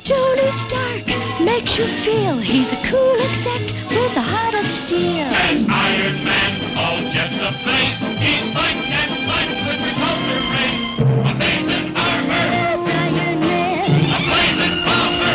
Tony Stark makes you feel he's a cool exec with a heart of steel. As Iron Man, all jets ablaze, he fights and slides with repulsor rays. Amazing armor, That's Iron Man. a blazing bomber.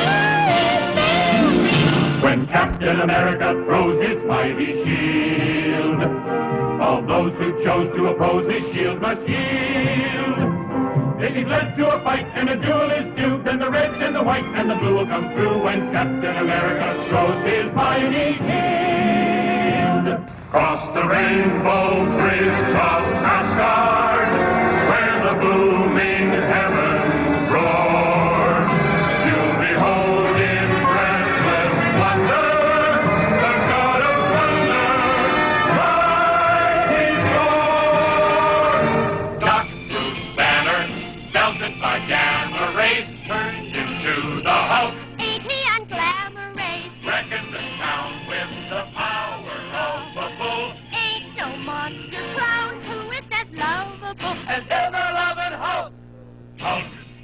When Captain America throws his mighty shield, all those who chose to oppose his shield must yield. If he's led to a fight and a duel is due, then the red and the white and the blue will come through when Captain America throws his mighty shield. Cross the rainbow bridge of Asgard, where the booming heavens roar. You'll behold in breathless wonder the God of thunder ride his roar. Doc Bruce Banner, melted by gamma rays, turned into the Hulk. E.T. and Glamour Rays. Reckon the town with the power of a bull. Ain't no monster clown who is as lovable As ever-loving Hulk. Hulk.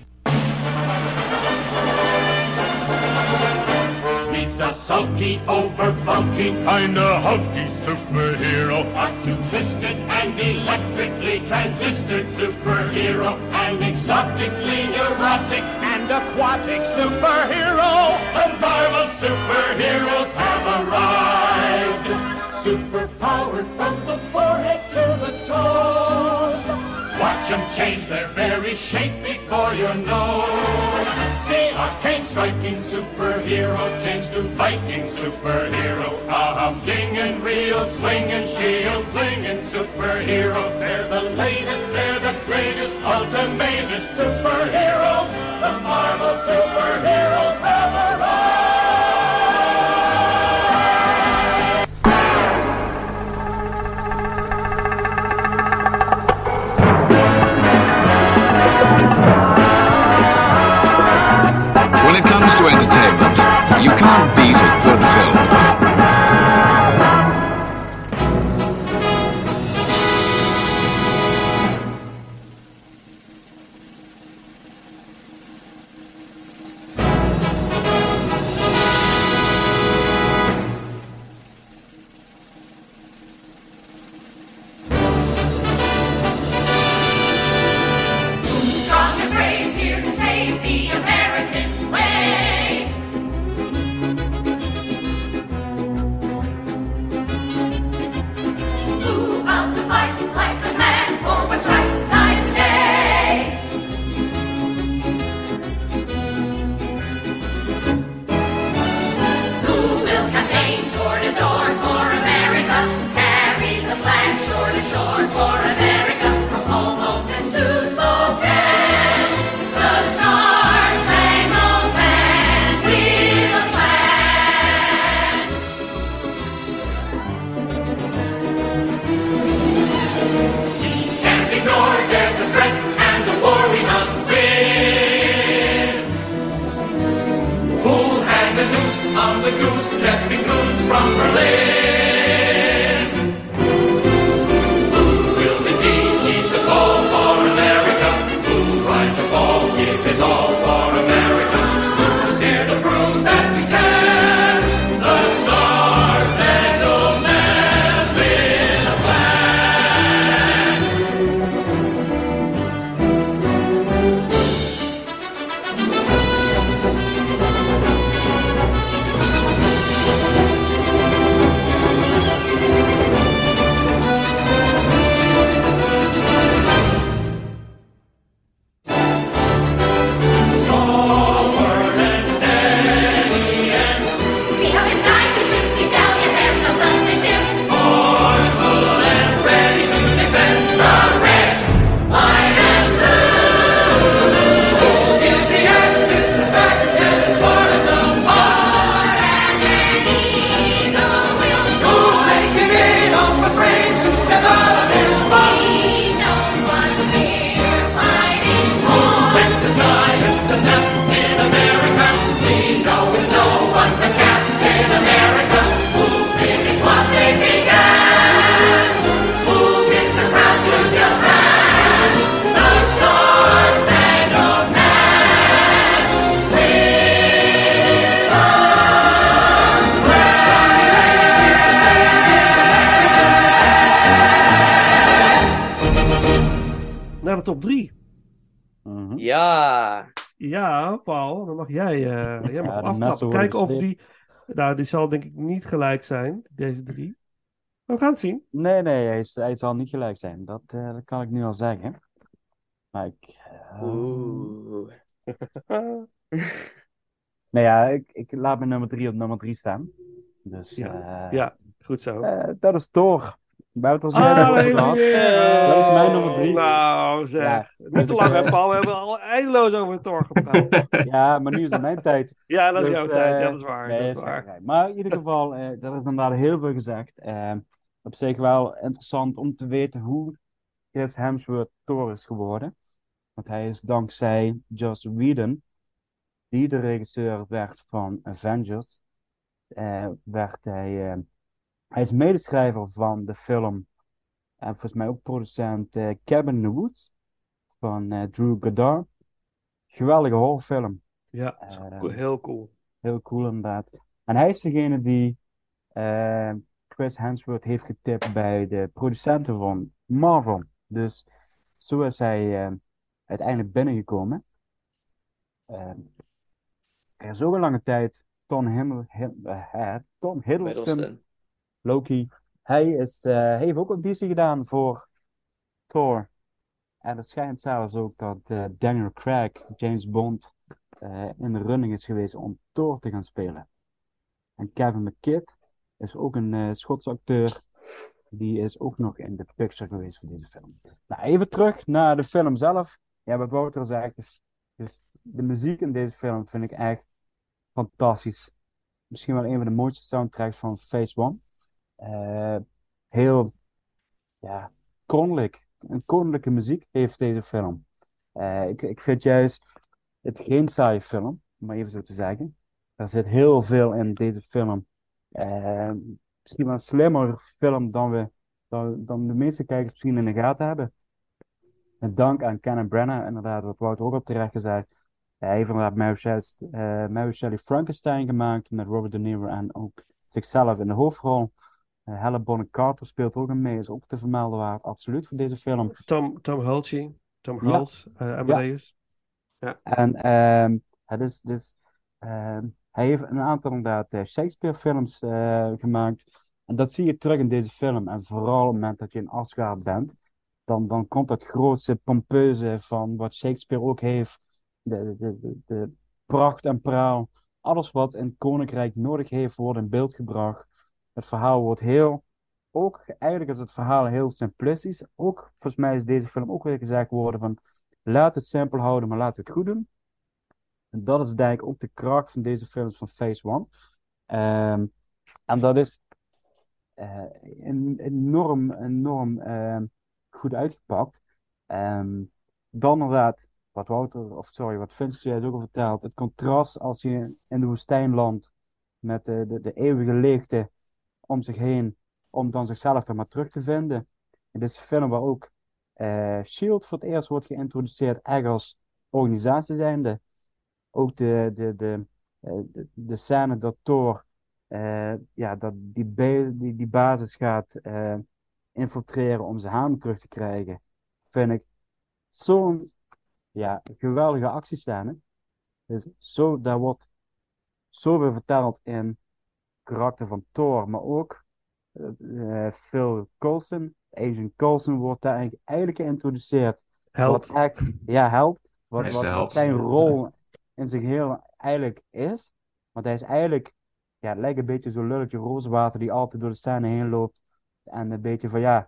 Meet the sulky, over-bulky, kinda hulky superhero. A two-fisted and electrically transistored superhero. An exotically neurotic and aquatic superhero. The Marvel superheroes have arrived. Superpowered from the forehead to the toes. Watch them change their very shape before your nose. See a cane-striking superhero change to Viking superhero. A humdinging, real swinging, shield-flinging superhero. They're the latest, they're the greatest, ultimatest superheroes. The Marvel superheroes have arrived. When it comes to entertainment, you can't beat a good film. Strong and brave, here to save the American way. Who vows to fight like a man for what's right night and day? Who will campaign door to door for America? Carry the flag shore to shore for America. From Hoboken to Spokane, the Star-Spangled Band, we the flag. We can't ignore, there's a threat and a war we must win. Who'll hang the noose on the goose, stepping goons from Berlin? Who will indeed heed the call for America? Who'll rise or fall, give his all for America? Who's here to prove that we can? The Star-Spangled Man with a flag. Stalwart and steady, Ja. Ja, Paul, dan mag jij mag Ja, hem de messen aftrappen. worden Kijken of gesleept. die... Nou, die zal denk ik niet gelijk zijn, deze 3. Maar we gaan het zien. Nee, hij zal niet gelijk zijn. Dat kan ik nu al zeggen. Maar Oeh. nou ja, ik laat mijn nummer 3 op nummer 3 staan. Dus Ja, goed zo. dat is Thor. We hebben het er zojuist Ah, over nee, gehad. nee. Dat is mijn nummer 3. Nou, zeg. Ja, Niet dus te lang, hè, Paul. We hebben al eindeloos over Thor gepraat. Ja, maar nu is het mijn tijd. Ja, dat is Dus, jouw tijd. Ja, dat is waar. nee, Dat is is waar. gelijk. Maar in ieder geval, er is inderdaad heel veel gezegd. Op zich wel interessant om te weten hoe Chris Hemsworth Thor is geworden. Want hij is dankzij Joss Whedon, die de regisseur werd van Avengers, hij is medeschrijver van de film en volgens mij ook producent Cabin in the Woods van Drew Goddard. Geweldige horrorfilm. Ja, heel cool. Heel cool inderdaad. En hij is degene die Chris Hemsworth heeft getipt bij de producenten van Marvel. Dus zo is hij uiteindelijk binnengekomen. Er is ook een lange tijd Tom Hiddleston, Middleston. Loki. Hij heeft ook auditie gedaan voor Thor. En het schijnt zelfs ook dat Daniel Craig, James Bond, in de running is geweest om Thor te gaan spelen. En Kevin McKidd is ook een Schotse acteur. Die is ook nog in de picture geweest voor deze film. Nou, even terug naar de film zelf. Ja, wat Wouter zei, de muziek in deze film vind ik echt fantastisch. Misschien wel een van de mooiste soundtracks van Phase One. Heel, ja, koninklijk. Een koninklijke muziek heeft deze film. Ik vind juist het geen saaie film, om maar even zo te zeggen. Er zit heel veel in deze film. Misschien wel een slimmer film dan de meeste kijkers misschien in de gaten hebben. Met dank aan Kenneth Branagh, inderdaad, wat Wouter ook al terecht gezegd. Hij heeft inderdaad Mary Shelley Frankenstein gemaakt met Robert De Niro en ook zichzelf in de hoofdrol. Helena Bonham Carter speelt ook in mee, is ook te vermelden waard, absoluut, voor deze film. Tom Hulce, Tom Ja. Hulce, Amadeus. Ja. En hij heeft een aantal inderdaad Shakespeare-films gemaakt. En dat zie je terug in deze film. En vooral op het moment dat je in Asgard bent, dan komt dat grootste pompeuze van wat Shakespeare ook heeft. De pracht en praal. Alles wat een koninkrijk nodig heeft, wordt in beeld gebracht. Het verhaal wordt eigenlijk is het verhaal heel simplistisch. Ook, volgens mij is deze film ook weer gezegd worden van, laat het simpel houden, maar laat het goed doen. En dat is denk ik ook de kracht van deze films van Phase One. En dat is enorm goed uitgepakt. Dan inderdaad, wat Vincent juist ook al verteld, het contrast als je in de woestijn landt met de eeuwige leegte om zich heen, om dan zichzelf er maar terug te vinden. In deze film waar ook S.H.I.E.L.D. voor het eerst wordt geïntroduceerd, echt als organisatie zijnde. Ook de scène dat Thor dat die basis gaat infiltreren om zijn hamer terug te krijgen, vind ik zo'n geweldige actiescène. Dus daar wordt zoveel verteld in het karakter van Thor, maar ook Phil Coulson, Agent Coulson wordt daar eigenlijk geïntroduceerd. Held. Wat echt, held. Hij is de Wat held. zijn rol in zich heel eigenlijk is. Want hij is eigenlijk, lijkt een beetje zo'n lulletje rozenwater die altijd door de scène heen loopt. En een beetje van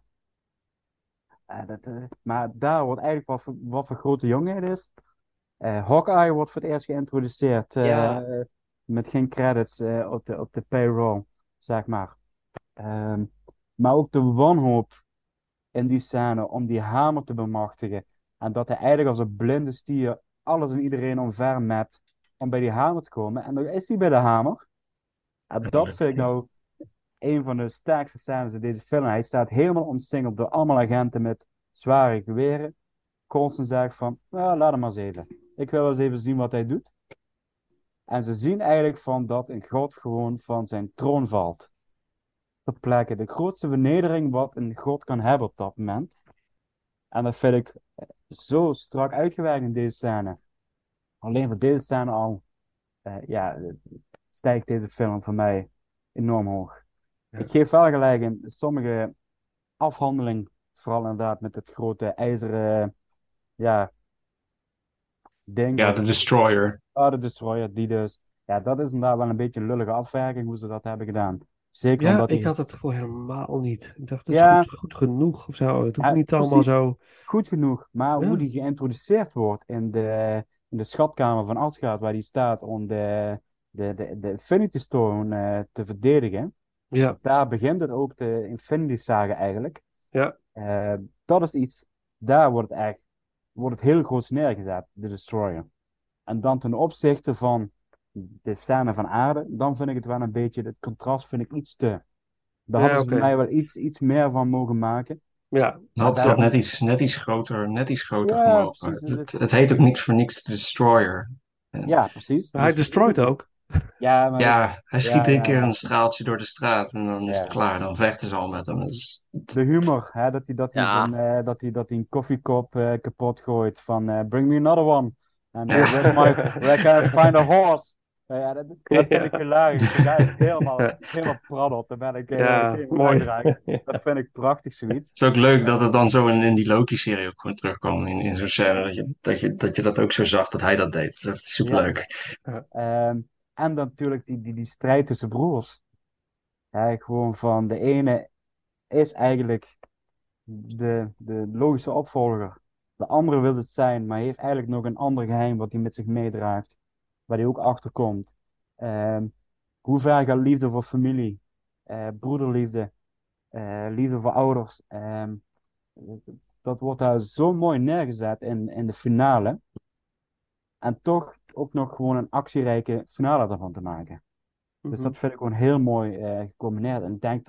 maar daar wordt eigenlijk wat voor grote jongen het is. Hawkeye wordt voor het eerst geïntroduceerd. Met geen credits op de payroll, zeg maar. Maar ook de wanhoop in die scène om die hamer te bemachtigen. En dat hij eigenlijk als een blinde stier alles en iedereen omvermapt om bij die hamer te komen. En dan is hij bij de hamer. En dat vind ik nou een van de sterkste scènes in deze film. Hij staat helemaal omsingeld door allemaal agenten met zware geweren. Coulson zegt van, laat hem maar eens even. Ik wil eens even zien wat hij doet. En ze zien eigenlijk van dat een god gewoon van zijn troon valt. Ter plekke de grootste vernedering wat een god kan hebben op dat moment. En dat vind ik zo strak uitgewerkt in deze scène. alleen voor deze scène al stijgt deze film voor mij enorm hoog. Ja. Ik geef wel gelijk in sommige afhandeling, vooral inderdaad met het grote ijzeren ding. Ja, de Destroyer. De Destroyer, die dus. Ja, dat is inderdaad wel een beetje een lullige afwerking hoe ze dat hebben gedaan. Zeker Ja, omdat ik had het gevoel helemaal niet. Ik dacht, het Ja. is goed genoeg of zo. Het hoeft Ja, niet allemaal precies. zo... goed genoeg, maar Ja. hoe die geïntroduceerd wordt in de schatkamer van Asgard, waar die staat om de Infinity Stone te verdedigen. Ja, Daar begint het ook, de Infinity Saga eigenlijk. ja, Dat is iets, daar wordt het heel groot neergezet, de Destroyer. En dan ten opzichte van de scène van aarde, dan vind ik het wel een beetje, het contrast vind ik iets te. Daar Ja, hadden ze oké. voor mij wel iets meer van mogen maken. ja. Had daar- dat net iets groter Ja, gemogen. precies. Het heet ook niks voor niks de Destroyer. Ja, precies. Maar hij Dus- destroyt ook. Ja, maar Ja, hij schiet een keer ja. een straaltje door de straat en dan is Ja. het klaar. Dan vechten ze al met hem. Dus, de humor, hè, dat hij Ja. dat hij een koffiekop kapot gooit van bring me another one. En Ja. where can I find a horse? Ja, dat vind ik Ja. hilarisch. De guy is helemaal praddelt. Daar ben ik Ja, geen mooi. uitdragen. Dat vind ik prachtig zoiets. het is ook leuk dat het dan zo in die Loki-serie ook gewoon terugkwam in zo'n scène. Dat je dat ook zo zag dat hij dat deed. Dat is superleuk. En dan natuurlijk die strijd tussen broers. Gewoon van de ene is eigenlijk de logische opvolger. De andere wil het zijn, maar heeft eigenlijk nog een ander geheim wat hij met zich meedraagt. Waar hij ook achter komt. Hoe ver gaat liefde voor familie? Broederliefde? Liefde voor ouders? Dat wordt daar zo mooi neergezet in de finale. En toch ook nog gewoon een actierijke finale daarvan te maken. Dus dat vind ik gewoon heel mooi gecombineerd. En ik denk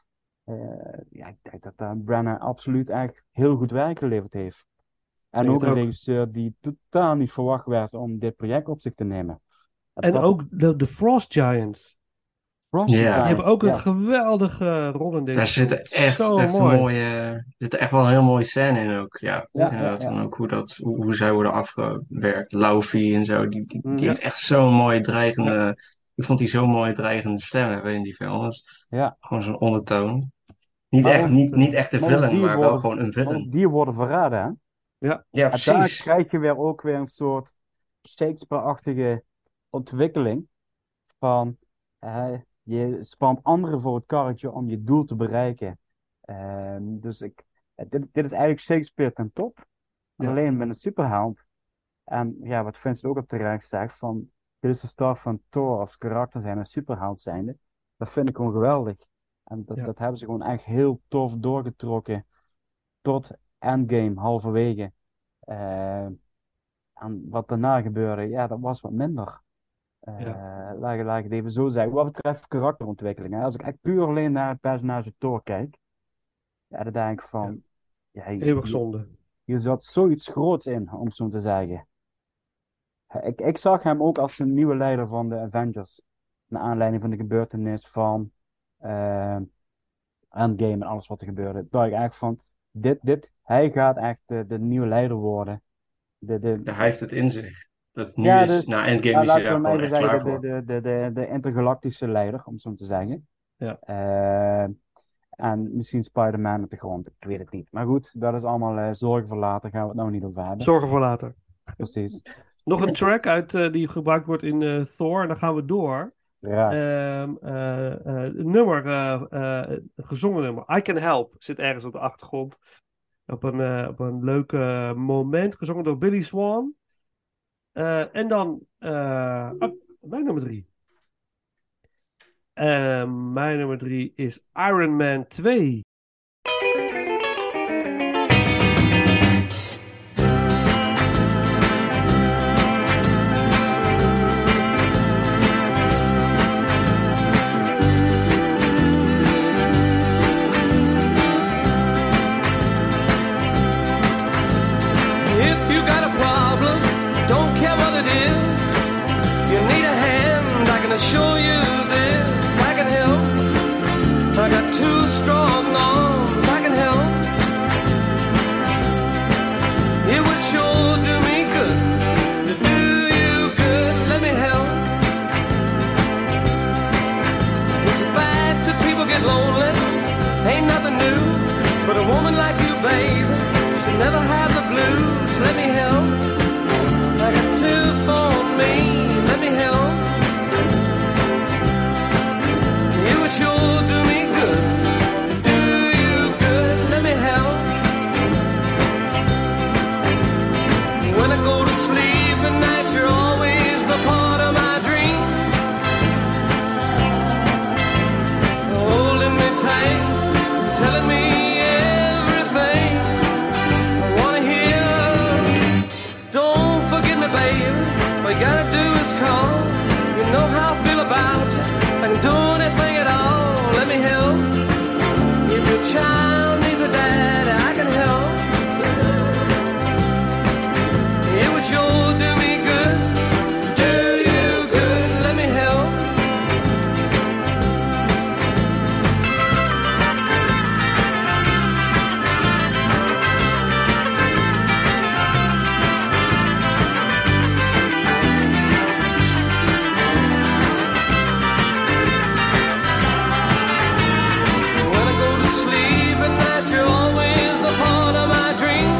dat Branagh absoluut echt heel goed werk geleverd heeft. En denk ook het een ook. regisseur die totaal niet verwacht werd om dit project op zich te nemen. En ook de Frost Giants. Frost Ja. Giants, Die hebben ook ja. een geweldige rol in deze Daar film. zitten echt Zo een mooi. mooie, zitten echt wel een heel mooie scène in ook. Ja, Ja, inderdaad. ja, ja. En ook hoe zij worden afgewerkt. Laufey en zo. Die Mhm. heeft echt zo'n mooie dreigende. Ik vond die zo'n mooie dreigende stem hebben in die film. Dat is Ja. gewoon zo'n ondertoon. Niet Maar echt, ook- niet echt een maar ook villain, die maar wel worden- gewoon een Maar villain. ook die worden verraden, hè? Ja, Ja, En daar precies. krijg je ook weer een soort Shakespeare-achtige ontwikkeling van je spant anderen voor het karretje om je doel te bereiken. Dus dit is eigenlijk Shakespeare ten top, Ja. alleen met een superheld. En ja, wat Vincent ook op terecht zegt, van dit is de start van Thor als karakter zijn en superheld zijnde. Dat vind ik gewoon geweldig. En Ja. dat hebben ze gewoon echt heel tof doorgetrokken tot Endgame, halverwege. En wat daarna gebeurde, ja, dat was wat minder. Laat ik het even zo zeggen. Wat betreft karakterontwikkeling. Hè. Als ik echt puur alleen naar het personage Thor kijk, ja, dan denk ik van, ja, eeuwig zonde. hier zat zoiets groots in, om zo te zeggen. Ik zag hem ook als een nieuwe leider van de Avengers. Naar aanleiding van de gebeurtenis van Endgame en alles wat er gebeurde. Toen dacht ik eigenlijk van, hij gaat echt de nieuwe leider worden. Ja, hij heeft het in zich. Dat nu Ja, is, dus- na Endgame Ja, is hij laten daar we hem gewoon even echt klaar zeggen, voor. de intergalactische leider, om zo te zeggen. Ja. En misschien Spider-Man op de grond, ik weet het niet. Maar goed, dat is allemaal zorgen voor later, gaan we het nou niet over hebben. Zorgen voor later. Precies. Nog een track die gebruikt wordt in Thor. En dan gaan we door. Ja. Een nummer, gezongen nummer. I Can Help zit ergens op de achtergrond. Op een leuk moment. Gezongen door Billy Swan. En dan mijn nummer 3. Mijn nummer 3 is Iron Man 2. If you got a problem, don't care what it is. You need a hand, I can assure you this. I can help. I got two strong arms, I can help. It would sure do me good to do you is call. You know how I feel about you. I can do anything at all. Let me help. If your child needs a dad, I can help. It would sure do me good. Do you good. Let me help. When I go to sleep at night, you're always a part of my dream.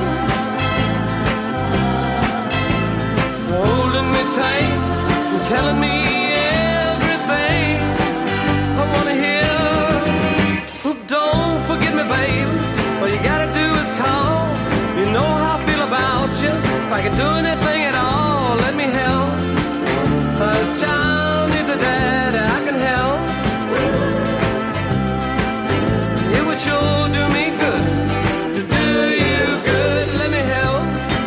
Holding me tight and telling me everything I wanna hear. Oh, don't forget me, baby. All you gotta do is call. You know how I feel about you. If I can do anything at all, let me help. A child needs a dad, I can help. It would sure do me good to do you good. Let me help.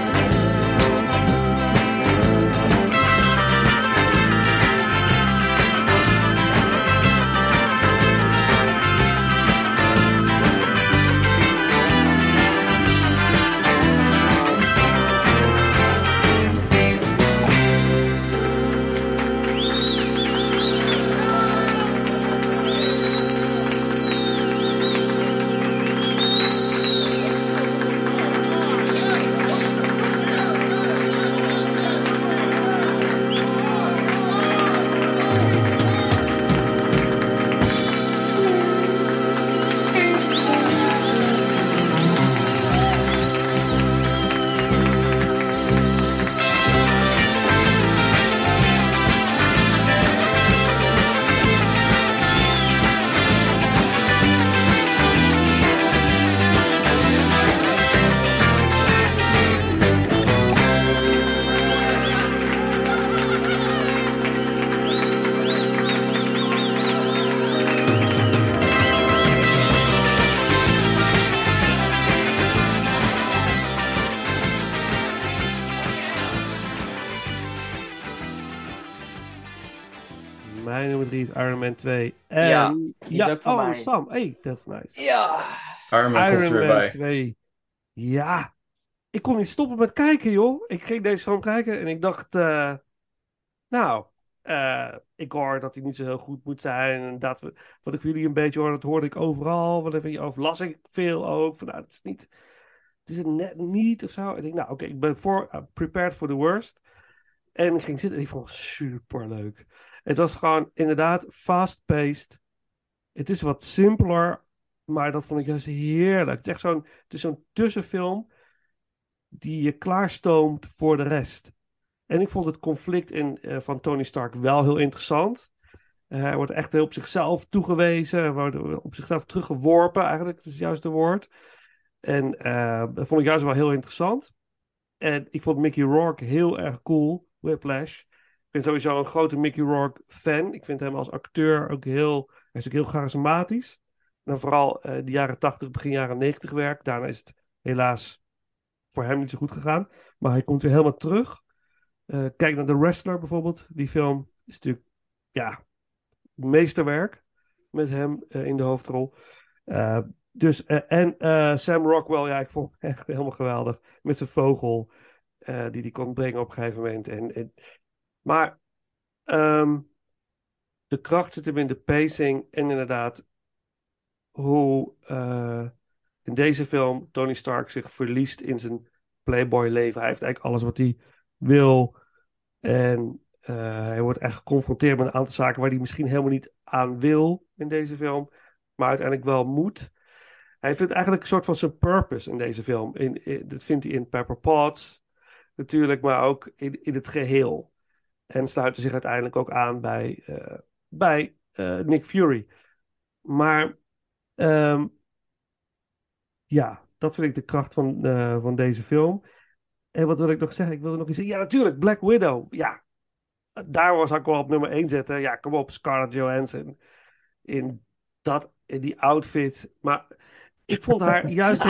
Mijn nummer 3 is Iron Man 2. En... Ja, die is ook van mij. Sam. Hey, that's nice. Ja. Iron Man komt er Iron weer Man bij. 2. Ja. Ik kon niet stoppen met kijken, joh. Ik ging deze film kijken en ik dacht... ik hoor dat hij niet zo heel goed moet zijn. En dat wat ik van jullie een beetje hoor, dat hoorde ik overal. Of las ik veel ook. Van, het is niet... Het is het net niet of zo. En ik denk, ik ben prepared for the worst. En ik ging zitten en ik vond het super leuk. Het was gewoon inderdaad fast-paced. Het is wat simpeler, maar dat vond ik juist heerlijk. Het is echt zo'n tussenfilm die je klaarstoomt voor de rest. En ik vond het conflict van Tony Stark wel heel interessant. Hij wordt echt heel op zichzelf toegewezen. Hij wordt op zichzelf teruggeworpen, eigenlijk. Dat is juist het woord. En dat vond ik juist wel heel interessant. En ik vond Mickey Rourke heel erg cool. Whiplash. Ik ben sowieso een grote Mickey Rourke fan. Ik vind hem als acteur ook hij is ook heel charismatisch. En vooral de jaren 80, begin jaren 90 werk. Daarna is het helaas voor hem niet zo goed gegaan. Maar hij komt weer helemaal terug. Kijk naar The Wrestler bijvoorbeeld. Die film is natuurlijk, meesterwerk. Met hem in de hoofdrol. Sam Rockwell, ik vond hem echt helemaal geweldig. Met zijn vogel die hij kon brengen op een gegeven moment. Maar de kracht zit hem in de pacing en inderdaad hoe in deze film Tony Stark zich verliest in zijn playboy leven. Hij heeft eigenlijk alles wat hij wil en hij wordt echt geconfronteerd met een aantal zaken waar hij misschien helemaal niet aan wil in deze film, maar uiteindelijk wel moet. Hij vindt eigenlijk een soort van zijn purpose in deze film. Dat vindt hij in Pepper Potts natuurlijk, maar ook in het geheel. En sluit zich uiteindelijk ook aan bij Nick Fury. Maar dat vind ik de kracht van deze film. En wat wil ik nog zeggen? Ik wilde nog iets zeggen. Ja, natuurlijk, Black Widow. Ja, daar was ik wel op nummer 1 zetten. Ja, kom op, Scarlett Johansson. In die outfit. Maar ik vond haar juist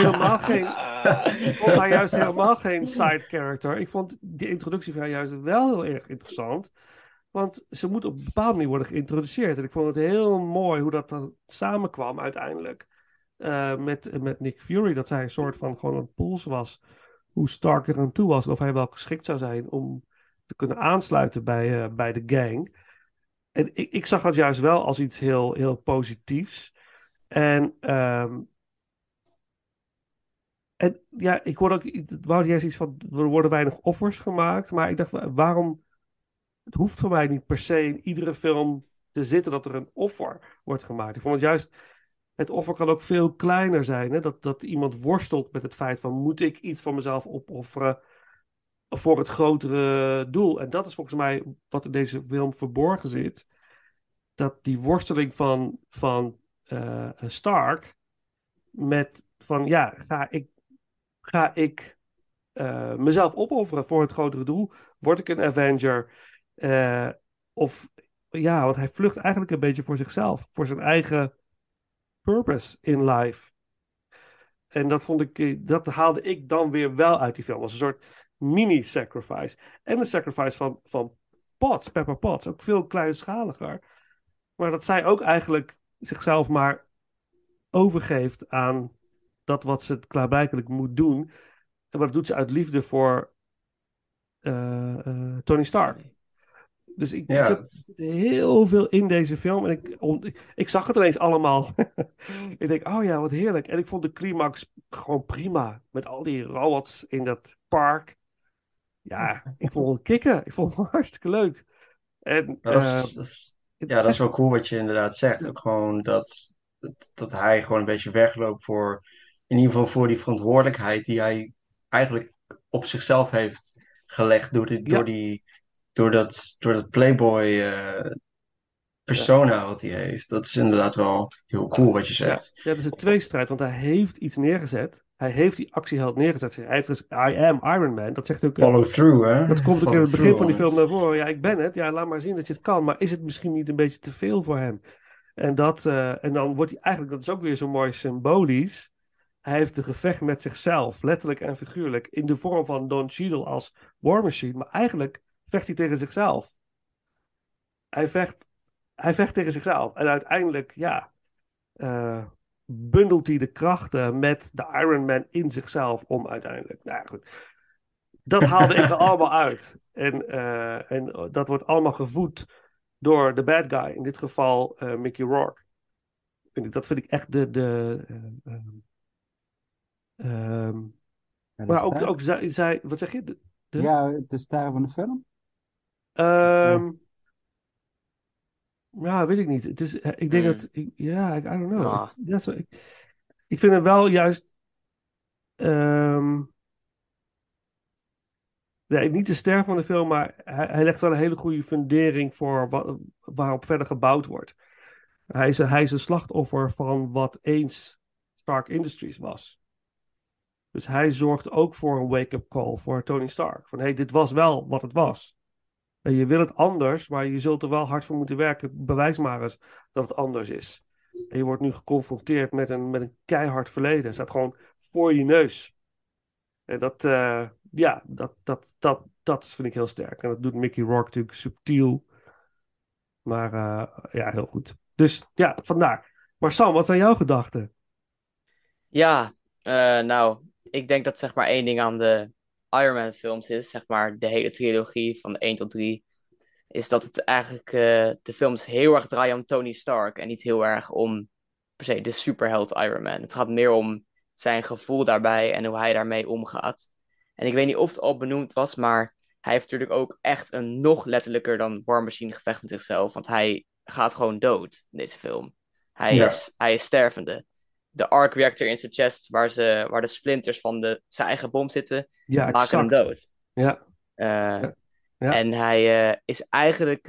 helemaal geen side character. Ik vond die introductie van haar juist wel heel erg interessant. Want ze moet op een bepaalde manier worden geïntroduceerd. En ik vond het heel mooi hoe dat dan samenkwam uiteindelijk. Met Nick Fury. Dat zij een soort van gewoon een pols was. Hoe Stark er aan toe was. En of hij wel geschikt zou zijn om te kunnen aansluiten bij de gang. En ik zag dat juist wel als iets heel, heel positiefs. En ja, ik hoorde ook, het wou juist iets van, er worden weinig offers gemaakt. Maar ik dacht, waarom, het hoeft voor mij niet per se in iedere film te zitten dat er een offer wordt gemaakt. Ik vond het juist, het offer kan ook veel kleiner zijn. Hè? Dat iemand worstelt met het feit van, moet ik iets van mezelf opofferen voor het grotere doel? En dat is volgens mij wat in deze film verborgen zit. Dat die worsteling van Stark met van, ja, ga ik mezelf opofferen voor het grotere doel? Word ik een Avenger? Of ja, want hij vlucht eigenlijk een beetje voor zichzelf, voor zijn eigen purpose in life. En dat vond ik, dat haalde ik dan weer wel uit die film, als een soort mini-sacrifice. En een sacrifice van Potts, Pepper Potts, ook veel kleinschaliger. Maar dat zij ook eigenlijk zichzelf maar overgeeft aan dat wat ze klaarblijkelijk moet doen. En dat doet ze uit liefde voor Tony Stark. Dus ik Ja, zit heel veel in deze film. En ik zag het ineens allemaal. Ik denk, oh ja, wat heerlijk. En ik vond de climax gewoon prima. Met al die robots in dat park. Ja, ik vond het kicken. Ik vond het hartstikke leuk. En ja, dat is wel cool wat je inderdaad zegt. Ook gewoon dat hij gewoon een beetje wegloopt voor, in ieder geval voor die verantwoordelijkheid die hij eigenlijk op zichzelf heeft gelegd door dat Playboy persona wat hij heeft. Dat is inderdaad wel heel cool wat je ja, zegt. dat is een tweestrijd, want hij heeft iets neergezet. Hij heeft die actieheld neergezet. Hij heeft dus I am Iron Man. Dat zegt ook. Follow through, hè? Dat komt ook in Follow het begin through van die on film it. naar voren. Ja, ik ben het. Ja, laat maar zien dat je het kan. Maar is het misschien niet een beetje te veel voor hem? En dan wordt hij eigenlijk, dat is ook weer zo mooi symbolisch. Hij heeft een gevecht met zichzelf, letterlijk en figuurlijk, in de vorm van Don Cheadle als War Machine. Maar eigenlijk vecht hij tegen zichzelf. Hij vecht tegen zichzelf. En uiteindelijk, ja, bundelt hij de krachten met de Iron Man in zichzelf om uiteindelijk. Nou ja, goed. Dat haalde ik er allemaal uit. En dat wordt allemaal gevoed door de bad guy. In dit geval Mickey Rourke. Dat vind ik echt Ja, maar ook zij, wat zeg je? Ja, de ster van de film? Ehm, ja, weet ik niet. Het is, ik denk Hmm. dat, I don't know. Ah. Ik vind hem wel juist, nee, niet de ster van de film, maar hij legt wel een hele goede fundering voor waarop verder gebouwd wordt. Hij is een slachtoffer van wat eens Stark Industries was. Dus hij zorgt ook voor een wake-up call voor Tony Stark. Van, hey, dit was wel wat het was. En je wil het anders, maar je zult er wel hard voor moeten werken. Bewijs maar eens dat het anders is. En je wordt nu geconfronteerd met een keihard verleden. Het staat gewoon voor je neus. En dat vind ik heel sterk. En dat doet Mickey Rourke natuurlijk subtiel. Maar ja, heel goed. Dus ja, vandaar. Maar Sam, wat zijn jouw gedachten? Ja, nou, ik denk dat zeg maar één ding aan de Iron Man films is, zeg maar de hele trilogie van 1 tot 3, is dat het eigenlijk de films heel erg draaien om Tony Stark en niet heel erg om per se de superheld Iron Man. Het gaat meer om zijn gevoel daarbij en hoe hij daarmee omgaat. En ik weet niet of het al benoemd was, maar hij heeft natuurlijk ook echt een nog letterlijker dan War Machine gevecht met zichzelf, want hij gaat gewoon dood in deze film. Ja. Hij is stervende. De arc reactor in zijn chest, waar de splinters van zijn eigen bom zitten, Ja, maken hem exact. dood. Ja, Eh, ja. En hij is eigenlijk.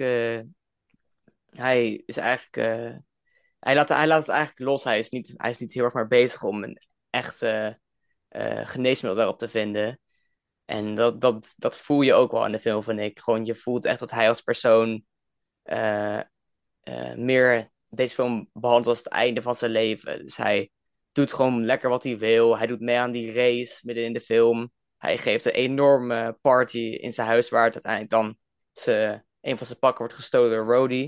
Hij laat het eigenlijk los. Hij is niet heel erg maar bezig om een echte geneesmiddel daarop te vinden. En dat voel je ook wel in de film, vind ik. Gewoon, je voelt echt dat hij als persoon eh, meer deze film behandelt als het einde van zijn leven. Dus hij doet gewoon lekker wat hij wil. Hij doet mee aan die race midden in de film. Hij geeft een enorme party in zijn huis waar het uiteindelijk dan een van zijn pakken wordt gestolen door Rhodey.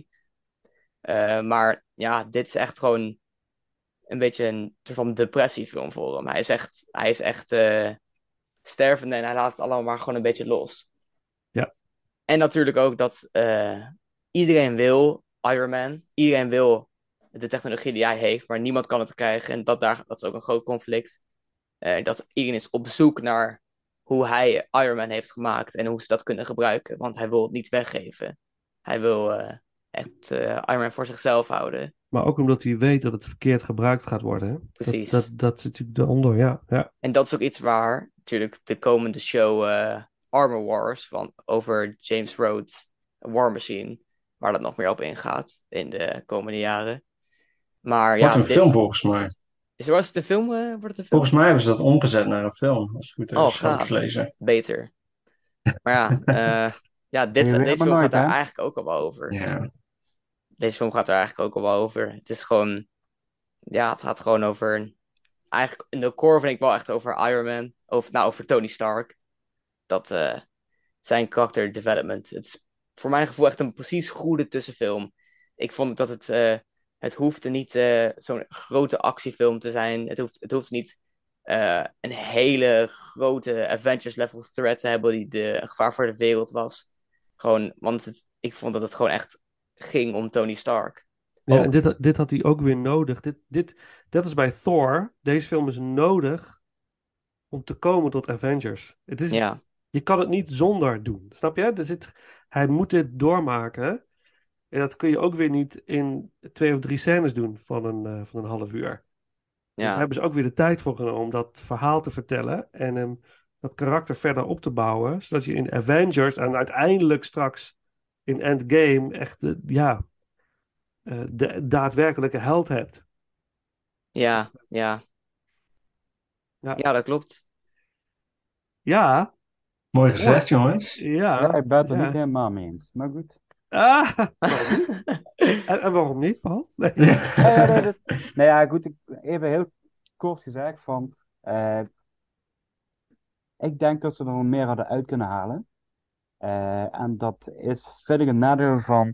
Maar ja, dit is echt gewoon een beetje een soort van depressiefilm voor hem. Hij is echt stervende en hij laat het allemaal maar gewoon een beetje los. Ja. En natuurlijk ook dat iedereen wil Iron Man. Iedereen wil de technologie die hij heeft, maar niemand kan het krijgen. En dat is ook een groot conflict. Dat iedereen is op zoek naar hoe hij Iron Man heeft gemaakt en hoe ze dat kunnen gebruiken. Want hij wil het niet weggeven. Hij wil echt Iron Man voor zichzelf houden. Maar ook omdat hij weet dat het verkeerd gebruikt gaat worden. Hè? Precies. Dat zit natuurlijk eronder, ja. En dat is ook iets waar natuurlijk de komende show Armor Wars over James Rhodes, War Machine, waar dat nog meer op ingaat in de komende jaren. Maar Wordt ja, een film volgens mij. Was het een film? Wordt het een film? Volgens mij hebben ze dat omgezet naar een film. Als het goed is, Oh, heb ik gaaf. gelezen. Beter. Maar ja, deze weet film maar gaat nooit, daar hè? eigenlijk ook al wel over. Ja. Deze film gaat er eigenlijk ook al wel over. Het is gewoon, ja, het gaat gewoon over, eigenlijk in de core vind ik wel echt over Iron Man, over Tony Stark. Dat zijn character development. Het is voor mijn gevoel echt een precies goede tussenfilm. Ik vond dat het hoefde niet zo'n grote actiefilm te zijn. Het hoeft niet een hele grote Avengers level threat te hebben die een gevaar voor de wereld was. Gewoon, want ik vond dat het gewoon echt ging om Tony Stark. Ja, Oh. en dit had hij ook weer nodig. Dat is bij Thor. Deze film is nodig om te komen tot Avengers. Ja, Je kan het niet zonder doen. Snap je? Hij moet dit doormaken. En dat kun je ook weer niet in 2 of 3 scènes doen van een half uur. Dus daar ja, hebben ze ook weer de tijd voor genomen om dat verhaal te vertellen. En hem dat karakter verder op te bouwen. Zodat je in Avengers en uiteindelijk straks in Endgame echt de daadwerkelijke held hebt. ja. Ja. Ja, dat klopt. Ja, Mooi gezegd, jongens. ja. Ik ben het er ja. niet helemaal mee eens. Maar goed. Waarom niet? En waarom niet, Paul? Nee. Nou ja, goed. Even heel kort gezegd van... ik denk dat ze er nog meer hadden uit kunnen halen. En dat vind ik een nadeel van...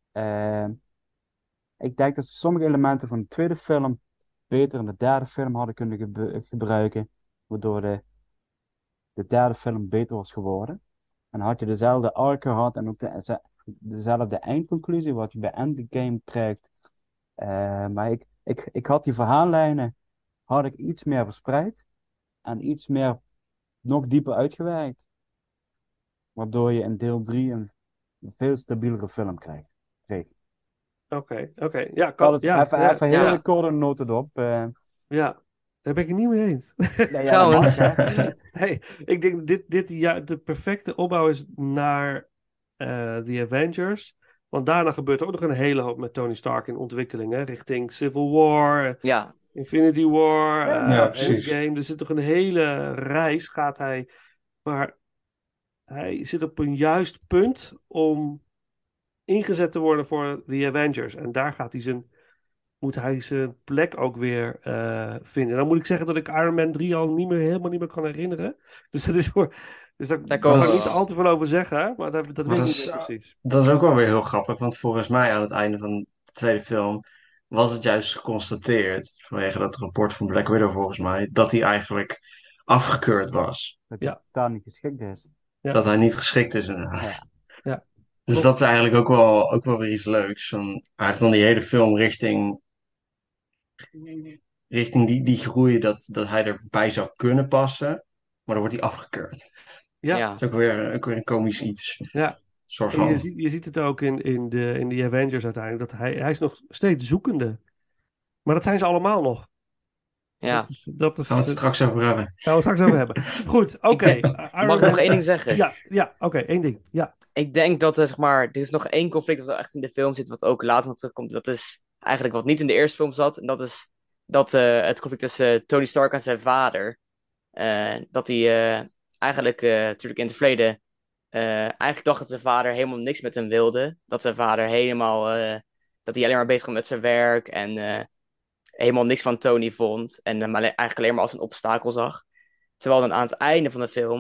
ik denk dat ze sommige elementen van de tweede film beter in de derde film hadden kunnen gebruiken. Waardoor de derde film beter was geworden. En had je dezelfde arc gehad en ook dezelfde eindconclusie wat je bij Endgame krijgt. Maar ik had die verhaallijnen had ik iets meer verspreid en iets meer nog dieper uitgewerkt. Waardoor je in deel 3 een veel stabielere film kreeg. Oké. Ja, Even ja. hele korte notendop. Ja, daar ben ik het niet mee eens. Nee, ja, Trouwens. dat mag, hè. Hey, ik denk dat dit de perfecte opbouw is naar The Avengers. Want daarna gebeurt er ook nog een hele hoop met Tony Stark in ontwikkeling. Hè, richting Civil War, Ja, Infinity War, Ja, precies. Endgame. Er zit toch een hele reis gaat hij. Maar hij zit op een juist punt om ingezet te worden voor The Avengers. En daar moet hij zijn plek ook weer vinden. Dan moet ik zeggen dat ik Iron Man 3 al helemaal niet meer kan herinneren. Dus dat is Dus daar Daar kan komen ik we. niet al te veel over zeggen, hè? Maar dat weet ik Maar niet meer precies. dat is ook wel weer heel grappig, want volgens mij aan het einde van de tweede film was het juist geconstateerd, vanwege dat rapport van Black Widow volgens mij, dat hij eigenlijk afgekeurd was. Dat Ja. het daar niet geschikt is. Ja. Dat hij niet geschikt is inderdaad. Ja. Dus Klopt. dat is eigenlijk ook wel weer iets leuks. Hij heeft dan die hele film richting die groei dat hij erbij zou kunnen passen, maar dan wordt hij afgekeurd. Ja. ja. Dat is ook weer een komisch iets. Ja. Soort En van. je ziet het ook in de Avengers uiteindelijk, dat hij is nog steeds zoekende. Maar dat zijn ze allemaal nog. Ja. Dat is, Gaan we het straks over hebben. gaan we straks over hebben. Goed, oké. Mag ik nog één ding zeggen? Ja, oké, één ding. Ja. Ik denk dat zeg maar, er is nog één conflict wat echt in de film zit, wat ook later nog terugkomt. Dat is eigenlijk wat niet in de eerste film zat. En dat is het conflict tussen Tony Stark en zijn vader. Dat hij eigenlijk natuurlijk in het verleden eigenlijk dacht dat zijn vader helemaal niks met hem wilde. Dat zijn vader dat hij alleen maar bezig was met zijn werk en helemaal niks van Tony vond. En hem eigenlijk alleen maar als een obstakel zag. Terwijl dan aan het einde van de film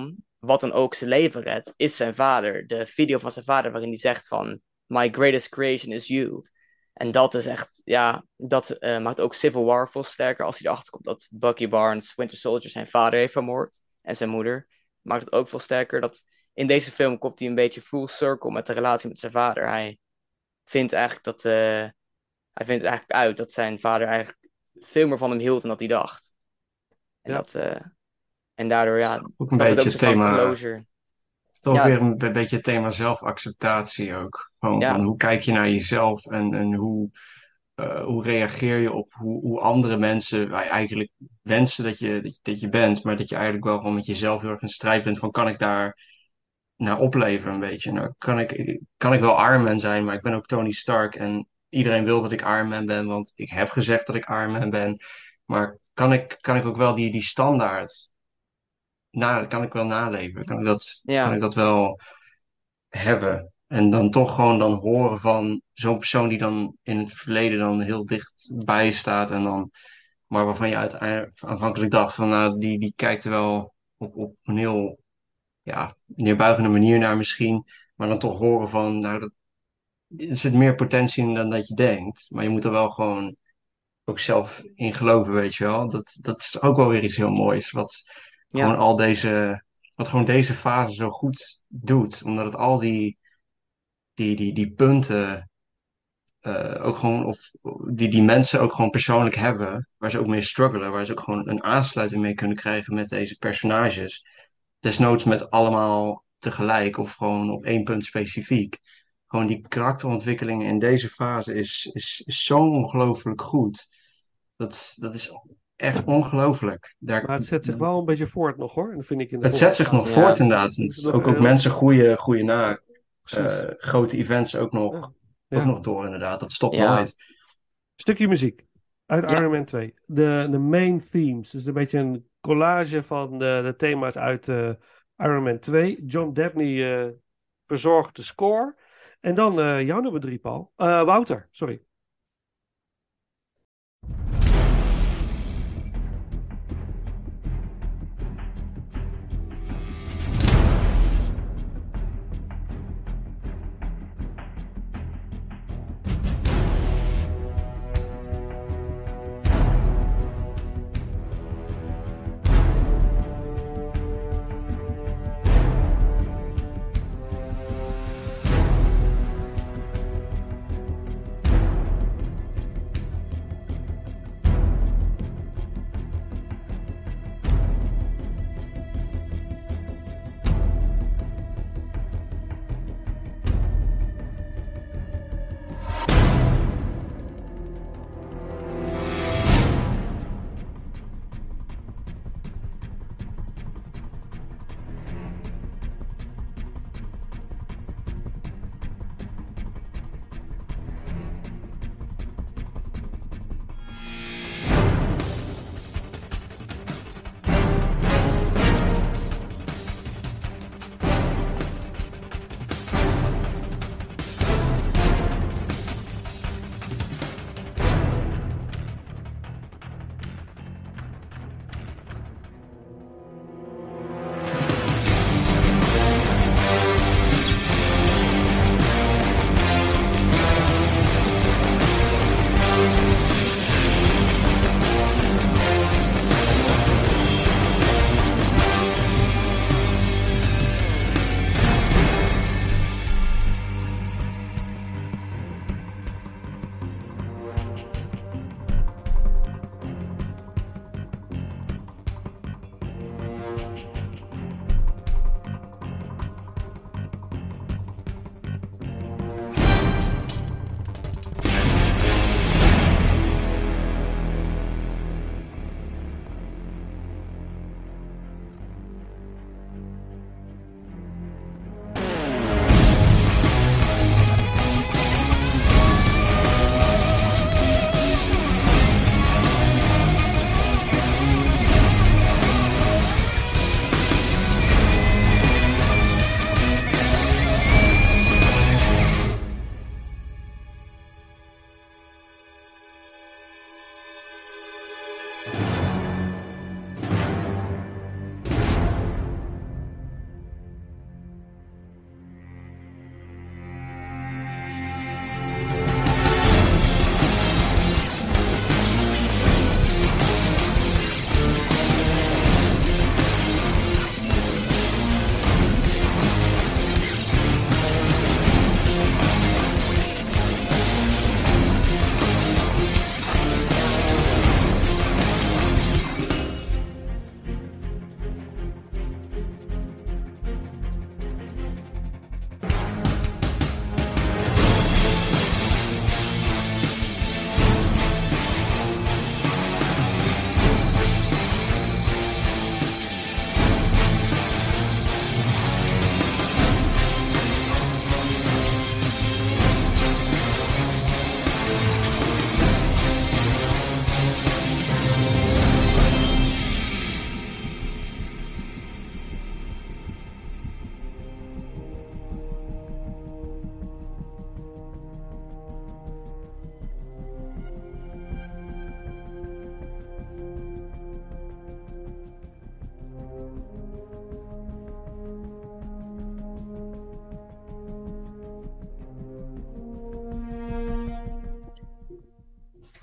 wat dan ook zijn leven redt, is zijn vader. De video van zijn vader waarin hij zegt van... My greatest creation is you. En dat is echt, ja, dat maakt ook Civil War veel sterker als hij erachter komt dat Bucky Barnes, Winter Soldier, zijn vader heeft vermoord. En zijn moeder. Maakt het ook veel sterker dat in deze film komt hij een beetje full circle met de relatie met zijn vader. Hij vindt eigenlijk uit dat zijn vader eigenlijk veel meer van hem hield dan dat hij dacht. En, en daardoor, ja, ook een dat beetje het het ook thema. closure. Is toch Ja. weer een beetje het thema zelfacceptatie ook. Gewoon Ja. van hoe kijk je naar jezelf en hoe reageer je op hoe andere mensen eigenlijk wensen dat je bent, maar dat je eigenlijk wel gewoon met jezelf heel erg in strijd bent van kan ik daar naar opleven een beetje. Nou, kan ik wel Iron Man zijn, maar ik ben ook Tony Stark en iedereen wil dat ik Iron Man ben, want ik heb gezegd dat ik Iron Man ben. Maar kan ik ook wel die standaard kan ik wel naleven? Kan ik dat wel hebben? En dan toch gewoon dan horen van zo'n persoon die dan in het verleden dan heel dichtbij staat en dan, maar waarvan je aanvankelijk dacht van nou, die kijkt er wel op een heel neerbuigende manier naar misschien, maar dan toch horen van nou, er zit meer potentie in dan dat je denkt, maar je moet er wel gewoon ook zelf in geloven, weet je wel. Dat is ook wel weer iets heel moois, wat gewoon deze fase zo goed doet, omdat het al die punten ook gewoon die mensen ook gewoon persoonlijk hebben, waar ze ook mee struggelen, waar ze ook gewoon een aansluiting mee kunnen krijgen met deze personages. Desnoods met allemaal tegelijk of gewoon op één punt specifiek. Gewoon die karakterontwikkeling in deze fase is zo ongelooflijk goed. Dat is echt ongelooflijk. Maar het zet zich wel een beetje voort nog hoor. Dat vind ik in de Het zet zich nog volgende voort Ja. inderdaad. Het is En nog ook heel- mensen groeien na Precies. grote events ook nog Ja. door inderdaad. Dat stopt Ja. nooit. Stukje muziek uit Ja. Iron Man 2. De main themes. Dus een beetje een collage van de thema's uit Iron Man 2. John Dabney verzorgt de score. En dan jouw nummer 3, Paul. Wouter, sorry.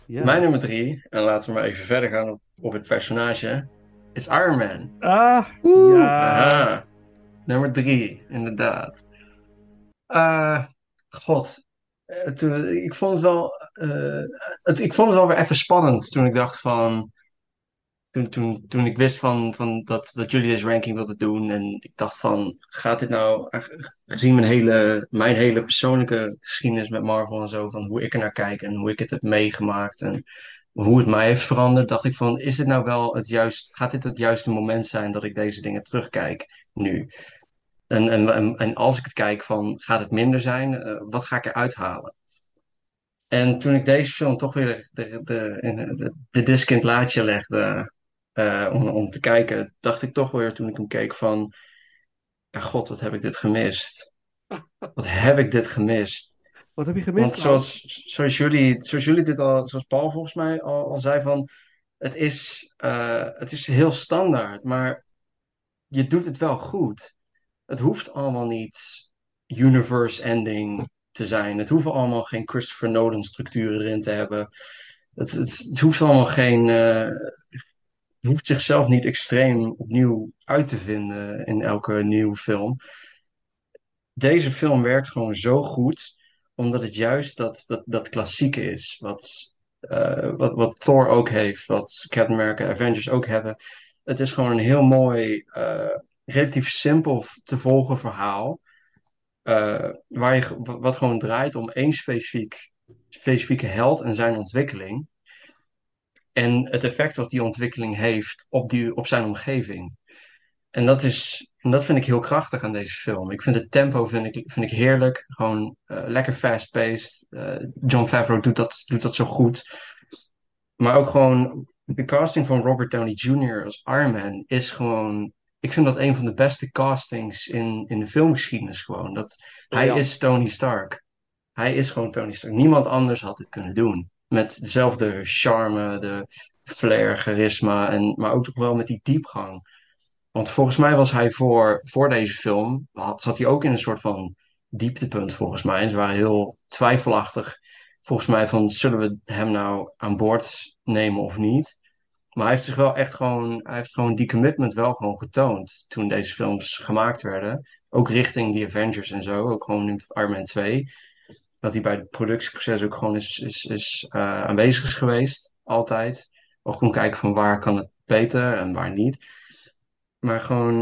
Ja. Mijn nummer 3, en laten we maar even verder gaan op het personage, is Iron Man. Ah, Woe! ja. Aha, nummer 3, inderdaad. God, ik vond het wel, ik vond het wel weer even spannend toen ik dacht van, toen ik wist van dat jullie deze ranking wilden doen en ik dacht van, gaat dit nou, gezien mijn hele persoonlijke geschiedenis met Marvel en zo, van hoe ik er naar kijk en hoe ik het heb meegemaakt en hoe het mij heeft veranderd, dacht ik van, is dit nou wel gaat dit het juiste moment zijn dat ik deze dingen terugkijk nu? En als ik het kijk van, gaat het minder zijn? Wat ga ik eruit halen? En toen ik deze film toch weer de disc in het laadje legde om te kijken, dacht ik toch weer toen ik hem keek van, ja god, wat heb ik dit gemist? Wat heb ik dit gemist? Wat heb je Want gemist dan? zoals jullie dit al, zoals Paul volgens mij al zei van, het is heel standaard, maar je doet het wel goed. Het hoeft allemaal niet universe ending te zijn. Het hoeven allemaal geen Christopher Nolan structuren erin te hebben. Het hoeft allemaal geen. Het hoeft zichzelf niet extreem opnieuw uit te vinden in elke nieuwe film. Deze film werkt gewoon zo goed, omdat het juist dat klassieke is. Wat Thor ook heeft, wat Captain America, Avengers ook hebben. Het is gewoon een heel mooi, relatief simpel te volgen verhaal. Wat gewoon draait om één specifieke held en zijn ontwikkeling. En het effect wat die ontwikkeling heeft op zijn omgeving. En dat vind ik heel krachtig aan deze film. Ik vind het tempo vind ik heerlijk. Gewoon lekker fast-paced. Jon Favreau doet dat zo goed. Maar ook gewoon de casting van Robert Downey Jr. als Iron Man is gewoon. Ik vind dat een van de beste castings in de filmgeschiedenis gewoon. Hij Briljant. is Tony Stark. Hij is gewoon Tony Stark. Niemand anders had dit kunnen doen. Met dezelfde charme, de flair, charisma, maar ook toch wel met die diepgang. Want volgens mij was hij voor deze film, zat hij ook in een soort van dieptepunt volgens mij. En ze waren heel twijfelachtig volgens mij van, zullen we hem nou aan boord nemen of niet? Maar hij heeft zich wel echt gewoon, hij heeft gewoon die commitment wel gewoon getoond toen deze films gemaakt werden. Ook richting die Avengers en zo, ook gewoon in Iron Man 2. Dat hij bij het productieproces ook gewoon aanwezig is geweest, altijd. Ook gewoon kijken van waar kan het beter en waar niet. Maar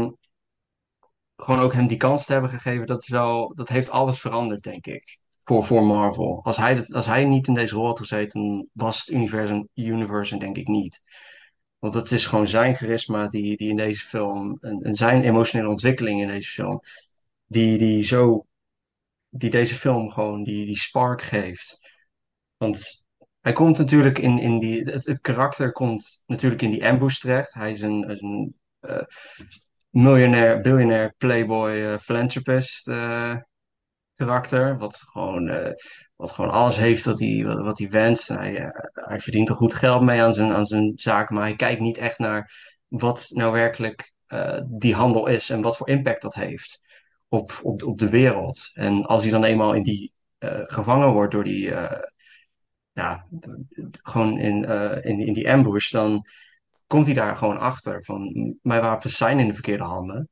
gewoon ook hem die kans te hebben gegeven, dat heeft alles veranderd, denk ik. Voor Marvel. Als hij niet in deze rol had gezeten, was het universe denk ik niet. Want het is gewoon zijn charisma die in deze film, en zijn emotionele ontwikkeling in deze film, die, die zo, die deze film gewoon die spark geeft. Want hij komt natuurlijk het karakter komt natuurlijk in die ambush terecht. Hij is een miljonair, biljonair, playboy, philanthropist karakter. Wat gewoon alles heeft wat hij wenst. Hij verdient er goed geld mee aan zijn zaken, maar hij kijkt niet echt naar wat nou werkelijk die handel is en wat voor impact dat heeft op de wereld. En als hij dan eenmaal gevangen wordt door ja, gewoon in die ambush, dan komt hij daar gewoon achter van mijn wapens zijn in de verkeerde handen.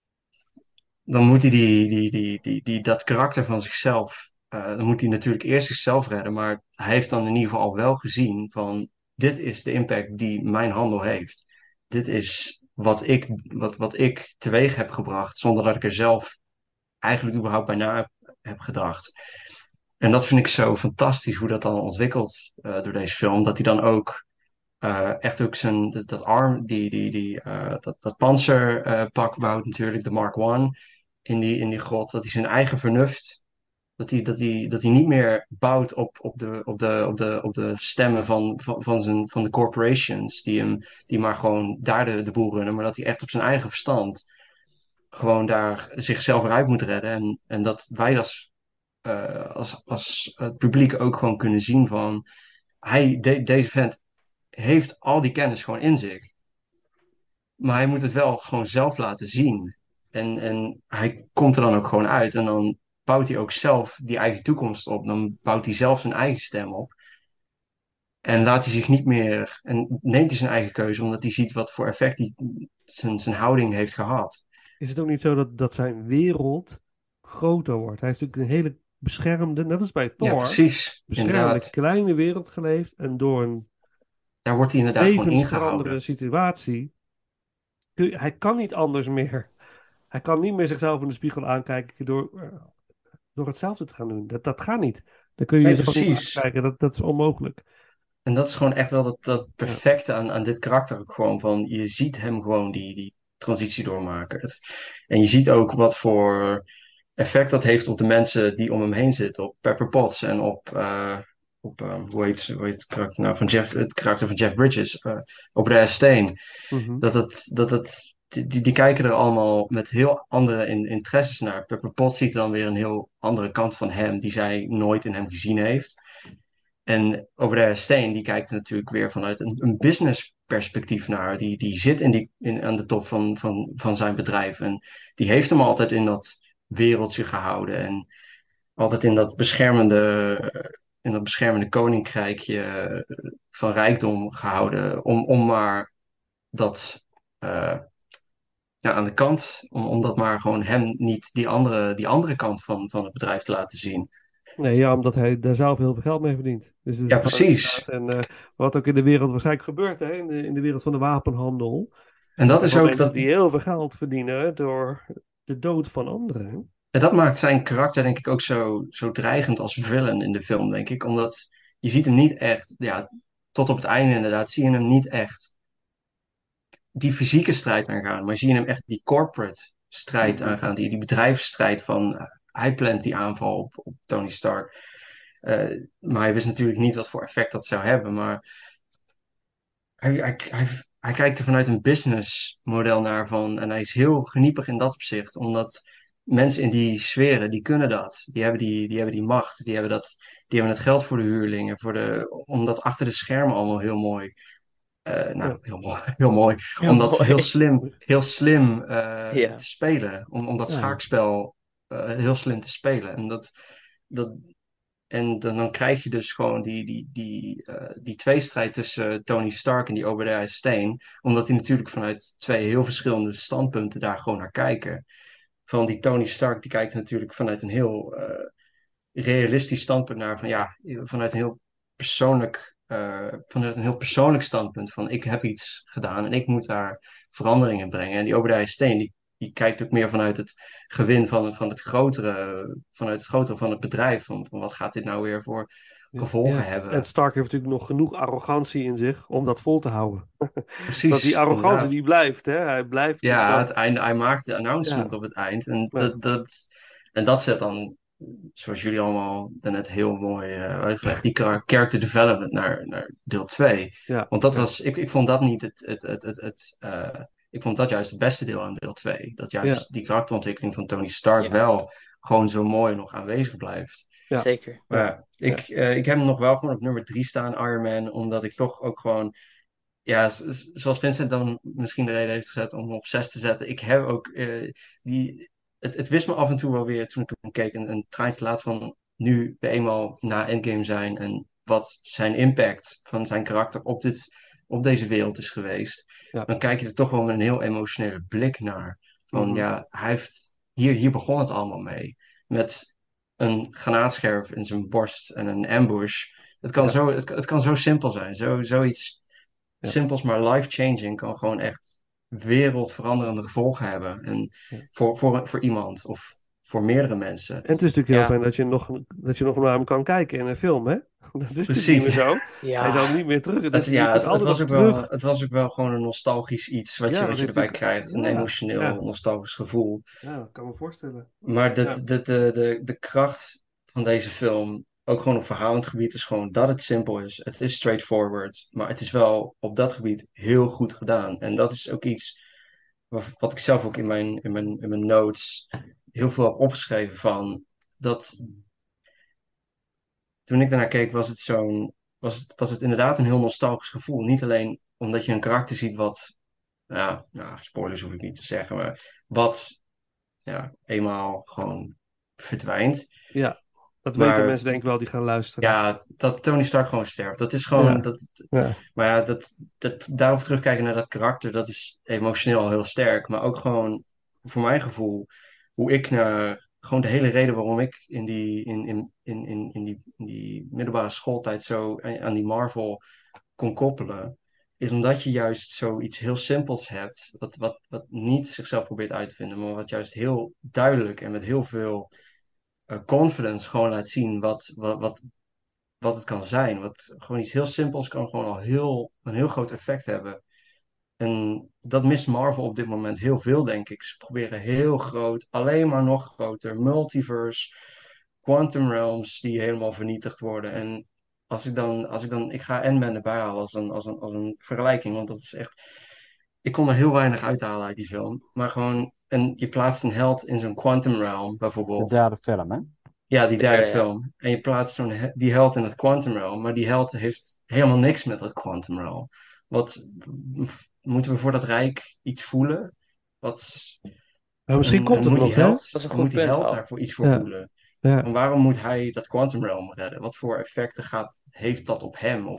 Dan moet hij dat karakter van zichzelf, dan moet hij natuurlijk eerst zichzelf redden, maar hij heeft dan in ieder geval al wel gezien van dit is de impact die mijn handel heeft. Dit is wat ik teweeg heb gebracht, zonder dat ik er zelf eigenlijk überhaupt bij na heb gedacht. En dat vind ik zo fantastisch hoe dat dan ontwikkelt door deze film, dat hij dan ook echt ook dat arm, dat panzerpak bouwt natuurlijk, de Mark One in die grot, dat hij zijn eigen vernuft, dat hij niet meer bouwt op de stemmen van de corporations, die maar gewoon daar de boel runnen, maar dat hij echt op zijn eigen verstand gewoon daar zichzelf eruit moet redden. En dat wij als het publiek ook gewoon kunnen zien van, deze vent heeft al die kennis gewoon in zich. Maar hij moet het wel gewoon zelf laten zien. En hij komt er dan ook gewoon uit. En dan bouwt hij ook zelf die eigen toekomst op. Dan bouwt hij zelf zijn eigen stem op. En laat hij zich niet meer... En neemt hij zijn eigen keuze, omdat hij ziet wat voor effect zijn houding heeft gehad. Is het ook niet zo dat zijn wereld groter wordt? Hij heeft natuurlijk een hele beschermde, net als bij Ja, Thor, precies. beschermde Inderdaad. kleine wereld geleefd. En door een Daar wordt hij inderdaad gewoon levensveranderende ingehouden. situatie, hij kan niet anders meer. Hij kan niet meer zichzelf in de spiegel aankijken door hetzelfde te gaan doen. Dat gaat niet. Dan kun je Nee, jezelf niet precies. aankijken. Dat is onmogelijk. En dat is gewoon echt wel dat Ja. perfecte aan dit karakter ook gewoon van, je ziet hem gewoon die transitie doormaken. En je ziet ook wat voor effect dat heeft op de mensen die om hem heen zitten. Op Pepper Potts en hoe heet het karakter nou van het karakter van Jeff Bridges, op Rhea Steen. Mhm. Die kijken er allemaal met heel andere interesses naar. Pepper Potts ziet dan weer een heel andere kant van hem, die zij nooit in hem gezien heeft. En Obadiah Stane, die kijkt er natuurlijk weer vanuit een business perspectief naar. Die zit aan de top van zijn bedrijf. En die heeft hem altijd in dat wereldje gehouden. En altijd in dat beschermende koninkrijkje van rijkdom gehouden. Om maar dat aan de kant, om dat maar gewoon hem niet die andere kant van het bedrijf te laten zien. Nee, ja, omdat hij daar zelf heel veel geld mee verdient. Dus het is Ja, gewoon precies. inderdaad, en wat ook in de wereld waarschijnlijk gebeurt, hè, in de wereld van de wapenhandel. En Dat dat er is wel ook mensen die heel veel geld verdienen door de dood van anderen. En dat maakt zijn karakter denk ik ook zo dreigend als villain in de film, denk ik. Omdat je ziet hem niet echt, ja, tot op het einde inderdaad, zie je hem niet echt die fysieke strijd aangaan. Maar zie je hem echt die corporate strijd aangaan, die bedrijfsstrijd van, hij plant die aanval op Tony Stark. Maar hij wist natuurlijk niet wat voor effect dat zou hebben. Maar hij kijkt er vanuit een businessmodel naar van. En hij is heel geniepig in dat opzicht. Omdat mensen in die sferen, die kunnen dat. Die hebben die macht. Die hebben het geld voor de huurlingen. Om dat achter de schermen allemaal heel mooi. Ja, Heel mooi. Heel mooi. Heel Om dat mooi. heel slim te Ja, spelen. Om dat ja, schaakspel heel slim te spelen. Dat, dan krijg je dus gewoon die tweestrijd tussen Tony Stark en die Obadiah Stane. Omdat die natuurlijk vanuit twee heel verschillende standpunten daar gewoon naar kijken. Van die Tony Stark, die kijkt natuurlijk vanuit een heel realistisch standpunt naar. Van ja, vanuit een heel persoonlijk standpunt. Van ik heb iets gedaan en ik moet daar verandering in brengen. En die Obadiah Stane, die kijkt ook meer vanuit het gewin van het grotere, vanuit het grotere van het bedrijf. Van wat gaat dit nou weer voor ja, gevolgen ja. En hebben? Stark heeft natuurlijk nog genoeg arrogantie in zich om dat vol te houden. Dat die Precies, arrogantie inderdaad. die blijft, hè? Hij blijft Ja, dat. het einde, hij maakt de Ja, announcement op het eind. ja, En dat zet dan, zoals jullie allemaal daarnet heel mooi uitgelegd, die character development naar deel 2. ja, Want dat ja, was, ik vond dat niet ik vond dat juist het beste deel aan deel 2. Dat ja, juist die karakterontwikkeling van Tony Stark ja, wel gewoon zo mooi nog aanwezig blijft. ja, zeker. Maar ja, ja, ja. ik heb hem nog wel gewoon op nummer 3 staan, Iron Man, omdat ik toch ook gewoon ja, zoals Vincent dan misschien de reden heeft gezet om hem op 6 te zetten. Ik heb ook het wist me af en toe wel weer toen ik hem keek een traantje te laten van nu we eenmaal na Endgame zijn en wat zijn impact van zijn karakter op deze wereld is geweest. Ja. Dan kijk je er toch wel met een heel emotionele blik naar. Van Mhm. ja, hij heeft hier begon het allemaal mee. Met een granaatscherf in zijn borst en een ambush. Ja, Het kan zo simpel zijn. Zoiets ja, simpels maar life-changing kan gewoon echt wereldveranderende gevolgen hebben. En ja. voor iemand of voor meerdere mensen. En het is natuurlijk heel Ja, fijn dat je nog naar hem kan kijken in een film, hè? Dat is natuurlijk niet meer Precies. zo. Hij zal ja, niet meer terug. Dus je Ja, kunt altijd nog terug. het was ook wel gewoon een nostalgisch iets Ja, dat wat je heeft erbij natuurlijk. krijgt. Een Ja, emotioneel, ja, nostalgisch gevoel. ja, dat kan me voorstellen. Maar Ja. de kracht van deze film, ook gewoon op verhalend gebied, is gewoon dat het simpel is. Het is straightforward, maar het is wel op dat gebied heel goed gedaan. En dat is ook iets wat ik zelf ook in mijn notes heel veel heb opgeschreven van. Dat toen ik daarnaar keek, was het inderdaad een heel nostalgisch gevoel. Niet alleen omdat je een karakter ziet wat, ja, nou, spoilers hoef ik niet te zeggen, maar wat ja, eenmaal gewoon verdwijnt. Ja, Dat weten Maar mensen denk ik wel die gaan luisteren. ja, dat Tony Stark gewoon sterft. Dat is gewoon. Ja. Ja. Maar ja, daarop terugkijken naar dat karakter, dat is emotioneel al heel sterk. Maar ook gewoon, voor mijn gevoel, hoe ik naar. Gewoon de hele reden waarom ik in die middelbare schooltijd zo aan die Marvel kon koppelen, is omdat je juist zoiets heel simpels hebt, wat niet zichzelf probeert uit te vinden, maar wat juist heel duidelijk en met heel veel confidence gewoon laat zien wat het kan zijn. Wat gewoon iets heel simpels kan gewoon al een heel groot effect hebben. En dat mist Marvel op dit moment heel veel, denk ik. Ze proberen heel groot, alleen maar nog groter, multiverse, quantum realms die helemaal vernietigd worden. En ik ga Ant-Man erbij halen als een vergelijking, want dat is echt, ik kon er heel weinig uithalen uit die film. Maar gewoon, en je plaatst een held in zo'n quantum realm, De bijvoorbeeld. derde film, hè? Ja, die derde Ja. film. En je plaatst die held in het Quantum Realm, maar die held heeft helemaal niks met dat Quantum Realm. Wat moeten we voor dat rijk iets voelen? Wat, Maar misschien komt het moet nog, hè? Dat is een goed die punt held wel. daarvoor iets voor Ja. voelen? Ja. En waarom moet hij dat Quantum Realm redden? Wat voor effecten heeft dat op hem?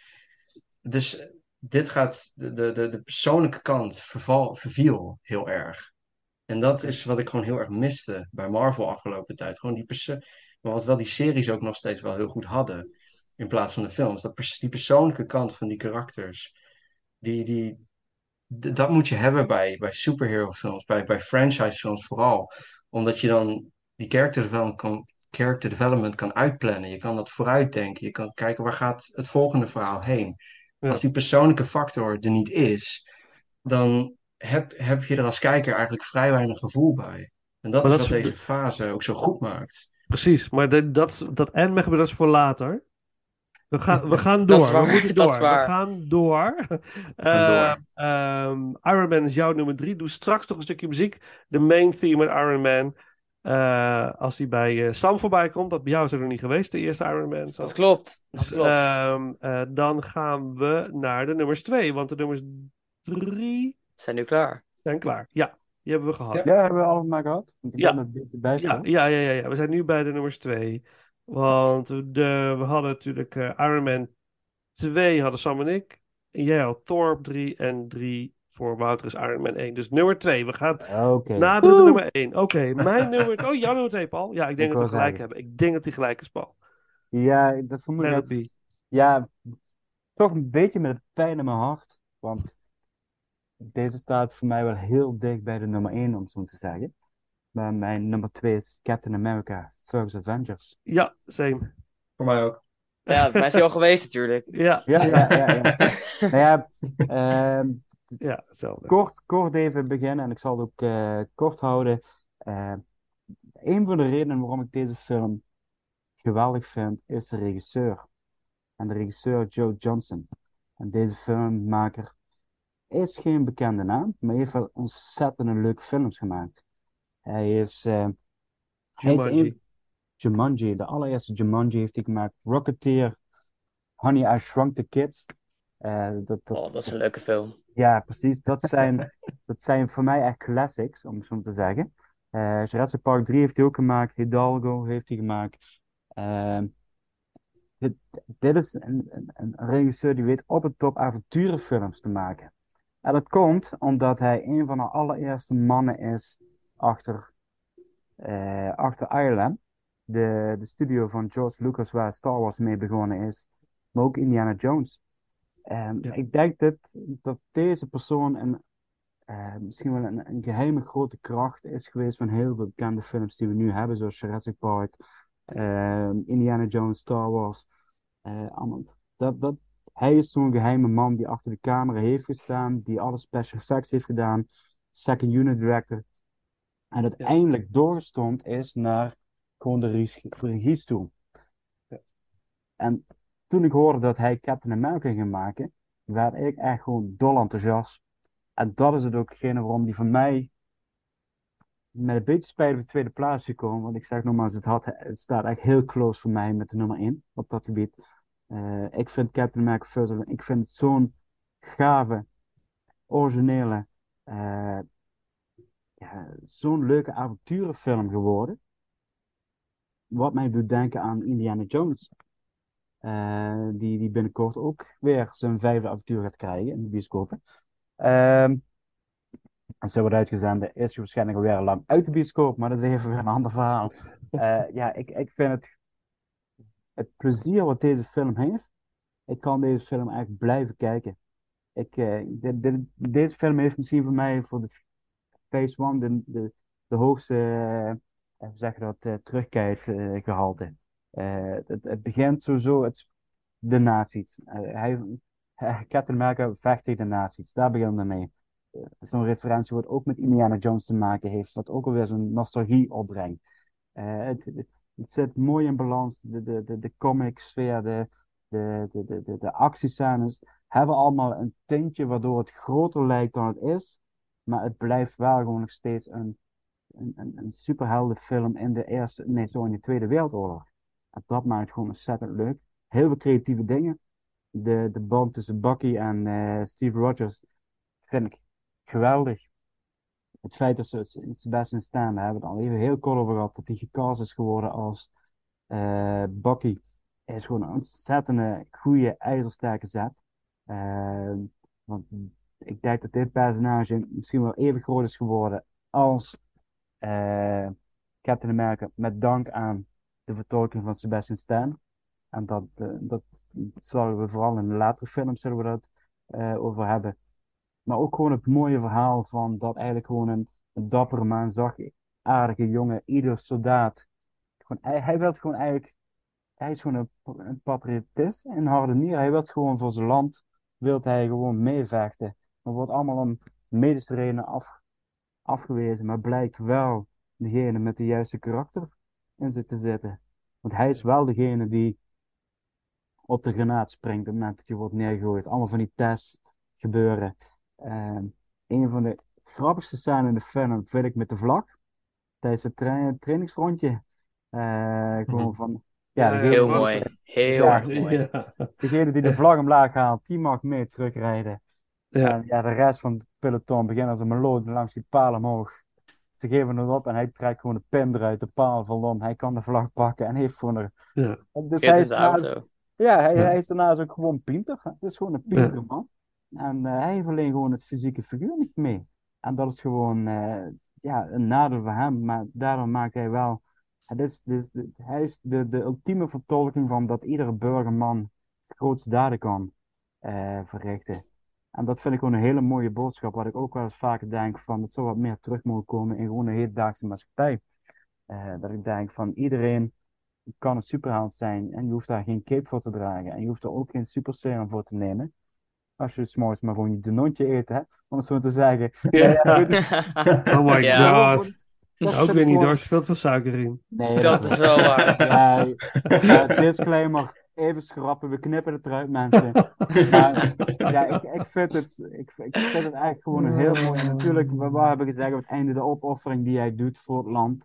Dus dit gaat, de persoonlijke kant verviel heel erg. En dat is wat ik gewoon heel erg miste bij Marvel afgelopen tijd. Gewoon maar wat wel die series ook nog steeds wel heel goed hadden. In plaats van de films. Die persoonlijke kant van die karakters. Die, die, dat moet je hebben bij superhero films. Bij franchise films vooral. Omdat je dan die character development kan uitplannen. Je kan dat vooruitdenken. Je kan kijken waar gaat het volgende verhaal heen. Ja. Als die persoonlijke factor er niet is, dan heb je er als kijker eigenlijk vrij weinig gevoel bij. En dat Maar is dat wat is, deze fase ook zo goed maakt. precies, maar dat Ant-Man gebeurt, dat is voor later. We gaan Dat is door. waar, We moeten dat door. is waar. We gaan door. Gaan door. Iron Man is jouw nummer 3. Doe straks nog een stukje muziek. De main theme met Iron Man. Als hij bij Sam voorbij komt. Dat bij jou is er nog niet geweest, de eerste Iron Man. Sam. Dat klopt. Dat Dus, klopt. dan gaan we naar de nummers 2. Want de nummers 3 Zijn nu klaar. zijn klaar. Ja, die hebben we gehad. Ja, hebben we allemaal gehad. Want ik Ja. ben er een beetje bij Ja, stil. ja. We zijn nu bij de nummers 2. Want we hadden natuurlijk Iron Man 2 hadden Sam en ik. En jij had Thor op 3. En 3 voor Wouter is Iron Man 1. Dus nummer 2. We gaan Oké. naderen de nummer 1. Oké, mijn nummer... Oh, jouw nummer 2, Paul. Ja, ik denk Ik dat we wou gelijk zeggen. hebben. Ik denk dat die gelijk is, Paul. Ja, dat vermoed ik. Penelope. Ja, toch een beetje met pijn in mijn hart. Want deze staat voor mij wel heel dicht bij de nummer 1, om het zo te zeggen. Maar mijn nummer 2 is Captain America First Avengers. Ja, same. Voor mij ook. Ja, bij mij is hij al geweest natuurlijk. Ja, Ja. Nou ja, ehm, ja, hetzelfde. kort even beginnen en ik zal het ook kort houden. Een van de redenen waarom ik deze film geweldig vind, is de regisseur. En de regisseur Joe Johnston. En deze filmmaker is geen bekende naam, maar heeft wel ontzettend leuke films gemaakt. Hij is Jumanji. Jumanji, de allereerste Jumanji heeft hij gemaakt. Rocketeer, Honey, I Shrunk the Kids. Dat is een leuke film. Ja, precies. Dat zijn voor mij echt classics, om het zo te zeggen. Jurassic Park 3 heeft hij ook gemaakt. Hidalgo heeft hij gemaakt. Dit is een regisseur die weet op het top avonturenfilms te maken. En dat komt omdat hij een van de allereerste mannen is achter ILM. De studio van George Lucas waar Star Wars mee begonnen is. Maar ook Indiana Jones. Ja. Ik denk dat deze persoon misschien wel een geheime grote kracht is geweest van heel veel bekende films die we nu hebben, zoals Jurassic Park, Indiana Jones, Star Wars. Hij is zo'n geheime man die achter de camera heeft gestaan, die alle special effects heeft gedaan, second unit director. En uiteindelijk doorgestompt is naar gewoon de regiestoel. Ja. En toen ik hoorde dat hij Captain America ging maken, werd ik echt gewoon dol enthousiast. En dat is het ook hetgene waarom die van mij met een beetje spijt op de tweede plaats is gekomen. Want ik zeg nogmaals, het staat echt heel close voor mij met de nummer 1 op dat gebied. Ik vind Captain America First Avenger, ik vind het zo'n gave, originele, zo'n leuke avonturenfilm geworden. wat mij doet denken aan Indiana Jones. Die binnenkort ook weer zijn 5e avontuur gaat krijgen in de bioscopen. Als hij wordt uitgezonden, is hij waarschijnlijk alweer lang uit de bioscoop, maar dat is even weer een ander verhaal. Ik vind het plezier wat deze film heeft. Ik kan deze film eigenlijk blijven kijken. Deze film heeft misschien voor mij voor de Phase 1 de hoogste, hoe zeg je dat, terugkijkgehalte. Het begint sowieso, de nazi's. Captain America vecht tegen de nazi's, daar begint het mee. Zo'n referentie wat ook met Indiana Jones te maken heeft, wat ook alweer zo'n nostalgie opbrengt. Het zit mooi in balans, de comic sfeer, de actiescènes hebben allemaal een tintje waardoor het groter lijkt dan het is, maar het blijft wel gewoon nog steeds een superheldenfilm in de Tweede Wereldoorlog. En dat maakt gewoon ontzettend leuk. Heel veel creatieve dingen. De band tussen Bucky en Steve Rogers vind ik geweldig. Het feit dat ze Sebastian Stan, daar hebben we het al even heel kort over gehad, dat hij gecast is geworden als Bucky, is gewoon een ontzettende goede, ijzersterke zet. Want ik denk dat dit personage misschien wel even groot is geworden als Captain America, met dank aan de vertolking van Sebastian Stan. En dat zullen we vooral in de latere films zullen we dat over hebben. Maar ook gewoon het mooie verhaal van dat eigenlijk gewoon een dappere man, aardige jongen, ieder soldaat. Hij wil gewoon eigenlijk, hij is gewoon een patriotist, een harde nier. Hij wil gewoon voor zijn land, wil hij gewoon meevechten. Er wordt allemaal om medische redenen afgewezen, maar blijkt wel degene met de juiste karakter in zich te zitten. Want hij is wel degene die op de granaat springt op het moment dat hij wordt neergegooid. Allemaal van die tests gebeuren. Een van de grappigste scènes in de film vind ik met de vlag. Tijdens het trainingsrondje. Gewoon van... Ja, heel mooi. Heel erg mooi. Ja. Degene die de vlag omlaag haalt, die mag mee terugrijden. Ja. En de rest van het peloton begint als een meloot langs die paal omhoog. Ze geven het op en hij trekt gewoon de pin eruit, de paal valt. Hij kan de vlag pakken en heeft gewoon er... Ja. Dus Hij is de auto. hij is daarnaast ook gewoon pinter. Het is gewoon een pinter man. En hij heeft alleen gewoon het fysieke figuur niet mee. En dat is gewoon een nadeel voor hem. Maar daardoor maakt hij wel... Hij is de ultieme vertolking van dat iedere burgerman grootste daden kan verrichten. En dat vind ik gewoon een hele mooie boodschap. Wat ik ook wel eens vaker denk van... Het zou wat meer terug mogen komen in gewoon een hedendaagse maatschappij. Dat ik denk van iedereen kan een superheld zijn. En je hoeft daar geen cape voor te dragen. En je hoeft er ook geen super serum voor te nemen. Als je 's morgens maar gewoon je denoontje eet, hè? Om het zo te zeggen. Oh my Ja. god. Ook weer niet hoor, er is veel te veel suiker in. Nee, Dat is wel waar. Disclaimer. Even schrappen, we knippen het eruit, mensen. Maar ik vind het eigenlijk gewoon een heel mooi... En natuurlijk, we hebben gezegd op het einde de opoffering die hij doet voor het land.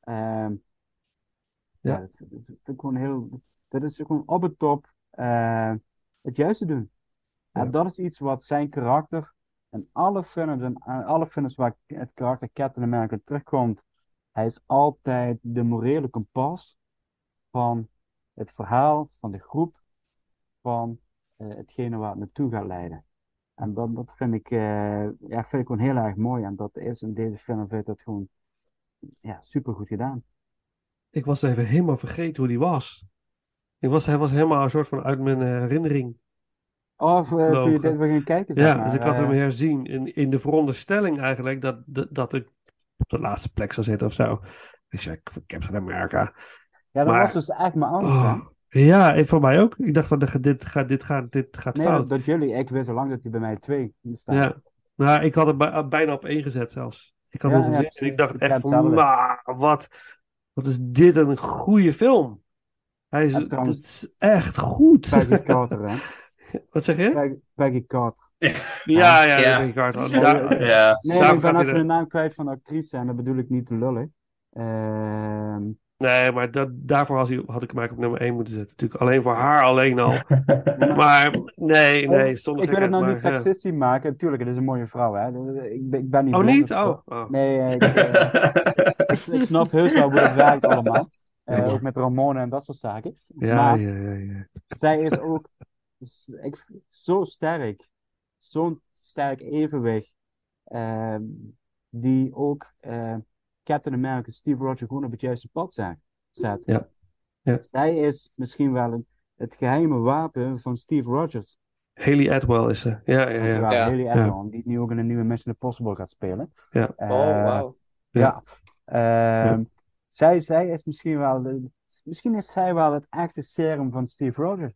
Dat vind ik gewoon heel... Dat is gewoon op het top het juiste doen. Ja. En dat is iets wat zijn karakter en alle films waar het karakter Captain America terugkomt, hij is altijd de morele kompas van het verhaal, van de groep, van hetgene waar het naartoe gaat leiden. En dat vind ik gewoon heel erg mooi. En dat is in deze film vind ik dat gewoon super goed gedaan. Ik was even helemaal vergeten hoe die was. Hij was helemaal een soort van uit mijn herinnering. Of toen je dit weer ging kijken, zeg Ja, maar. dus ik had hem herzien in de veronderstelling eigenlijk dat ik op de laatste plek zou zitten of zo. Dus ja, Captain America. Ja, dat Maar- was dus echt maar anders, hè? Ja, voor mij ook. Ik dacht van dit gaat Nee, fout. dat jullie. Ik wist al lang dat hij bij mij 2 staat. Ja. Nou, ik had het bijna op 1 gezet zelfs. Ik had Ja, hem ja, gezien en precies. ik dacht Ik echt heb van, hetzelfde. maar wat is dit een goede film. Hij is, En trouwens- het is echt goed. Peggy Carter, hè? Wat zeg je? Peggy Carter. Ja, Ja. Peggy Carter. Ja, Daar- Ja. Nee, Daarom ik ben gaat even hij de naam kwijt van de actrice en dat bedoel ik niet te lullen. Nee, maar daarvoor had ik hem eigenlijk op nummer 1 moeten zetten. Natuurlijk alleen voor haar alleen al. Maar nee, zonder Ik wil het gekheid, nou maar, niet seksistisch maken. Tuurlijk, het is een mooie vrouw, hè. Ik ben niet Oh, blind niet? of zo. Oh. Nee, ik snap heus wel hoe het werkt allemaal. Ook met Ramona en dat soort zaken. Ja, Maar ja. zij is ook zo sterk. Zo'n sterk evenwicht. ehm, die ook Captain America, Steve Rogers, gewoon op het juiste pad zet. Ja. Zij is misschien wel het geheime wapen van Steve Rogers. Haley Atwell is ze. Ja. Ja, Haley Atwell, die nu ook in een nieuwe Mission Impossible gaat spelen. Ja. Wauw. Ja. Zij is misschien wel... Misschien is zij wel het echte serum van Steve Rogers.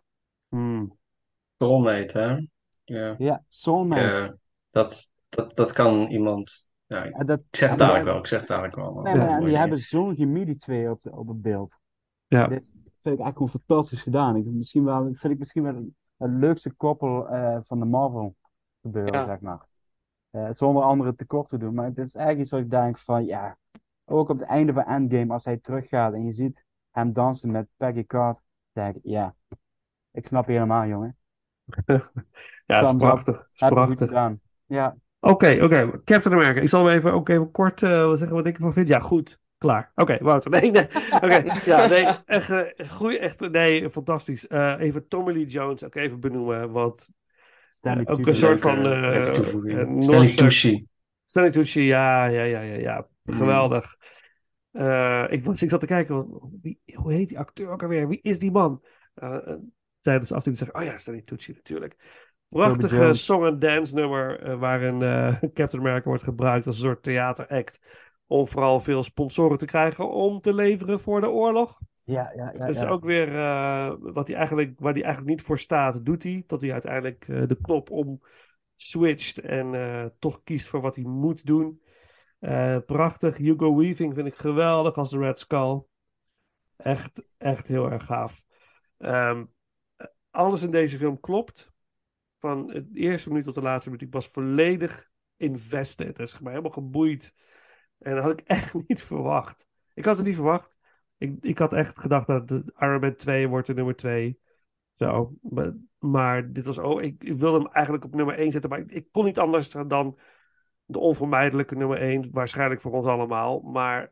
Soulmate, hè? Ja. Ja, soulmate. Dat kan iemand... Ja, ik zeg het dadelijk wel. Nee, maar die hebben zo'n chemie, die twee, op het beeld. Ja. Dit vind ik echt gewoon fantastisch gedaan. Vind ik misschien wel het leukste koppel van de Marvel gebeuren, zeg maar. Zonder andere tekort te doen. Maar dit is eigenlijk iets wat ik denk van, ja... Ook op het einde van Endgame, als hij teruggaat en je ziet hem dansen met Peggy Carter, denk ik, ja... Ik snap je helemaal, jongen. Ja, het is prachtig. Ja. Oké. Captain America. Ik zal hem ook even kort zeggen wat ik ervan vind. Ja, goed. Klaar. Oké, Wouter. Nee. Oké. Ja, nee. Echt, nee, fantastisch. Even Tommy Lee Jones ook even benoemen. Want ook een soort van... Stanley Tucci. Stanley Tucci, ja. Geweldig. Ik zat te kijken, hoe heet die acteur ook alweer? Wie is die man? Tijdens de afdeling zeg ik, oh ja, Stanley Tucci natuurlijk. Prachtige song and dance nummer waarin Captain America wordt gebruikt als een soort theateract om vooral veel sponsoren te krijgen om te leveren voor de oorlog. Ja. Dus ook weer waar hij eigenlijk niet voor staat, doet hij, tot hij uiteindelijk de knop om switcht en toch kiest voor wat hij moet doen. Prachtig. Hugo Weaving vind ik geweldig als de Red Skull. Echt heel erg gaaf. Alles in deze film klopt. Van de eerste minuut tot de laatste minuut. Ik was volledig invested. Dus helemaal geboeid. En dat had ik echt niet verwacht. Ik had het niet verwacht. Ik had echt gedacht dat Iron Man 2 wordt de nummer 2. Zo. Maar dit was ook... Ik wilde hem eigenlijk op nummer 1 zetten. Maar ik kon niet anders dan de onvermijdelijke nummer 1. Waarschijnlijk voor ons allemaal. Maar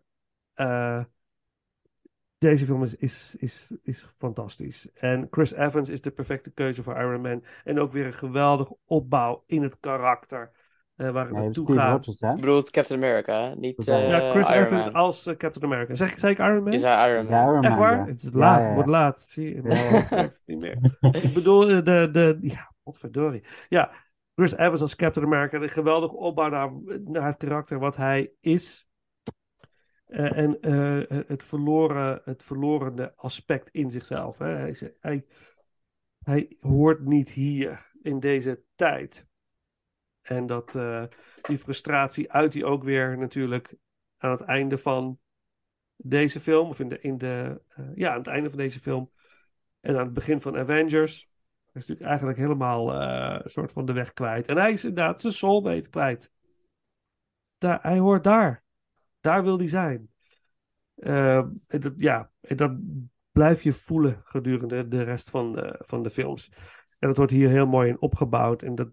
deze film is fantastisch. En Chris Evans is de perfecte keuze voor Iron Man. En ook weer een geweldige opbouw in het karakter. Waar het naartoe gaat. Je bedoelt Captain America, hè? Niet ja, Chris Iron Evans Man. als Captain America. Zei ik Iron Man? Je zei Iron Man. Ja, Iron Man, echt waar? ja. Het is laat, Ja. Het wordt laat. Zie je? Het niet meer. Ik bedoel, ja, godverdorie. Ja, Chris Evans als Captain America. Een geweldige opbouw naar het karakter wat hij is. En het verlorene aspect in zichzelf. Hè. Hij hoort niet hier in deze tijd. En die frustratie uit hij ook weer natuurlijk aan het einde van deze film. Of aan het einde van deze film. En aan het begin van Avengers. Hij is natuurlijk eigenlijk helemaal een soort van de weg kwijt. En hij is inderdaad zijn soulmate kwijt. Hij hoort daar. Daar wil hij zijn. En dat blijf je voelen gedurende de rest van de films. En dat wordt hier heel mooi in opgebouwd. En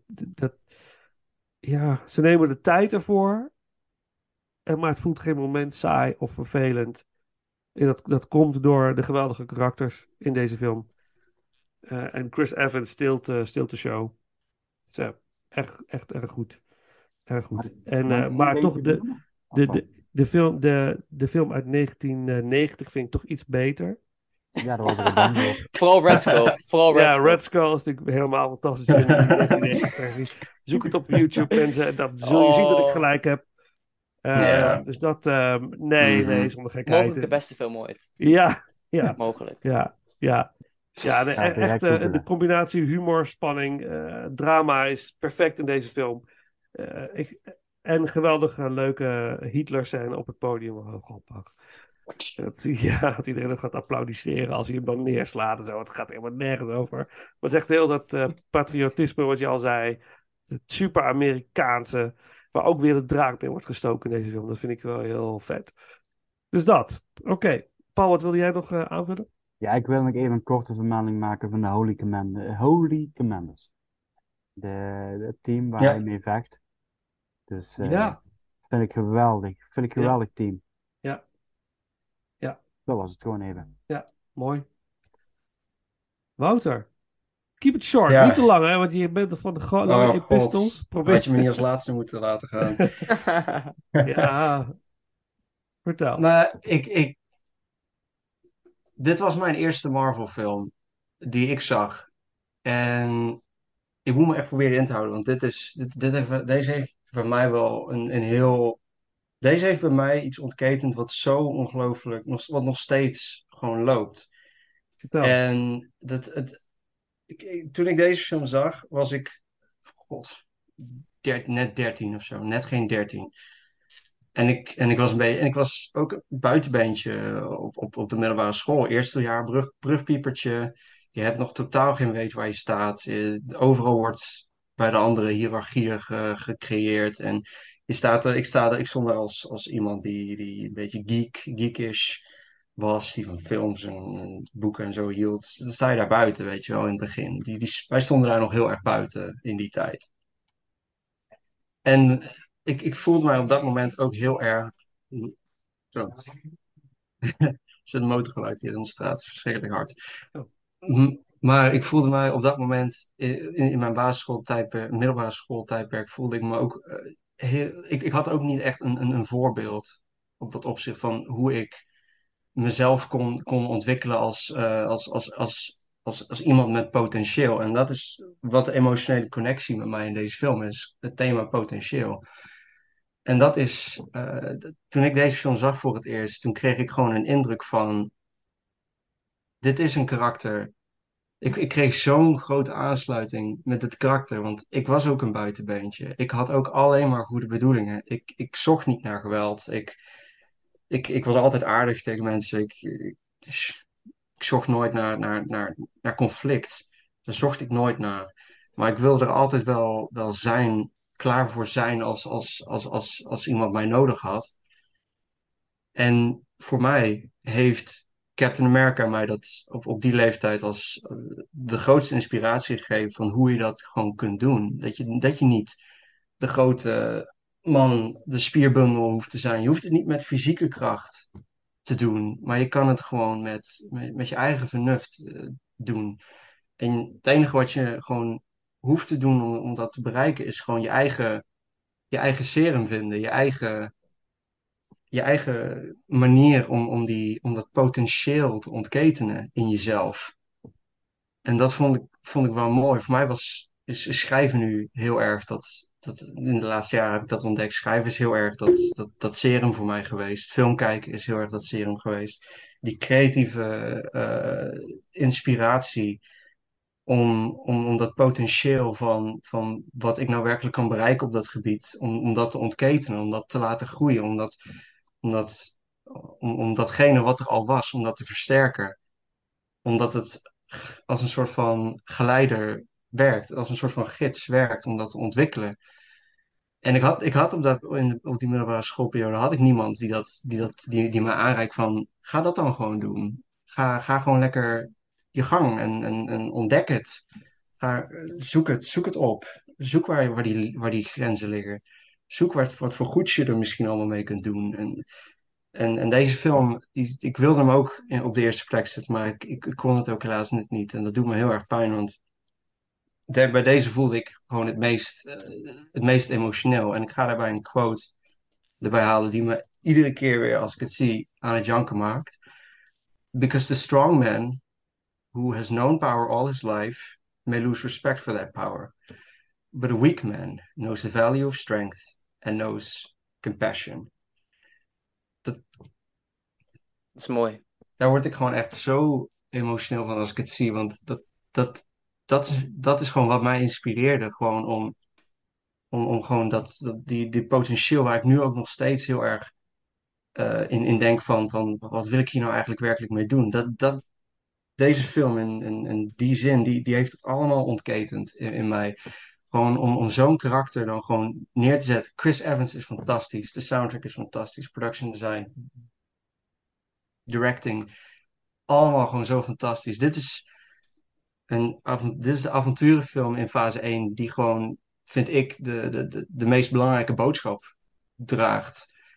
ze nemen de tijd ervoor. Maar het voelt geen moment saai of vervelend. En dat komt door de geweldige karakters in deze film. En Chris Evans steelt de show. Dus, echt erg goed. Erg goed. Maar toch de film uit 1990 vind ik toch iets beter. Ja, dat was er dan op. Vooral Red Skull. Red Skull is natuurlijk helemaal fantastisch. In die 1990. Zoek het op YouTube mensen. Dat zul je zien dat ik gelijk heb. Dus dat... nee, zonder gekheid. Mogelijk de beste film ooit. Ja. Mogelijk. Ja, echt de combinatie humor, spanning, drama is perfect in deze film. En geweldige, leuke Hitler-scène op het podium. Oh, grappig. Dat iedereen nog gaat applaudisseren als hij hem dan neerslaat en zo. Het gaat helemaal nergens over. Maar het is echt heel dat patriotisme, wat je al zei. Het super Amerikaanse. Waar ook weer de draak mee wordt gestoken in deze film. Dat vind ik wel heel vet. Dus dat. Oké. Paul, wat wilde jij nog aanvullen? Ja, ik wil nog even een korte vermelding maken van de Holy Commanders. Het team waar hij mee vecht. Dus vind ik geweldig. Vind ik geweldig team. Ja. Dat was het gewoon even. Ja, mooi. Wouter, keep it short. Ja. Niet te lang, hè, want je bent van de lange Oh epistels. god, Probeer. had je me niet als laatste moeten laten gaan. Ja, vertel. Maar dit was mijn eerste Marvel film die ik zag. En ik moet me echt proberen in te houden, want deze heeft bij mij wel een heel... Deze heeft bij mij iets ontketend wat zo ongelooflijk, wat nog steeds gewoon loopt. Vertel. En toen ik deze film zag, was ik, god, net 13 of zo, net geen 13. En ik was en ik was ook een buitenbeentje op de middelbare school. Eerste jaar brugpiepertje. Je hebt nog totaal geen weet waar je staat. Overal wordt bij de andere hiërarchieën gecreëerd. En ik stond daar als iemand die een beetje geekish was. Die van films en boeken en zo hield. Dan sta je daar buiten, weet je wel, in het begin. Wij stonden daar nog heel erg buiten in die tijd. En ik voelde mij op dat moment ook heel erg. Zo, er zit een motorgeluid hier in de straat, het is verschrikkelijk hard. Oh. Maar ik voelde mij op dat moment in mijn middelbare schooltijdperk, voelde ik me ook ik had ook niet echt een voorbeeld op dat opzicht van hoe ik mezelf kon ontwikkelen als iemand met potentieel. En dat is wat de emotionele connectie met mij in deze film is, het thema potentieel. En dat is, toen ik deze film zag voor het eerst, toen kreeg ik gewoon een indruk van, dit is een karakter. Ik kreeg zo'n grote aansluiting met het karakter, want ik was ook een buitenbeentje. Ik had ook alleen maar goede bedoelingen. Ik zocht niet naar geweld. Ik was altijd aardig tegen mensen. Ik zocht nooit naar conflict. Daar zocht ik nooit naar. Maar ik wilde er altijd wel zijn, klaar voor zijn als iemand mij nodig had. En voor mij heeft Captain America mij dat op die leeftijd als de grootste inspiratie gegeven van hoe je dat gewoon kunt doen. Dat je niet de grote man, de spierbundel hoeft te zijn. Je hoeft het niet met fysieke kracht te doen, maar je kan het gewoon met je eigen vernuft doen. En het enige wat je gewoon hoeft te doen om dat te bereiken is gewoon je eigen serum vinden, je eigen manier om dat potentieel te ontketenen in jezelf. En dat vond ik wel mooi. Voor mij is schrijven nu heel erg in de laatste jaren heb ik dat ontdekt. Schrijven is heel erg dat serum voor mij geweest. Film kijken is heel erg dat serum geweest. Die creatieve inspiratie om dat potentieel van wat ik nou werkelijk kan bereiken op dat gebied, om dat te ontketenen, om dat te laten groeien, om, dat, om datgene wat er al was, om dat te versterken. Omdat het als een soort van geleider werkt, als een soort van gids werkt om dat te ontwikkelen. En ik had op die middelbare schoolperiode had ik niemand die me aanreikt van, ga dat dan gewoon doen. Ga gewoon lekker je gang en ontdek het. Zoek het op. Zoek waar die grenzen liggen. Zoek wat voor goeds je er misschien allemaal mee kunt doen. En deze film, ik wilde hem ook op de eerste plek zetten, maar ik kon het ook helaas net niet. En dat doet me heel erg pijn, want bij deze voelde ik gewoon het meest emotioneel. En ik ga daarbij een quote erbij halen die me iedere keer weer, als ik het zie, aan het janken maakt. Because the strong man who has known power all his life may lose respect for that power. But a weak man knows the value of strength and knows compassion. Dat is mooi. Daar word ik gewoon echt zo emotioneel van als ik het zie. Want dat is gewoon wat mij inspireerde. Gewoon om gewoon die potentieel waar ik nu ook nog steeds heel erg in denk van wat wil ik hier nou eigenlijk werkelijk mee doen. Deze film in die zin, die heeft het allemaal ontketend in mij. Gewoon om zo'n karakter dan gewoon neer te zetten. Chris Evans is fantastisch. De soundtrack is fantastisch. Production design, directing. Allemaal gewoon zo fantastisch. Dit is de avonturenfilm in fase 1 die gewoon, vind ik, de meest belangrijke boodschap draagt.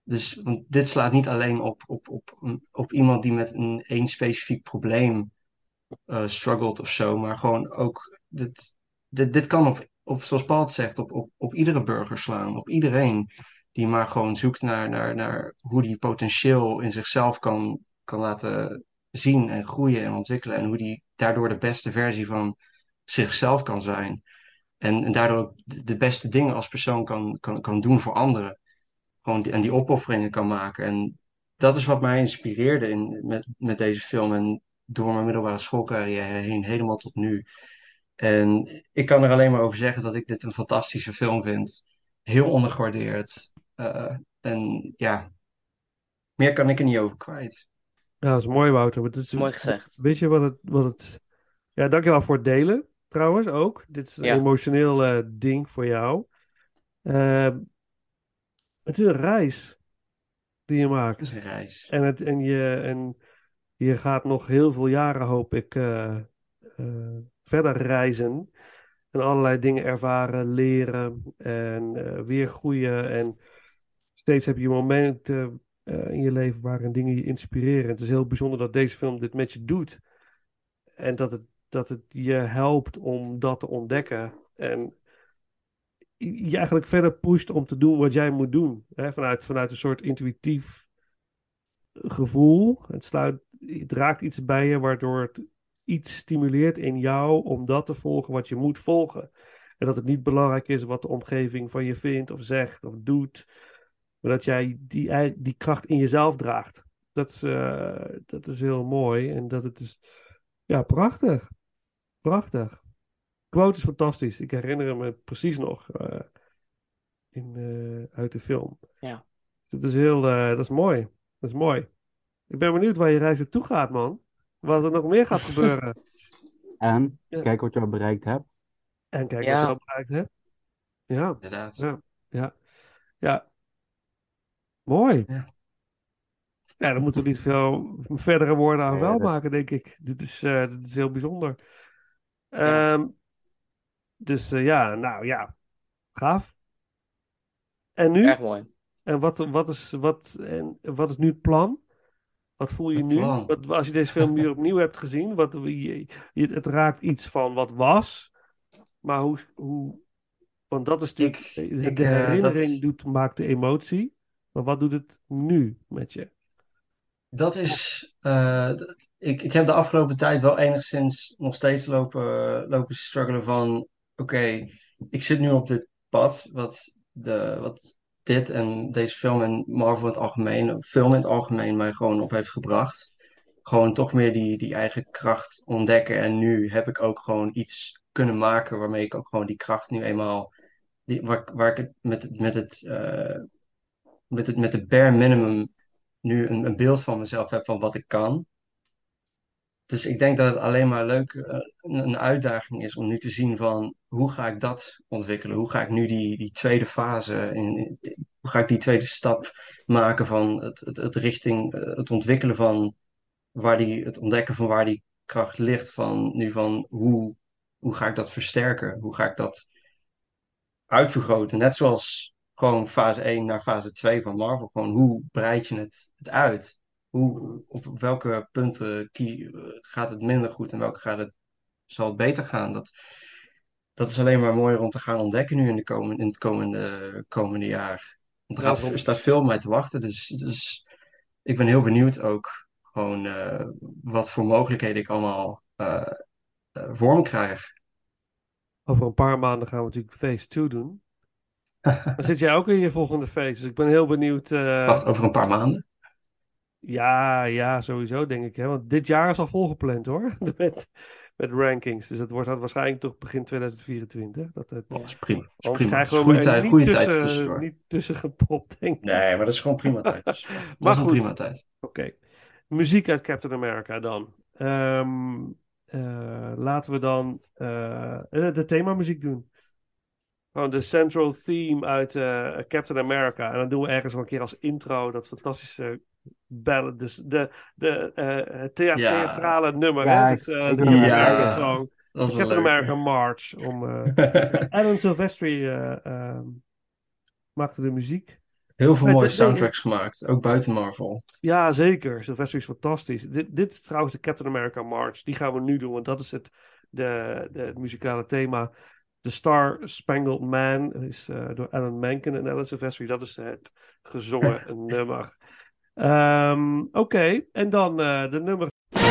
Want dit slaat niet alleen op iemand die met één specifiek probleem struggelt of zo, maar gewoon ook, dit kan zoals Paul het zegt, op iedere burger slaan, op iedereen die maar gewoon zoekt naar hoe die potentieel in zichzelf kan laten zien en groeien en ontwikkelen en hoe die daardoor de beste versie van zichzelf kan zijn. En daardoor ook de beste dingen als persoon kan doen voor anderen. Gewoon en die opofferingen kan maken. En dat is wat mij inspireerde met deze film. En door mijn middelbare schoolcarrière heen, helemaal tot nu. En ik kan er alleen maar over zeggen dat ik dit een fantastische film vind. Heel ondergewaardeerd. En ja, meer kan ik er niet over kwijt. Ja, dat is mooi, Wouter. Maar het is, Mooi gezegd. weet je wat het... Ja, dankjewel voor het delen, trouwens, ook. Dit is een Ja. emotioneel ding voor jou. Eh, het is een reis die je maakt. Het is een reis. En je gaat nog heel veel jaren, hoop ik, verder reizen. En allerlei dingen ervaren, leren en weer groeien. En steeds heb je momenten in je leven waarin dingen je inspireren. Het is heel bijzonder dat deze film dit met je doet. En dat het je helpt om dat te ontdekken. En je eigenlijk verder pusht om te doen wat jij moet doen. Hè? Vanuit een soort intuïtief gevoel. Het raakt iets bij je waardoor het iets stimuleert in jou om dat te volgen wat je moet volgen. En dat het niet belangrijk is wat de omgeving van je vindt of zegt of doet. Maar dat jij die kracht in jezelf draagt. Dat is heel mooi. En dat het is... Ja, prachtig. Prachtig. Quote is fantastisch. Ik herinner me precies nog uit de film. Ja. Dus dat is mooi. Dat is mooi. Ik ben benieuwd waar je reis naartoe gaat, man. Wat er nog meer gaat gebeuren. En Ja. kijk wat je al bereikt hebt. En kijk Ja. wat je al bereikt hebt. Ja, Inderdaad. ja. Mooi. Ja. Ja, dan moeten we niet veel verdere woorden aan Nee, wel dat- maken, denk ik. Dit is heel bijzonder. Ja. Dus nou ja, gaaf. En nu? Erg mooi. En wat is nu het plan? Wat voel je Het nu? plan? Als je deze film nu opnieuw hebt gezien, het raakt iets van wat was, maar hoe want dat is natuurlijk, de herinnering maakt de emotie, maar wat doet het nu met je? Dat is. Ik heb de afgelopen tijd wel enigszins nog steeds lopen struggelen van. Oké, ik zit nu op dit pad. Wat dit en deze film en Marvel in het algemeen, film in het algemeen, mij gewoon op heeft gebracht. Gewoon toch meer die eigen kracht ontdekken. En nu heb ik ook gewoon iets kunnen maken waarmee ik ook gewoon die kracht nu eenmaal. Waar ik het met de bare minimum nu een beeld van mezelf heb van wat ik kan. Dus ik denk dat het alleen maar leuk een uitdaging is om nu te zien van hoe ga ik dat ontwikkelen? Hoe ga ik nu die tweede fase, hoe ga ik die tweede stap maken van het ontwikkelen van het ontdekken van waar die kracht ligt, van hoe ga ik dat versterken? Hoe ga ik dat uitvergroten? Net zoals gewoon fase 1 naar fase 2 van Marvel. Gewoon hoe breid je het uit? Op welke punten gaat het minder goed en welke zal het beter gaan? Dat is alleen maar mooier om te gaan ontdekken nu in het komende jaar. Want er staat veel op mij te wachten, dus ik ben heel benieuwd ook gewoon wat voor mogelijkheden ik allemaal voor me krijg. Over een paar maanden gaan we natuurlijk phase 2 doen. Dan zit jij ook in je volgende phase, dus ik ben heel benieuwd. Wacht, over een paar maanden? Ja, sowieso denk ik. Hè? Want dit jaar is al volgepland hoor. Met rankings. Dus dat wordt dan waarschijnlijk toch begin 2024. Dat is prima. Dat is Anders prima. krijgen Dat is we goede tijd tussendoor. niet tussen gepopt, denk ik. Nee, maar dat is gewoon prima tijd. Dus. Maar Dat is een goed. prima tijd. Oké. Muziek uit Captain America dan. Laten we dan de themamuziek doen. Gewoon de central theme uit Captain America. En dan doen we ergens wel een keer als intro dat fantastische ballad. Dus theatrale nummer. Ja, hè? ik Dus, wil de hem American kijken. song. Dat is wel Captain leuk. America March. Alan Silvestri maakte de muziek. Heel veel Nee, mooie nee, soundtracks gemaakt, ook buiten Marvel. ja, zeker. Sylvester is fantastisch. Dit is trouwens de Captain America March. Die gaan we nu doen, want dat is het muzikale thema. The Star Spangled Man is door Alan Menken en Alan Silvestri. Dat is het gezongen nummer. Oké, en dan de nummer.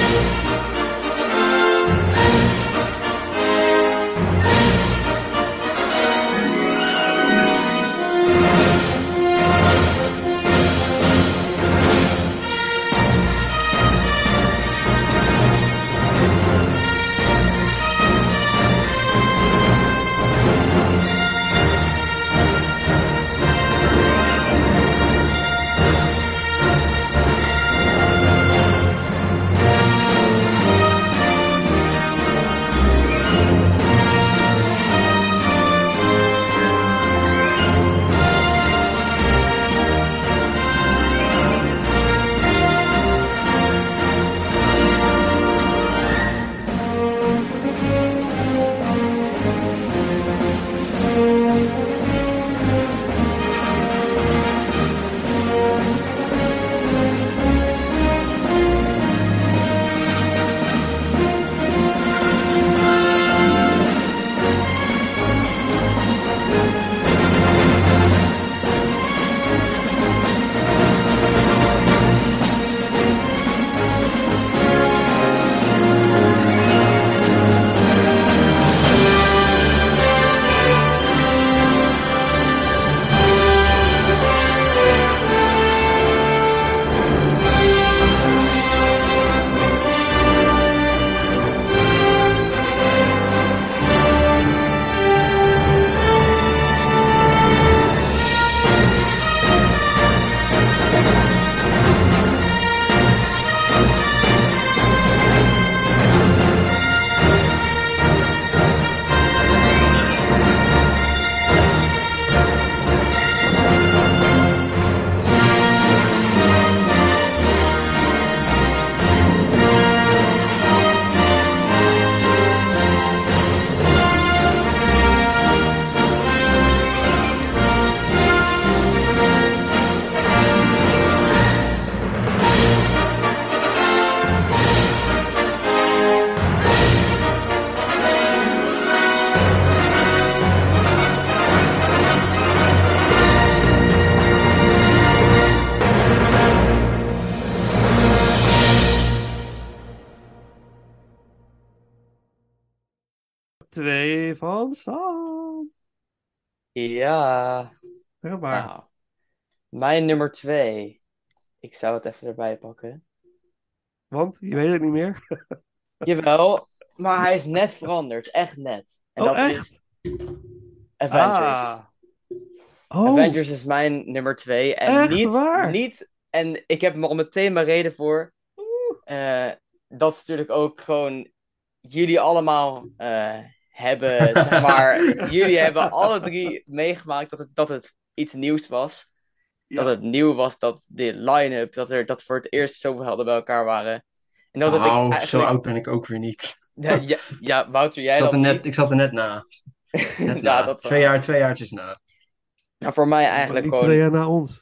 Twee van Sam. Ja, Zeg maar. nou, mijn nummer 2. Ik zou het even erbij pakken. Want je weet het niet meer. Jawel, maar hij is net veranderd. Echt net. En Oh, dat echt? is Avengers. Ah. Oh, Avengers is mijn nummer 2. En echt waar? En ik heb er al meteen mijn reden voor. Dat is natuurlijk ook gewoon. Jullie allemaal hebben, zeg maar. Jullie hebben alle drie meegemaakt dat het iets nieuws was. Ja. Dat het nieuw was dat de line-up. Dat voor het eerst zoveel helden bij elkaar waren. En dat heb ik Nou, zo eigenlijk. oud ben ik ook weer niet. Ja, Wouter, Ik jij zat dan er net, niet? ik zat er net na. Net Ja, na. dat Twee wel. jaartjes na. Nou, voor mij Maar eigenlijk niet gewoon. 2 jaar na ons.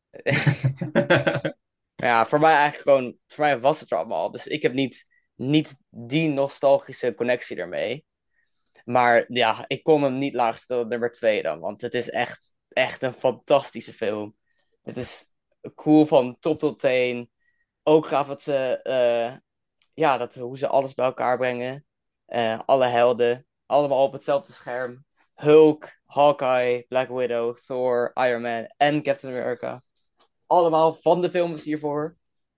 Ja, voor mij eigenlijk gewoon. Voor mij was het er allemaal al. Dus ik heb niet die nostalgische connectie ermee. Maar ja, ik kon hem niet lager stellen dan nummer 2 dan. Want het is echt een fantastische film. Het is cool van top tot teen. Ook gaaf dat ze. Hoe ze alles bij elkaar brengen. Alle helden. Allemaal op hetzelfde scherm. Hulk, Hawkeye, Black Widow, Thor, Iron Man en Captain America. Allemaal van de films hiervoor.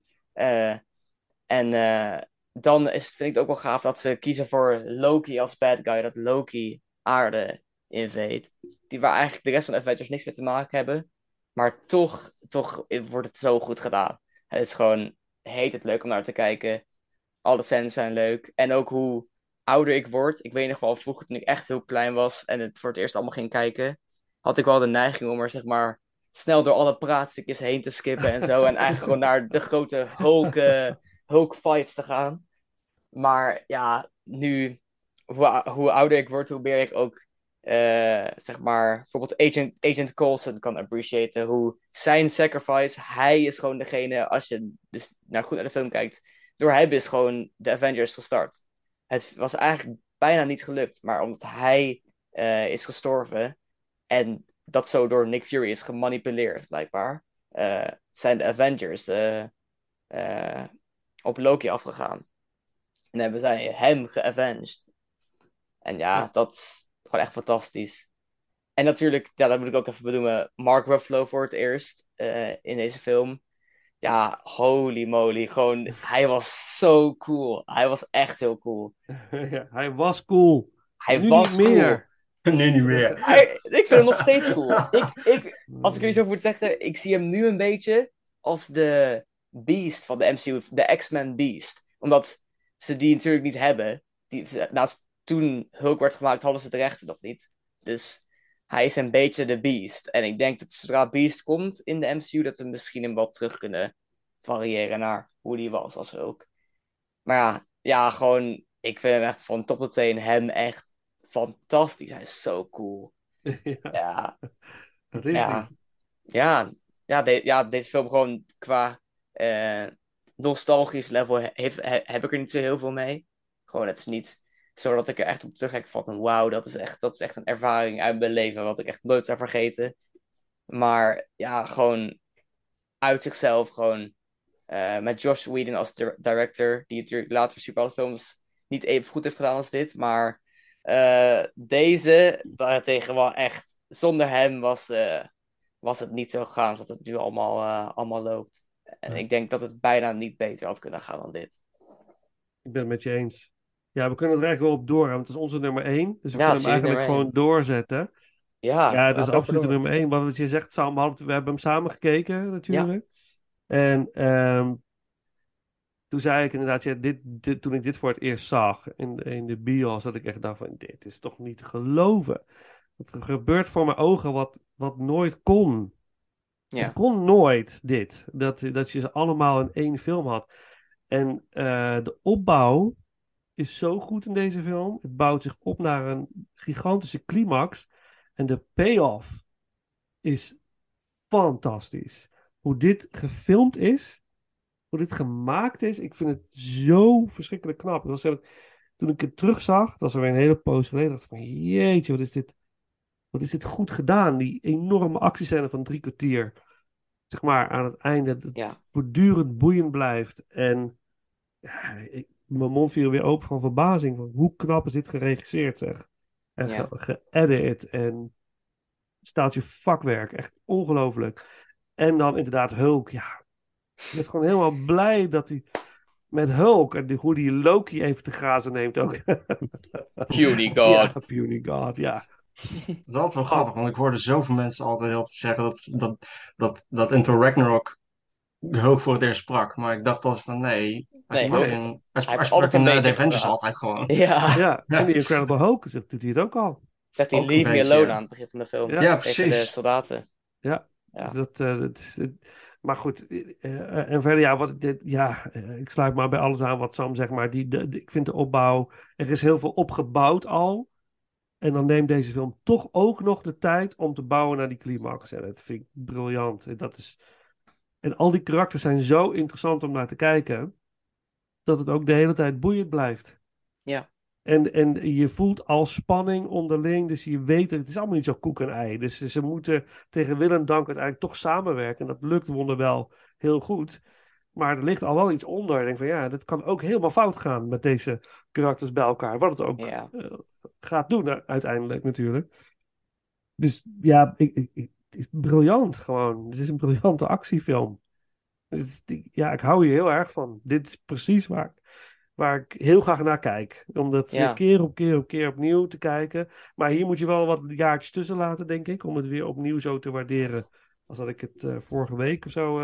Dan vind ik het ook wel gaaf dat ze kiezen voor Loki als bad guy. Dat Loki aarde invade. Waar eigenlijk de rest van de Avengers niks mee te maken hebben. Maar toch wordt het zo goed gedaan. Het is gewoon heet het leuk om naar te kijken. Alle scènes zijn leuk. En ook hoe ouder ik word. Ik weet nog wel, vroeger toen ik echt heel klein was en het voor het eerst allemaal ging kijken, had ik wel de neiging om er zeg maar snel door alle praatstukjes heen te skippen en zo. En eigenlijk gewoon naar de grote Hulk fights te gaan. Maar ja, nu, hoe ouder ik word, hoe meer ik ook zeg maar, bijvoorbeeld Agent Coulson kan appreciëren hoe zijn sacrifice, hij is gewoon degene, als je dus goed naar de film kijkt, door hem is gewoon de Avengers gestart. Het was eigenlijk bijna niet gelukt, maar omdat hij is gestorven en dat zo door Nick Fury is gemanipuleerd, blijkbaar, zijn de Avengers eh, op Loki afgegaan. En hebben zij hem geavenged. En ja, dat is gewoon echt fantastisch. En natuurlijk, ja, dat moet ik ook even benoemen, Mark Ruffalo voor het eerst in deze film. Ja, holy moly, gewoon, hij was zo cool. Hij was echt heel cool. Ja, hij was cool. Hij Nu was niet meer. Nu niet meer. Ik vind hem nog steeds cool. Als ik er iets over moet zeggen, ik zie hem nu een beetje als de Beast van de MCU, de X-Men Beast. Omdat ze die natuurlijk niet hebben. Toen Hulk werd gemaakt, hadden ze de rechten nog niet. Dus hij is een beetje de Beast. En ik denk dat zodra Beast komt in de MCU, dat we misschien hem wat terug kunnen variëren naar hoe die was als Hulk. Maar ja, gewoon, ik vind hem echt van top tot teen hem echt fantastisch. Hij is zo cool. Ja, Dat is ja, die. ja, deze film gewoon qua nostalgisch level heb ik er niet zo heel veel mee. Gewoon, het is niet zo dat ik er echt op terugkijk van, wauw, dat is echt een ervaring uit mijn leven wat ik echt nooit zou vergeten. Maar ja, gewoon uit zichzelf, gewoon met Joss Whedon als director, die natuurlijk later superheldenfilms niet even goed heeft gedaan als dit, maar deze daarentegen wel echt, zonder hem was het niet zo gegaan zoals het nu allemaal loopt. En ik denk dat het bijna niet beter had kunnen gaan dan dit. Ik ben het met je eens. Ja, we kunnen er eigenlijk wel op doorgaan, want het is onze nummer 1. Dus we Ja, kunnen het hem is jullie eigenlijk nummer gewoon doorzetten. Ja, het is laten we absoluut de door. nummer 1. Wat je zegt, Sam, we hebben hem samen gekeken natuurlijk. En toen zei ik inderdaad, ja, toen ik dit voor het eerst zag in de bios, dat ik echt dacht van, dit is toch niet te geloven. Het gebeurt voor mijn ogen wat nooit kon. Het Ja, kon nooit, dit. Dat je ze allemaal in één film had. En de opbouw is zo goed in deze film. Het bouwt zich op naar een gigantische climax. En de payoff is fantastisch. Hoe dit gefilmd is, hoe dit gemaakt is, ik vind het zo verschrikkelijk knap. Toen ik het terugzag, dat was alweer een hele poos geleden, dacht ik van jeetje, wat is dit goed gedaan. Die enorme actiescène van 3 kwartier, zeg maar, aan het einde, dat ja, voortdurend boeiend blijft. En ja, mijn mond viel weer open van verbazing. Van hoe knap is dit geregisseerd, zeg. En ja. geëdit en staaltje vakwerk. Echt ongelooflijk. En dan inderdaad Hulk. Ja, ik ben gewoon helemaal blij dat hij met Hulk en hoe die Loki even te grazen neemt ook. Puny Ja, God. Puny God, ja. Dat is altijd wel grappig, want ik hoorde zoveel mensen altijd heel veel zeggen dat in Thor Ragnarok Hulk voor het eerst sprak. Maar ik dacht altijd van nee, Nee, Hulk hij hij heeft sprak altijd een in The beetje Avengers gepraat. altijd gewoon. Ja, Ja, Ja, in die Incredible Hulk doet hij het ook al. zegt hij ook een leave me beetje. alone aan het begin van de film. Ja, Ja, Tegen de precies. soldaten. Ja. Ja. Dus dat is, maar goed, en verder, ja, ik sluit maar bij alles aan wat Sam zegt, maar ik vind de opbouw, er is heel veel opgebouwd al. En dan neemt deze film toch ook nog de tijd om te bouwen naar die climax. En dat vind ik briljant. En al die karakters zijn zo interessant om naar te kijken, dat het ook de hele tijd boeiend blijft. Ja. En je voelt al spanning onderling, dus je weet het is allemaal niet zo koek en ei. Dus ze moeten tegen wil en dank uiteindelijk toch samenwerken. En dat lukt wonderwel heel goed. Maar er ligt al wel iets onder. Ik denk van ja, dat kan ook helemaal fout gaan met deze karakters bij elkaar. Wat het ook Ja. gaat doen uiteindelijk natuurlijk. Dus ja, het is briljant gewoon. Het is een briljante actiefilm. Ja, ik hou hier heel erg van. Dit is precies waar ik heel graag naar kijk. Om dat Ja. keer op keer op keer opnieuw te kijken. Maar hier moet je wel wat jaartjes tussen laten, denk ik. Om het weer opnieuw zo te waarderen. Als dat ik het vorige week of zo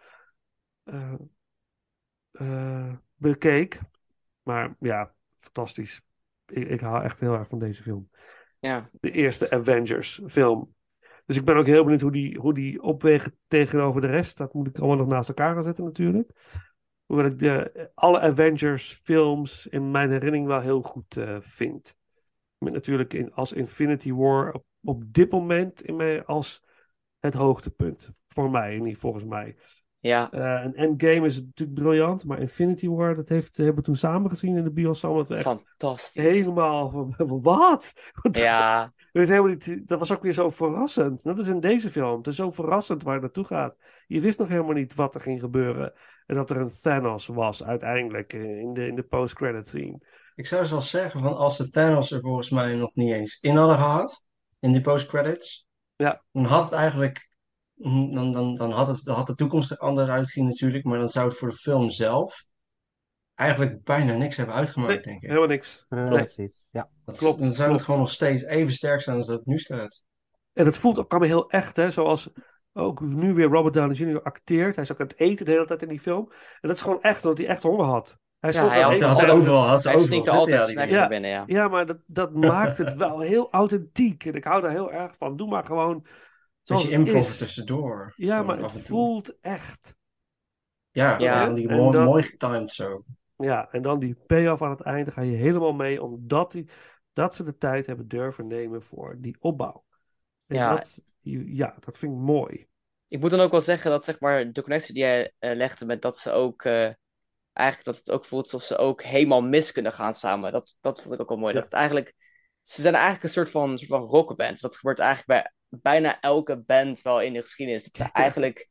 bekeek. Maar ja, fantastisch. Ik hou echt heel erg van deze film. Ja. De eerste Avengers film. Dus ik ben ook heel benieuwd hoe die opweegt tegenover de rest. Dat moet ik allemaal nog naast elkaar gaan zetten natuurlijk. Hoewel ik alle Avengers films in mijn herinnering wel heel goed vind. Met natuurlijk als Infinity War op dit moment als het hoogtepunt. Voor mij, niet volgens mij. Ja, Een Endgame is natuurlijk briljant, maar Infinity War, hebben we toen samen gezien in de bios. Dat we echt fantastisch. helemaal van wat? Ja, Dus helemaal niet, dat was ook weer zo verrassend. Dat is in deze film. Het is zo verrassend waar het naartoe gaat. Je wist nog helemaal niet wat er ging gebeuren. En dat er een Thanos was uiteindelijk in de post-credit scene. Ik zou zelfs zeggen van als de Thanos er volgens mij nog niet eens in hadden gehad, in die post-credits, Ja, dan had het eigenlijk, dan had de toekomst er anders uitzien natuurlijk, maar dan zou het voor de film zelf eigenlijk bijna niks hebben uitgemaakt, nee, denk ik. helemaal niks. Nee, Precies, ja. klopt, Dan zou het klopt. gewoon nog steeds even sterk zijn als dat het nu staat. En het voelt ook allemaal heel echt, hè. Zoals ook nu weer Robert Downey Jr. acteert. Hij is ook aan het eten de hele tijd in die film. En dat is gewoon echt omdat hij echt honger had. Hij Ja, stond hij aan had- het Had eten. ze overal, had ze hij overal sneakte zitten, altijd ja, die snacks dingen. naar binnen, ja. Ja, maar dat maakt het wel heel authentiek. En ik hou daar heel erg van. Doe maar gewoon zoals Beetje het improv is. tussendoor. Ja, Gewoon maar af het en toe. voelt echt. Ja, Ja. en die En dat- mooi getimed zo. Ja, en dan die payoff aan het eind, daar ga je helemaal mee, omdat dat ze de tijd hebben durven nemen voor die opbouw. En Ja. dat vind ik mooi. Ik moet dan ook wel zeggen dat zeg maar de connectie die jij legde met dat ze ook eigenlijk dat het ook voelt alsof ze ook helemaal mis kunnen gaan samen. Dat vond ik ook wel mooi. Ja. Dat het eigenlijk ze zijn eigenlijk een soort van rockband. Dat gebeurt eigenlijk bij bijna elke band wel in de geschiedenis. Dat ze eigenlijk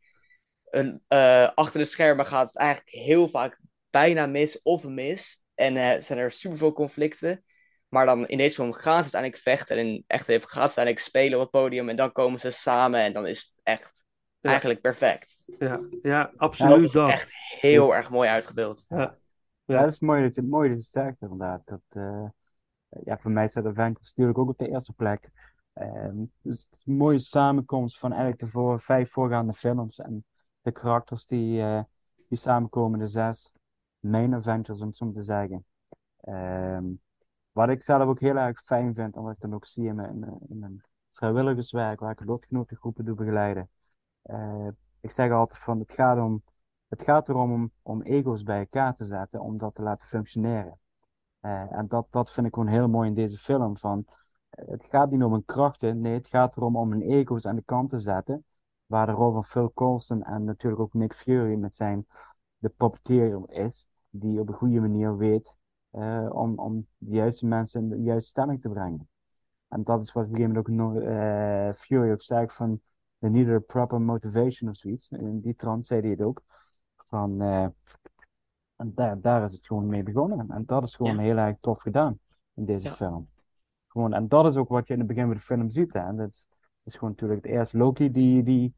achter de schermen gaat het eigenlijk heel vaak bijna mis. En zijn er superveel conflicten. Maar dan in deze film gaan ze uiteindelijk vechten. En in echt even gaan ze uiteindelijk spelen op het podium. En dan komen ze samen en dan is het echt Ja. eigenlijk perfect. Ja, Dat absoluut is dat. echt heel Dus- erg mooi uitgebeeld. Ja. Ja, dat is mooi dat je het zegt, inderdaad. Ja, voor mij staat Avengers natuurlijk ook op de eerste plek. Dus het is een mooie samenkomst van eigenlijk de 5 voorgaande films en de karakters die samenkomen, de 6 main Avengers, om het zo maar te zeggen. Wat ik zelf ook heel erg fijn vind, en wat ik dan ook zie in mijn vrijwilligerswerk, waar ik lotgenotengroepen doe begeleiden. Ik zeg altijd van, het gaat erom om ego's bij elkaar te zetten, om dat te laten functioneren. En dat vind ik gewoon heel mooi in deze film. Het gaat niet om een krachten, nee, het gaat erom om hun ego's aan de kant te zetten. Waar de rol van Phil Coulson en natuurlijk ook Nick Fury met de puppeteer is, die op een goede manier weet om de juiste mensen in de juiste stemming te brengen. En dat is wat op een gegeven moment ook Fury ook zei van they needed a proper motivation of zoiets. In die trant zei hij het ook. En daar is het gewoon mee begonnen. En dat is gewoon heel erg tof gedaan in deze film. Gewoon, en dat is ook wat je in het begin van de film ziet. Hè. En dat is gewoon natuurlijk het eerst Loki die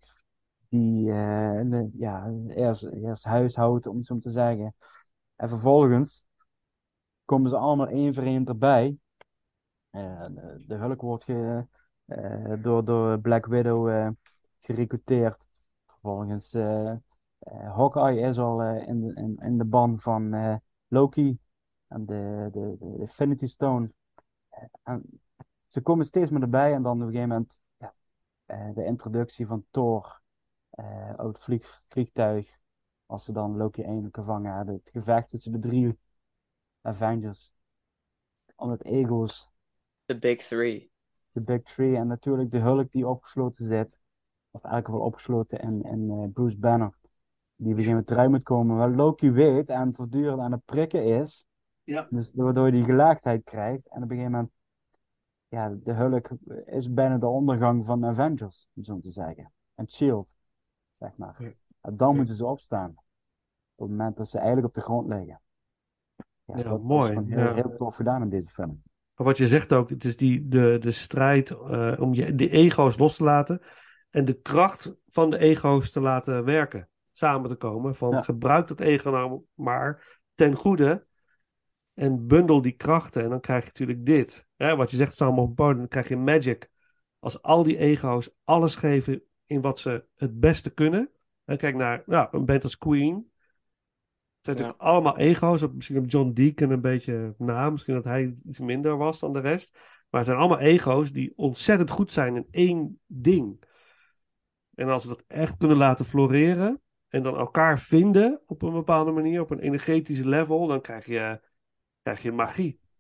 eerst huishoudt, om het zo te zeggen. En vervolgens komen ze allemaal één voor één erbij. De Hulk wordt door Black Widow gerecruiteerd. Vervolgens Hawkeye is al in de ban van Loki en de Infinity Stone. En ze komen steeds meer erbij en dan op een gegeven moment de introductie van Thor uit het vliegtuig. Als ze dan Loki eindelijk gevangen hebben. Het gevecht tussen de 3 Avengers. Om het ego's. The Big Three. De Big Three en natuurlijk de Hulk die opgesloten zit. Of eigenlijk wel opgesloten in Bruce Banner. Die op een gegeven moment eruit moet komen. Waar Loki weet en voortdurend aan het prikken is. Ja. Dus waardoor je die gelaagdheid krijgt. En op een gegeven moment. Ja, de Hulk is bijna de ondergang van Avengers. Om zo te zeggen. En Shield. Zeg maar. Ja. En dan moeten ze opstaan. Op het moment dat ze eigenlijk op de grond liggen. Ja, dat mooi. is gewoon Ja. heel tof gedaan in deze film. Maar wat je zegt ook, het is de strijd om de ego's los te laten. En de kracht van de ego's te laten werken. Samen te komen. Van gebruik dat ego nou maar ten goede. En bundel die krachten. En dan krijg je natuurlijk dit. Hè, wat je zegt samen op een podium. Dan krijg je magic. Als al die ego's alles geven in wat ze het beste kunnen. En kijk naar een band als Queen. Het zijn natuurlijk allemaal ego's. Misschien op John Deacon een beetje na. Misschien dat hij iets minder was dan de rest. Maar het zijn allemaal ego's die ontzettend goed zijn in één ding. En als ze dat echt kunnen laten floreren. En dan elkaar vinden op een bepaalde manier. Op een energetische level. Dan krijg je magie.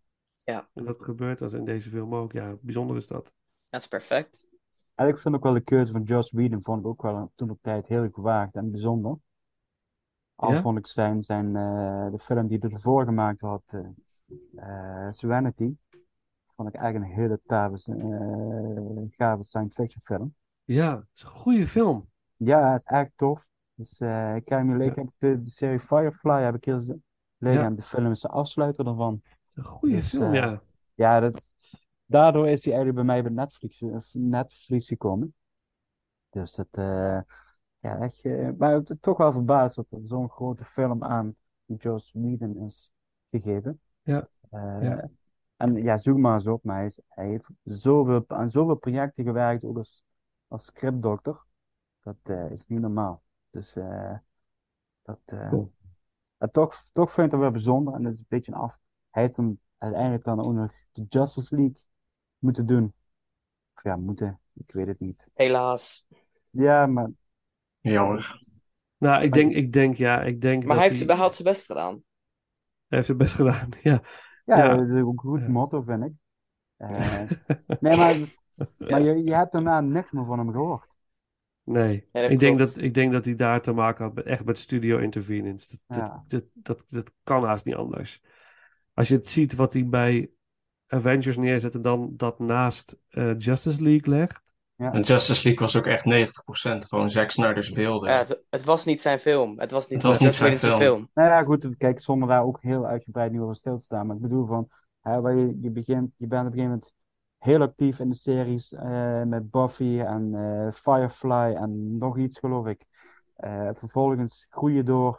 Ja, En dat gebeurt als in deze film ook. Ja, bijzonder is dat. dat is perfect. En ik vind ook wel de keuze van Joss Whedon vond ik ook wel toen op tijd heel gewaagd en bijzonder. Al Ja? vond ik de film die hij ervoor gemaakt had, Serenity, vond ik eigenlijk een hele gave science fiction film. Ja, het is een goede film. Ja, het is echt tof. Dus ik heb hem liggen. De serie Firefly heb ik heel liggen. Ja. En de film is de afsluiter daarvan. Het is een goede Dus, film, ja. Ja, daardoor is hij eigenlijk bij mij bij Netflix gekomen. Dus ja, echt, maar het toch wel verbaasd dat er zo'n grote film aan Joss Whedon is gegeven. Ja. Eh, Ja. En ja, zoek maar eens op, maar hij heeft aan zoveel projecten gewerkt, ook als scriptdokter. Dat is niet normaal. Dus Cool. en toch vind ik het wel bijzonder. En dat is een beetje hij heeft dan uiteindelijk dan ook nog de Justice League moeten doen. Of ja, moeten, ik weet het niet. Helaas. Ja, maar Jammer. Nou, ik denk Maar dat hij had zijn best gedaan. hij heeft het best gedaan. Ja. ja, Ja. dat is ook een goed Ja. motto, vind ik. Nee, maar je hebt daarna niks meer van hem gehoord. Nee, Ja, dat ik denk dat hij daar te maken had echt met studio interventions. Ja. Dat kan haast niet anders. Als je het ziet wat hij bij Avengers neerzet en dan dat naast Justice League legt. En Justice League was ook echt 90% gewoon Zack Snyder's beelden. Ja, het was niet zijn film. Het was niet Het was niet Joss zijn Whedon's film. film. Nou ja, goed, kijk, zonder daar ook heel uitgebreid nu over stil te staan. Maar ik bedoel van, waar je bent op een gegeven moment heel actief in de series met Buffy en Firefly en nog iets, geloof ik. Vervolgens groei je door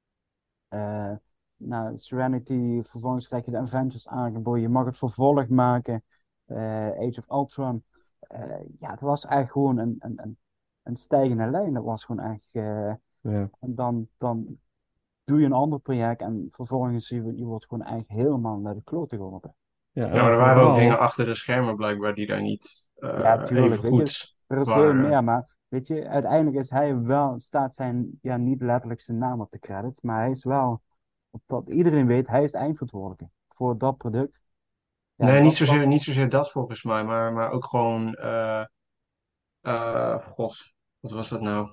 naar Serenity, vervolgens krijg je de Avengers aangeboden. Je mag het vervolg maken, Age of Ultron. Ja, het was eigenlijk gewoon een stijgende lijn. Dat was gewoon echt... Ja. En dan doe je een ander project en vervolgens je wordt gewoon eigenlijk helemaal naar de klote geholpen. Ja, Ja, maar er waren ook vooral- dingen achter de schermen blijkbaar die daar niet Ja, tuurlijk, even weet je, goed er is waren. veel meer, maar weet je, uiteindelijk staat zijn, ja, niet letterlijk zijn naam op de credits, maar hij is wel, dat iedereen weet, hij is de eindverantwoordelijke voor dat product. Ja, Nee, dat niet zozeer dat volgens mij, maar ook gewoon, god, wat was dat nou?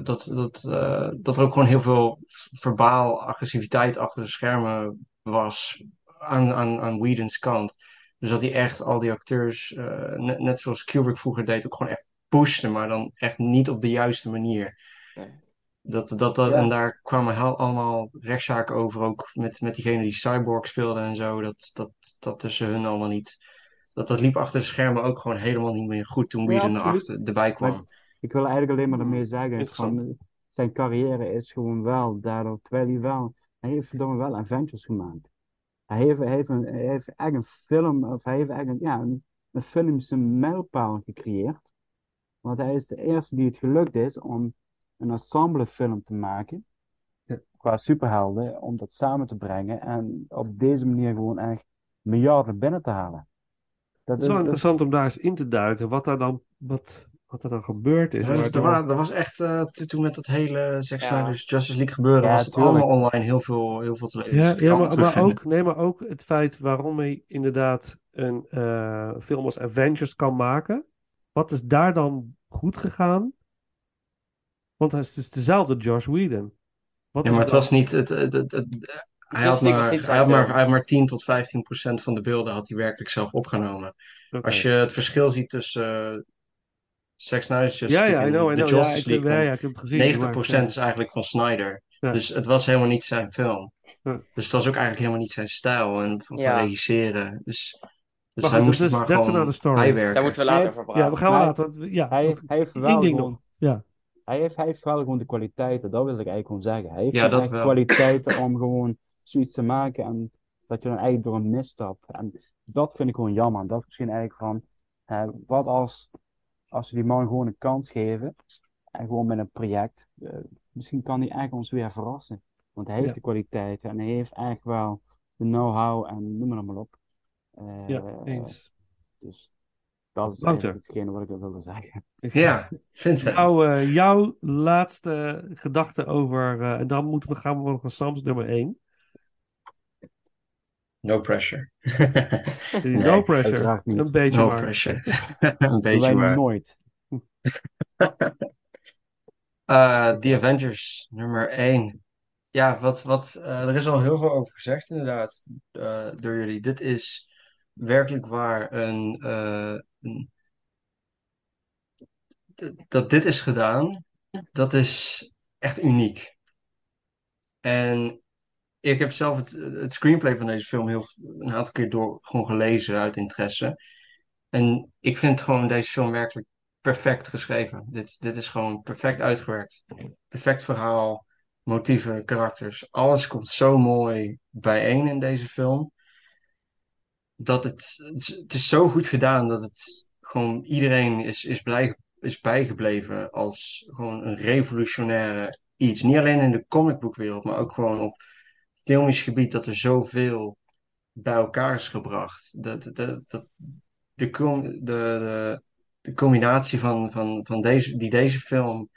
Dat er ook gewoon heel veel verbaal agressiviteit achter de schermen was aan Whedon's kant. Dus dat hij echt al die acteurs, net zoals Kubrick vroeger deed, ook gewoon echt pushte, maar dan echt niet op de juiste manier. Nee. Ja. En daar kwamen allemaal rechtszaken over, ook met diegene die Cyborg speelde en zo. Dat tussen hun allemaal niet. Dat liep achter de schermen ook gewoon helemaal niet meer goed toen Ja, Whedon absoluut. erbij kwam. Ik wil eigenlijk alleen maar ermee zeggen, is Interessant. van, zijn carrière is gewoon wel daardoor, terwijl hij heeft verdomme wel Avengers gemaakt. Hij heeft echt een film, of hij heeft eigenlijk een filmische mijlpaal gecreëerd. Want hij is de eerste die het gelukt is om een ensemblefilm te maken, Ja. qua superhelden, om dat samen te brengen en op deze manier gewoon echt miljarden binnen te halen. Het is wel interessant om daar eens in te duiken, wat er dan gebeurd is. Er was echt, toen met dat hele Zack Ja. Snyder's Justice League gebeuren, Ja, was het tuurlijk. allemaal online heel veel te lezen. Ja, Dus je kan het terugvinden. maar ook het feit waarom hij inderdaad een film als Avengers kan maken. Wat is daar dan goed gegaan? Want het is dezelfde Joss Whedon. Wat Ja, is maar het dan- was niet. Hij had League was niet zijn film. hij had maar 10 tot 15% van de beelden had hij werkelijk zelf opgenomen. Oké. Als je het verschil ziet tussen Zack Snyder's Justice Ja, League I know. en de Ja, Justice League, dan ik heb het gezien. 90% maar, is eigenlijk van Snyder. Ja. Dus het was helemaal niet zijn film. Ja. Dus het was ook eigenlijk helemaal niet zijn stijl van Ja. regisseren. Dus Maar hij goed, moest dat het is- maar that's gewoon another story. bijwerken. Daar moeten we later Nee, over ja, praten. we gaan Maar later. Ja, Hij heeft één wel ding gewoon, nog. Ja. hij heeft wel gewoon de kwaliteiten, dat wil ik eigenlijk gewoon zeggen. Hij heeft Ja, gewoon dat echt wel. kwaliteiten om gewoon zoiets te maken en dat je dan eigenlijk door een misstap. En dat vind ik gewoon jammer. En dat is misschien eigenlijk van, wat als we die man gewoon een kans geven en gewoon met een project, misschien kan hij eigenlijk ons weer verrassen. Want hij heeft Ja. de kwaliteiten en hij heeft eigenlijk wel de know-how en noem maar op. Ja, eens. Dus dat is Wouter. eigenlijk hetgene wat ik wilde zeggen. Ja, Vincent. Jouw laatste gedachte over... en dan gaan we nog naar Sams nummer 1. No pressure. No Nee, pressure. uiteraard niet. Een beetje no maar. pressure. Een Doen beetje wij waar. nooit. The Avengers, nummer 1. Ja, er is al heel veel over gezegd inderdaad door jullie. Dit is werkelijk waar dat dit is gedaan, dat is echt uniek. En ik heb zelf het screenplay van deze film een aantal keer gewoon gelezen uit interesse. En ik vind gewoon deze film werkelijk perfect geschreven. Dit is gewoon perfect uitgewerkt. Perfect verhaal, motieven, karakters. Alles komt zo mooi bijeen in deze film. Dat het is zo goed gedaan dat het gewoon iedereen is bijgebleven als gewoon een revolutionaire iets. Niet alleen in de comicboekwereld, maar ook gewoon op filmisch gebied dat er zoveel bij elkaar is gebracht. De combinatie van deze film,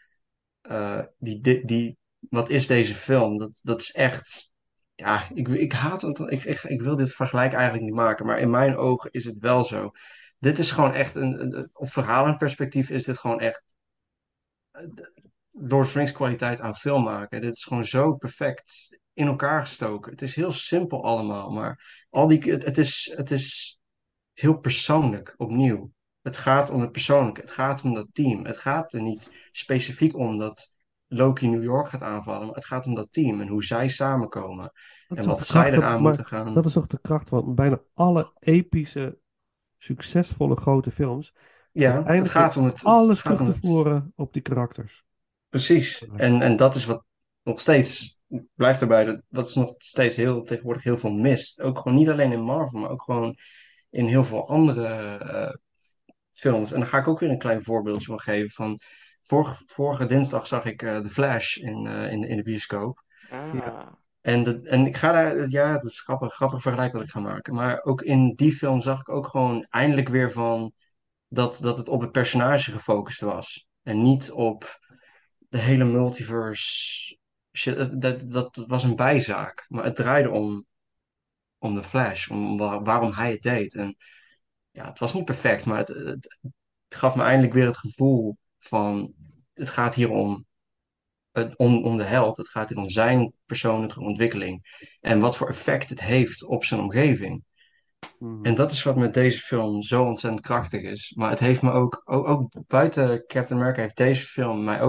wat is deze film? Dat is echt, ja, ik haat het, ik wil dit vergelijk eigenlijk niet maken, maar in mijn ogen is het wel zo. Dit is gewoon echt, op verhalenperspectief is dit gewoon echt Lord of the Rings kwaliteit aan film maken. Dit is gewoon zo perfect in elkaar gestoken. Het is heel simpel allemaal, maar het is heel persoonlijk opnieuw. Het gaat om het persoonlijke. Het gaat om dat team. Het gaat er niet specifiek om dat Loki New York gaat aanvallen, maar het gaat om dat team en hoe zij samenkomen Dat en is toch wat de zij kracht, eraan maar moeten gaan. dat is toch de kracht van bijna alle epische, succesvolle grote films. Ja, het Uiteindelijk gaat om is alles gaat terug om te het. voeren op die karakters. Precies. En dat is wat nog steeds, blijft erbij, dat is nog steeds tegenwoordig heel veel mist. Ook gewoon niet alleen in Marvel, maar ook gewoon in heel veel andere films. En daar ga ik ook weer een klein voorbeeldje van geven. Vorige dinsdag zag ik The Flash in de bioscoop. Ja. Ah. En ik ga daar, ja, dat is grappig vergelijk wat ik ga maken. Maar ook in die film zag ik ook gewoon eindelijk weer van dat het op het personage gefocust was. En niet op de hele multiverse shit. Dat was een bijzaak. Maar het draaide om de Flash, waarom hij het deed. En ja, het was niet perfect, maar het gaf me eindelijk weer het gevoel van: het gaat hier om de held. Het gaat hier om zijn persoonlijke ontwikkeling. En wat voor effect het heeft op zijn omgeving. En dat is wat met deze film zo ontzettend krachtig is. Maar het heeft me ook buiten Captain America, heeft deze film mij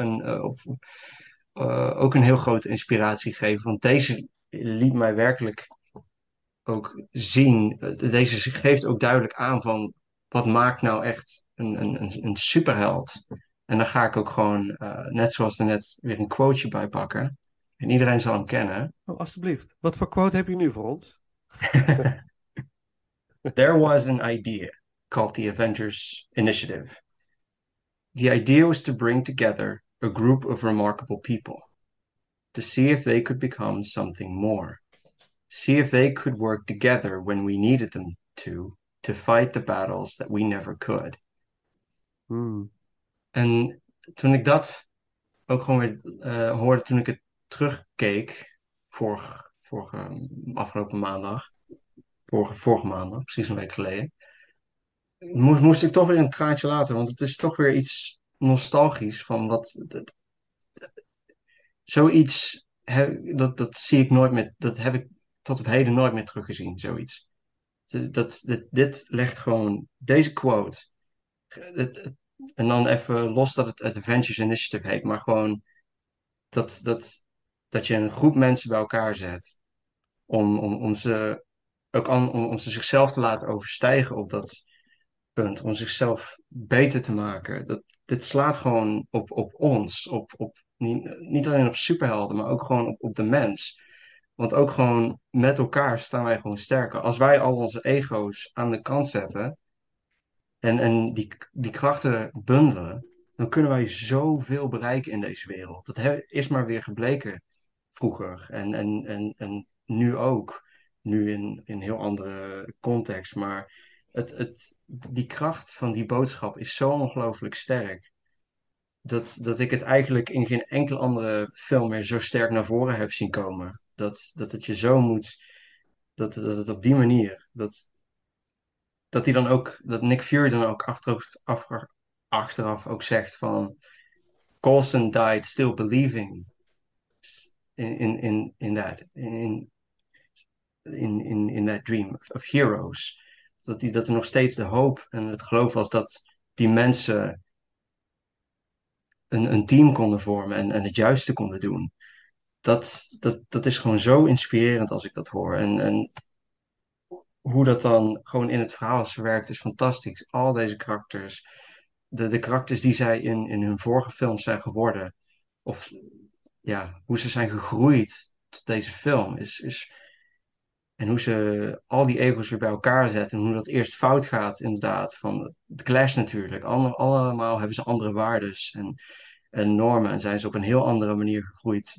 ook een heel grote inspiratie gegeven. Want deze liet mij werkelijk ook zien. Deze geeft ook duidelijk aan van wat maakt nou echt een superheld. En dan ga ik ook gewoon, net zoals er net, weer een quoteje bij pakken. En iedereen zal hem kennen. Oh, alsjeblieft. Wat voor quote heb je nu voor ons? There was an idea called the Avengers Initiative. The idea was to bring together a group of remarkable people, to see if they could become something more, see if they could work together when we needed them to fight the battles that we never could. En toen ik dat ook gewoon weer hoorde, toen ik het terugkeek, afgelopen maandag, vorige maandag, precies een week geleden, moest ik toch weer een traantje laten, want het is toch weer iets nostalgisch van zoiets, dat zie ik nooit meer, dat heb ik tot op heden nooit meer teruggezien, zoiets. Dit legt gewoon, deze quote, en dan even los dat het Avengers Initiative heet, maar gewoon dat je een groep mensen bij elkaar zet om ze om ze zichzelf te laten overstijgen op dat punt, om zichzelf beter te maken. Dit slaat gewoon op ons, niet alleen op superhelden, maar ook gewoon op de mens. Want ook gewoon met elkaar staan wij gewoon sterker. Als wij al onze ego's aan de kant zetten en die krachten bundelen, dan kunnen wij zoveel bereiken in deze wereld. Dat is maar weer gebleken vroeger en nu ook. Nu in een heel andere context. Maar die kracht van die boodschap is zo ongelooflijk sterk. Dat ik het eigenlijk in geen enkele andere film meer zo sterk naar voren heb zien komen. Dat het je zo moet. dat het op die manier, dat hij dan ook, dat Nick Fury dan ook achteraf ook zegt van Coulson died still believing in that in that dream of heroes. Dat er nog steeds de hoop en het geloof was dat die mensen een team konden vormen en het juiste konden doen. Dat is gewoon zo inspirerend als ik dat hoor. En hoe dat dan gewoon in het verhaal is verwerkt is fantastisch. Al deze karakters, de karakters die zij in hun vorige films zijn geworden, of ja, hoe ze zijn gegroeid tot deze film, en hoe ze al die ego's weer bij elkaar zetten en hoe dat eerst fout gaat, inderdaad, van het clash natuurlijk. Allemaal hebben ze andere waardes en normen en zijn ze op een heel andere manier gegroeid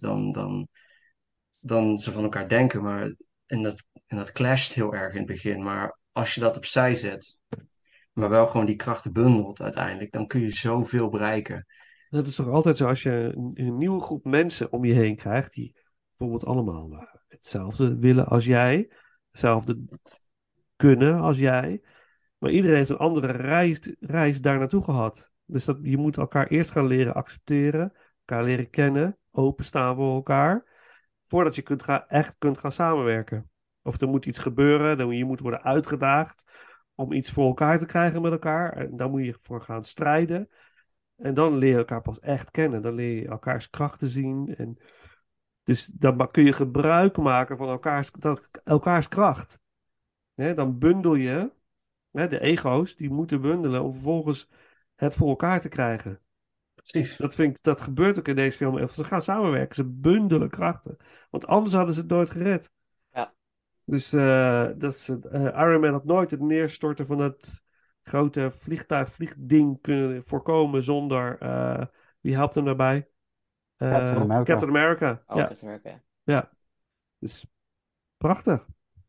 dan ze van elkaar denken. Maar, en dat clasht heel erg in het begin. Maar als je dat opzij zet, maar wel gewoon die krachten bundelt uiteindelijk, dan kun je zoveel bereiken. Dat is toch altijd zo als je een nieuwe groep mensen om je heen krijgt, die bijvoorbeeld allemaal hetzelfde willen als jij, hetzelfde kunnen als jij, maar iedereen heeft een andere reis daar naartoe gehad. Dus je moet elkaar eerst gaan leren accepteren, elkaar leren kennen, openstaan voor elkaar, voordat je echt kunt gaan samenwerken. Of er moet iets gebeuren, je moet worden uitgedaagd om iets voor elkaar te krijgen met elkaar. En daar moet je voor gaan strijden. En dan leer je elkaar pas echt kennen. Dan leer je elkaars krachten zien. En dus dan kun je gebruik maken van elkaars kracht. Dan bundel je, de ego's, die moeten bundelen om vervolgens het voor elkaar te krijgen. Precies. Dat gebeurt ook in deze film. Ze gaan samenwerken, ze bundelen krachten. Want anders hadden ze het nooit gered. Ja. Dus Iron Man had nooit het neerstorten van het grote vliegding kunnen voorkomen zonder... wie helpt hem daarbij? Captain America. Oh, Ja. Captain America. Ja. Dus prachtig.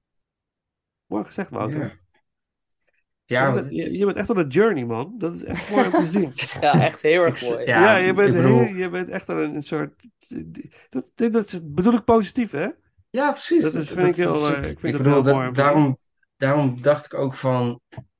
Mooi gezegd, Wouter. Ja, Je bent echt op een journey, man. Dat is echt mooi om te zien. Ja, echt heel erg mooi. Ja, je bent echt een soort... Dat bedoel ik positief, hè? Ja, precies. Dat is, vind ik heel, ik vind dat heel mooi. Daarom dacht ik ook van...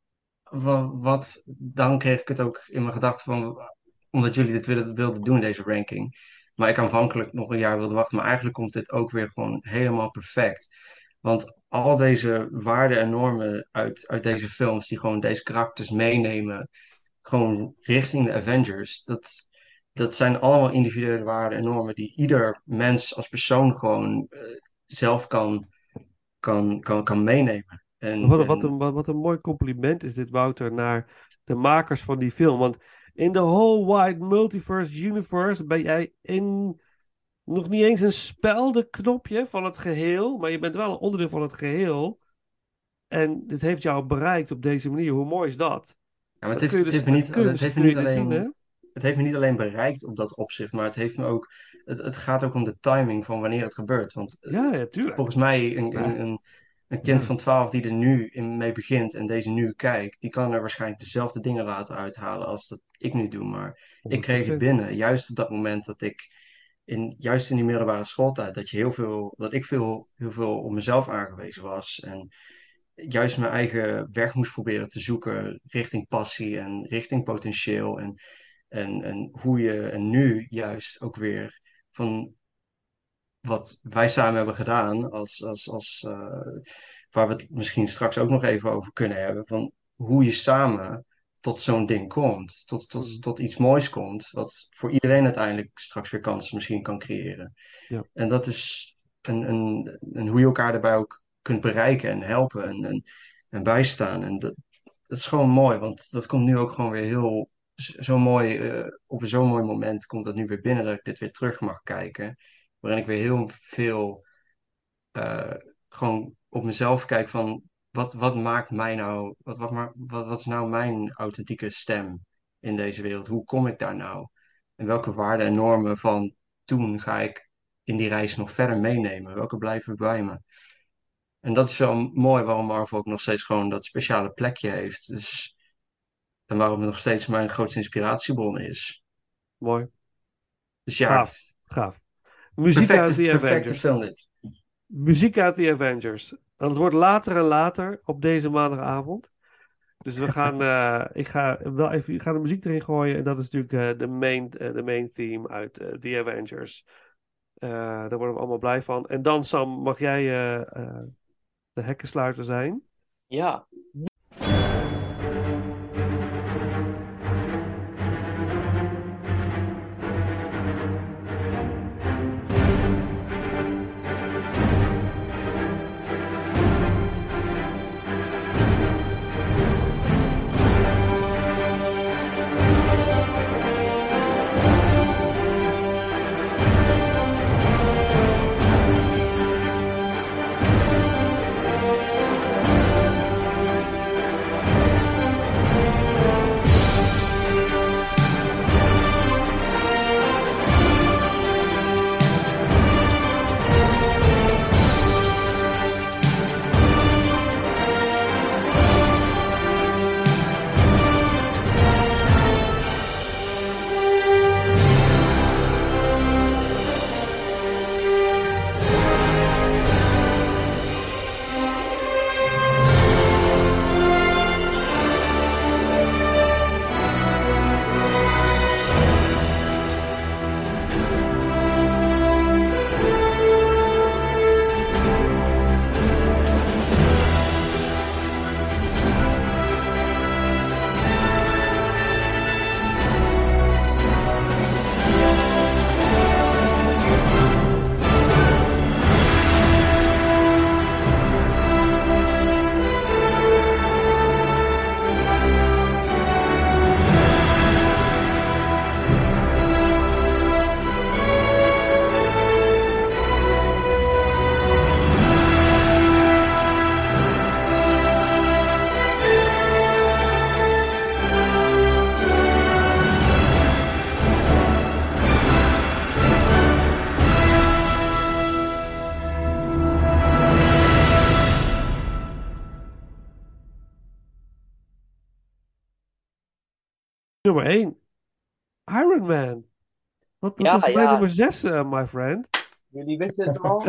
Dan kreeg ik het ook in mijn gedachten van... Omdat jullie dit wilden doen, deze ranking. Maar ik aanvankelijk nog een jaar wilde wachten. Maar eigenlijk komt dit ook weer gewoon helemaal perfect. Want al deze waarden en normen uit deze films... die gewoon deze karakters meenemen... gewoon richting de Avengers... Dat zijn allemaal individuele waarden en normen... die ieder mens als persoon gewoon zelf kan meenemen. Wat een mooi compliment is dit, Wouter, naar de makers van die film. Want in the whole wide multiverse universe ben jij nog niet eens een speldenknopje van het geheel, maar je bent wel een onderdeel van het geheel. En dit heeft jou bereikt op deze manier. Hoe mooi is dat? Ja, maar het heeft me niet alleen bereikt op dat opzicht, maar het heeft me ook... Het gaat ook om de timing van wanneer het gebeurt. Want ja, tuurlijk. Volgens mij een kind van 12 die er nu mee begint en deze nu kijkt, die kan er waarschijnlijk dezelfde dingen laten uithalen als dat ik nu doe. Maar ik kreeg het binnen, juist op dat moment dat ik, juist in die middelbare schooltijd, dat ik heel veel op mezelf aangewezen was. En juist mijn eigen weg moest proberen te zoeken richting passie en richting potentieel. En hoe je en nu juist ook weer van wat wij samen hebben gedaan, waar we het misschien straks ook nog even over kunnen hebben, van hoe je samen tot zo'n ding komt, tot iets moois komt, wat voor iedereen uiteindelijk straks weer kansen misschien kan creëren. Ja. En dat is hoe je elkaar daarbij ook kunt bereiken en helpen en bijstaan. En dat is gewoon mooi, want dat komt nu ook gewoon weer zo mooi, op zo'n mooi moment komt dat nu weer binnen dat ik dit weer terug mag kijken. Waarin ik weer heel veel gewoon op mezelf kijk van wat maakt mij nou, wat is nou mijn authentieke stem in deze wereld? Hoe kom ik daar nou? En welke waarden en normen van toen ga ik in die reis nog verder meenemen? Welke blijven bij me? En dat is wel mooi waarom Marvel ook nog steeds gewoon dat speciale plekje heeft. Dus, en waarom het nog steeds mijn grootste inspiratiebron is. Mooi. Dus ja. Gaaf. Muziek uit The perfecte Avengers. film dit. Muziek uit The Avengers. Want het wordt later en later op deze maandagavond. Dus we gaan, ik ga de muziek erin gooien. En dat is natuurlijk de main theme uit The Avengers. Daar worden we allemaal blij van. En dan, Sam, mag jij de hekkensluiter zijn? Ja. Nummer 1. Iron Man. Dat Ja, was mijn ja. nummer 6, my friend. Jullie wisten het al.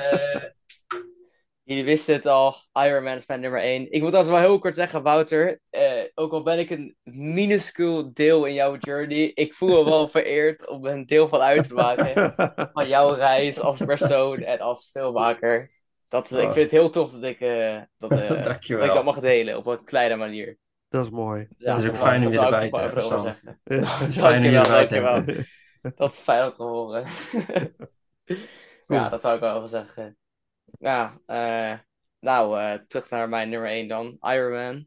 Jullie wisten het al. Iron Man is mijn nummer 1. Ik moet als wel heel kort zeggen, Wouter. Ook al ben ik een minuscuul deel in jouw journey. Ik voel me wel vereerd om een deel van uit te maken. Van jouw reis als persoon en als filmmaker. Ik vind het heel tof dat ik dat mag delen op een kleine manier. Dat is mooi. Ja, dat is ook fijn om je erbij te hebben, Sam. Het is fijn om je erbij te dankjewel. hebben. Dat is fijn om te horen. Ja, dat zou ik wel even zeggen. Ja, terug naar mijn nummer 1 dan. Iron Man.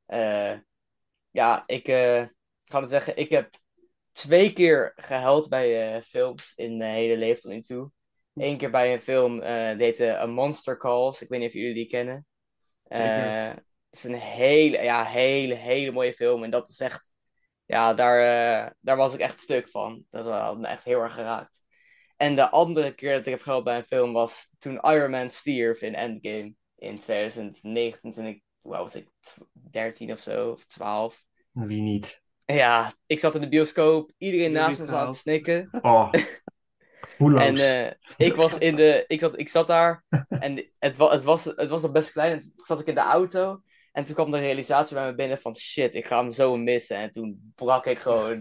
Ik ga het zeggen, ik heb 2 keer gehuild bij films in mijn hele leven tot nu toe. 1 keer bij een film, die heette A Monster Calls. Ik weet niet of jullie die kennen. Het is een hele mooie film. En dat is echt, daar was ik echt stuk van. Dat had me echt heel erg geraakt. En de andere keer dat ik heb gehad bij een film was toen Iron Man stierf in Endgame in 2019. Toen was ik 13 of zo, of 12. Wie niet? Ja, ik zat in de bioscoop. Iedereen naast me was aan het snikken. Oh, gevoelloos. En ik zat daar. En het was nog best klein. En toen zat ik in de auto. En toen kwam de realisatie bij me binnen van shit, ik ga hem zo missen. En toen brak ik gewoon.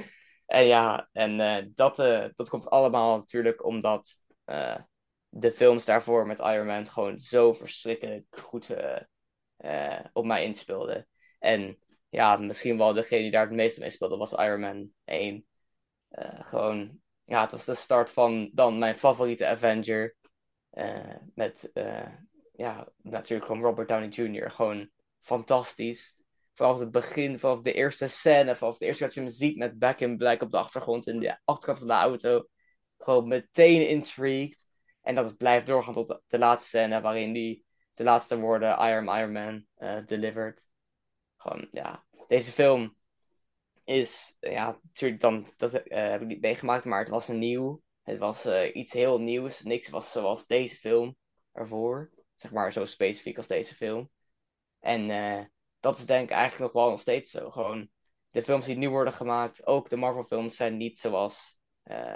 Dat komt allemaal natuurlijk omdat de films daarvoor met Iron Man gewoon zo verschrikkelijk goed op mij inspeelden. En ja, misschien wel degene die daar het meeste mee speelde was Iron Man 1. Het was de start van dan mijn favoriete Avenger. Natuurlijk gewoon Robert Downey Jr. Gewoon fantastisch. Vanaf het begin, vanaf de eerste scène, vanaf de eerste wat je hem ziet met Back in Black op de achtergrond in de achterkant van de auto. Gewoon meteen intrigued. En dat het blijft doorgaan tot de laatste scène waarin hij de laatste woorden I am Iron Man delivered. Gewoon, ja. Deze film is, natuurlijk dan, dat heb ik niet meegemaakt, maar het was nieuw. Het was iets heel nieuws. Niks was zoals deze film ervoor. Zeg maar zo specifiek als deze film. En dat is denk ik eigenlijk nog wel nog steeds zo. Gewoon de films die nu worden gemaakt, ook de Marvel films, zijn niet zoals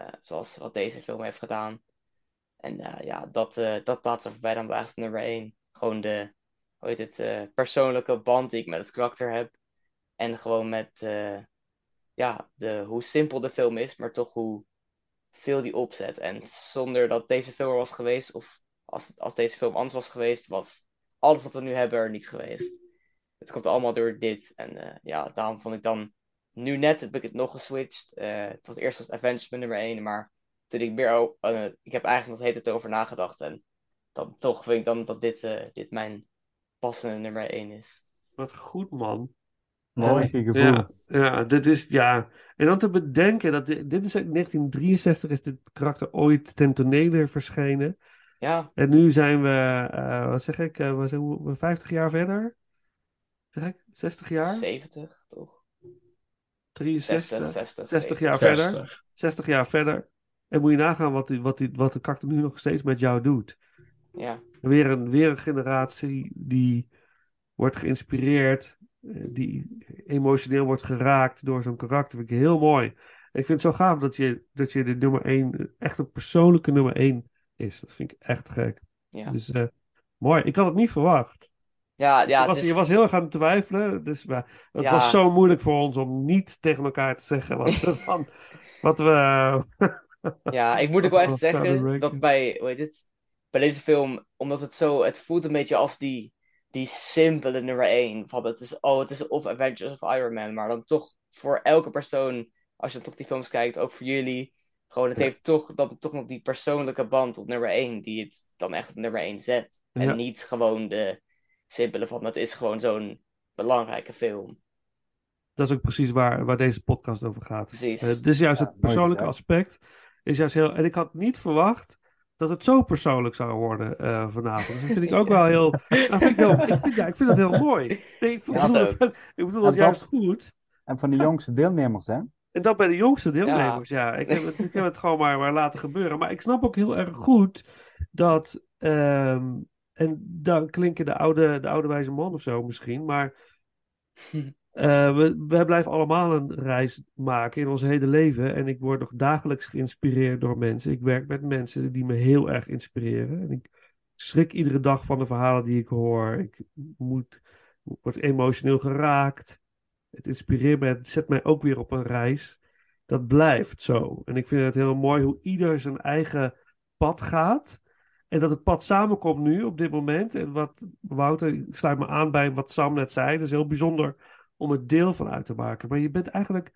wat deze film heeft gedaan. En dat plaatsen we bij dan bij nummer 1. gewoon de, hoe heet het, persoonlijke band die ik met het karakter heb. En gewoon met, hoe simpel de film is, maar toch hoe veel die opzet. En zonder dat deze film er was geweest, of als deze film anders was geweest, was alles wat we nu hebben er niet geweest. Het komt allemaal door dit. En daarom vond ik dan, nu net heb ik het nog geswitcht. Het was eerst Avengers mijn nummer 1, maar toen ik meer, ik heb eigenlijk nog het over nagedacht. En dan toch vind ik dan dat dit mijn passende nummer 1 is. Wat goed, man. Mooi. Dit is, ja. En dan te bedenken dat dit is uit 1963 is dit karakter ooit ten tonele verschenen. Ja. En nu zijn we, wat zeg ik, we zijn 50 jaar verder? Zeg ik? 60 jaar? 70, toch? 63? 60, 60 jaar 60. verder. 60 jaar verder. En moet je nagaan wat de karakter nu nog steeds met jou doet. Ja. Weer een generatie die wordt geïnspireerd, die emotioneel wordt geraakt door zo'n karakter. Vind ik heel mooi. En ik vind het zo gaaf dat je de nummer 1, echt een persoonlijke nummer 1 is. Dat vind ik echt gek. Ja. Dus mooi. Ik had het niet verwacht. Ja, Je was heel erg aan het twijfelen. Dus, maar het was zo moeilijk voor ons om niet tegen elkaar te zeggen wat we ja, ik moet ook wel echt zeggen dat bij deze film, omdat het voelt een beetje als die simpele nummer 1. Van het is of Avengers of Iron Man, maar dan toch voor elke persoon, als je toch die films kijkt, ook voor jullie, gewoon het heeft toch nog die persoonlijke band op nummer 1, die het dan echt op nummer 1 zet. En niet gewoon de simpele van, het is gewoon zo'n belangrijke film. Dat is ook precies waar deze podcast over gaat. Precies. Het is juist het persoonlijke aspect. Is juist heel, en ik had niet verwacht dat het zo persoonlijk zou worden vanavond. Dus dat vind ik ook wel heel... Ik vind dat heel mooi. Nee, ik bedoel dat juist goed. En van de jongste deelnemers, hè? En dat bij de jongste deelnemers, ja. Ik heb het gewoon maar laten gebeuren. Maar ik snap ook heel erg goed dat... en dan klinken de oude wijze man of zo misschien, maar... We blijven allemaal een reis maken in ons hele leven. En ik word nog dagelijks geïnspireerd door mensen. Ik werk met mensen die me heel erg inspireren. En ik schrik iedere dag van de verhalen die ik hoor. Ik word emotioneel geraakt. Het inspireert me. Het zet mij ook weer op een reis. Dat blijft zo. En ik vind het heel mooi hoe ieder zijn eigen pad gaat. En dat het pad samenkomt nu op dit moment. En wat Wouter, ik sluit me aan bij wat Sam net zei. Dat is heel bijzonder om het deel van uit te maken. Maar je bent eigenlijk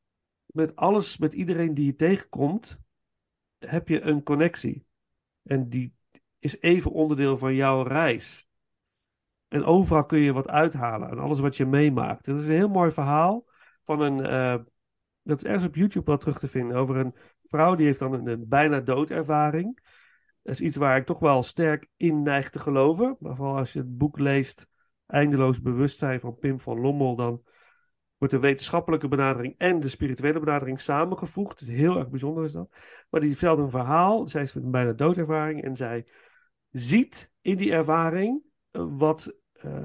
met iedereen die je tegenkomt, heb je een connectie. En die is even onderdeel van jouw reis. En overal kun je wat uithalen aan alles wat je meemaakt. Dat is een heel mooi verhaal van dat is ergens op YouTube wel terug te vinden, over een vrouw die heeft dan een bijna doodervaring. Dat is iets waar ik toch wel sterk in neig te geloven. Maar vooral als je het boek leest Eindeloos Bewustzijn van Pim van Lommel, dan wordt de wetenschappelijke benadering en de spirituele benadering samengevoegd. Het is heel erg bijzonder is dat. Maar die vertelt een verhaal. Zij heeft een bijna doodervaring en zij ziet in die ervaring wat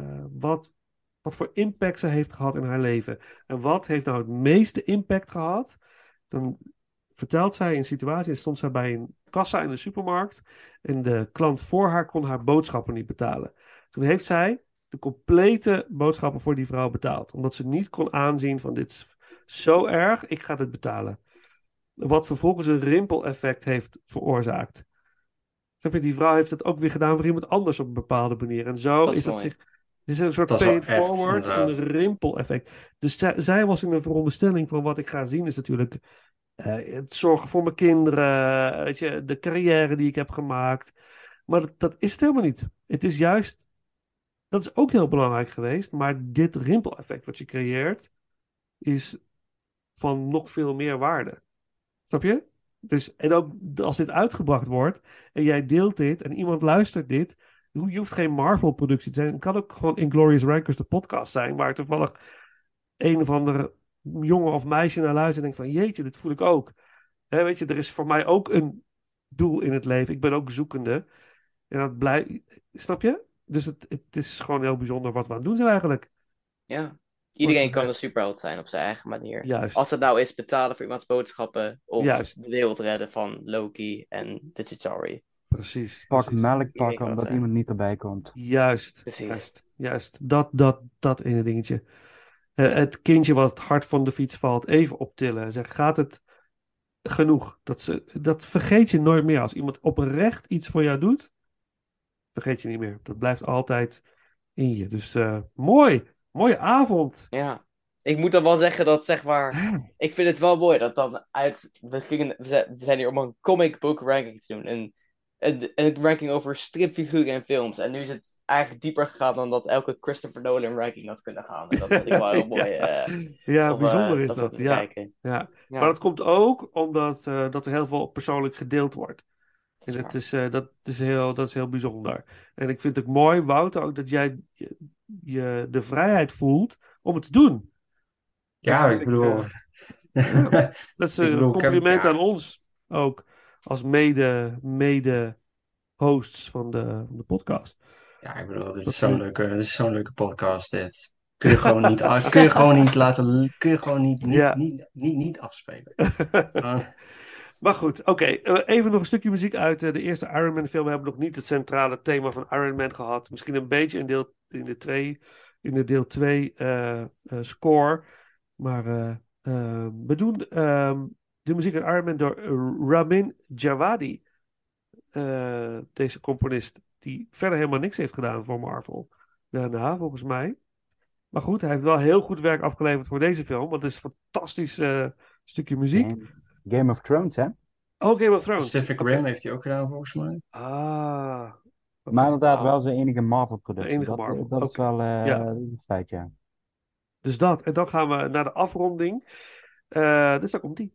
voor impact ze heeft gehad in haar leven. En wat heeft nou het meeste impact gehad? Dan vertelt zij een situatie en stond zij bij een kassa in de supermarkt en de klant voor haar kon haar boodschappen niet betalen. Toen heeft zij de complete boodschappen voor die vrouw betaald. Omdat ze niet kon aanzien van dit is zo erg, ik ga dit betalen. Wat vervolgens een rimpeleffect heeft veroorzaakt. Snap je, die vrouw heeft het ook weer gedaan voor iemand anders op een bepaalde manier. En zo is dat zich... Het is een soort pay it forward, een rimpeleffect. Dus zij was in een veronderstelling van wat ik ga zien is natuurlijk het zorgen voor mijn kinderen, weet je, de carrière die ik heb gemaakt. Maar dat is het helemaal niet. Het is juist, dat is ook heel belangrijk geweest, maar dit rimpeleffect wat je creëert is van nog veel meer waarde. Snap je? Dus, en ook als dit uitgebracht wordt en jij deelt dit en iemand luistert dit, je hoeft geen Marvel-productie te zijn. Het kan ook gewoon Inglourious Rankers, de podcast zijn, waar toevallig een of andere jongen of meisje naar luistert en denkt van jeetje, dit voel ik ook. Hè, weet je, er is voor mij ook een doel in het leven. Ik ben ook zoekende. En dat blijft, snap je? Dus het is gewoon heel bijzonder wat we aan het doen zijn eigenlijk. Ja, iedereen kan een superheld zijn op zijn eigen manier. Juist. Als het nou is betalen voor iemands boodschappen of Juist. de wereld redden van Loki en de Chitauri. Precies. Pak precies. melk weet pakken wat, omdat hè. iemand niet erbij komt. Juist. Precies. Juist. Dat ene dingetje. Het kindje wat het hart van de fiets valt, even optillen. Zeg, gaat het genoeg? Dat vergeet je nooit meer. Als iemand oprecht iets voor jou doet, vergeet je niet meer. Dat blijft altijd in je. Dus mooi. Mooie avond. Ja. Ik moet dan wel zeggen dat, zeg maar, ik vind het wel mooi dat dan we zijn hier om een comic book ranking te doen. Een ranking over stripfiguren en films. En nu is het eigenlijk dieper gegaan dan dat elke Christopher Nolan ranking had kunnen gaan. En dat vond ik wel heel mooi. Ja, om, bijzonder is dat dat. zo te Ja. kijken. Ja. Ja, Maar dat komt ook omdat dat er heel veel persoonlijk gedeeld wordt. dat En is dat waar. is heel bijzonder. En ik vind het ook mooi, Wouter, ook dat jij je de vrijheid voelt om het te doen. Dat Ja, vind ik bedoel... dat is Ik een bedoel, ik heb- compliment ja. aan ons ook. Als mede-hosts van de podcast. Ja, ik bedoel, dit Dat is zo'n we- leuke podcast, dit. Kun je gewoon niet, kun je gewoon niet laten... Kun je gewoon Ja. niet afspelen. Gewoon- Maar goed, oké. Even nog een stukje muziek uit de eerste Iron Man film. We hebben nog niet het centrale thema van Iron Man gehad. Misschien een beetje in de deel 2 score. Maar we doen de muziek uit Iron Man door Ramin Djawadi. Deze componist die verder helemaal niks heeft gedaan voor Marvel. Daarna, volgens mij. Maar goed, hij heeft wel heel goed werk afgeleverd voor deze film. Want het is een fantastisch stukje muziek. Game of Thrones, hè? Oh, Game of Thrones. Pacific Oké. Rim heeft hij ook gedaan, volgens mij. Ah. oké. Maar inderdaad Ah. wel zijn enige Marvel-productie. De enige Dat, Marvel, dat is oké. wel Ja. dat is een feit, ja. Dus dat. En dan gaan we naar de afronding. Dus daar komt die.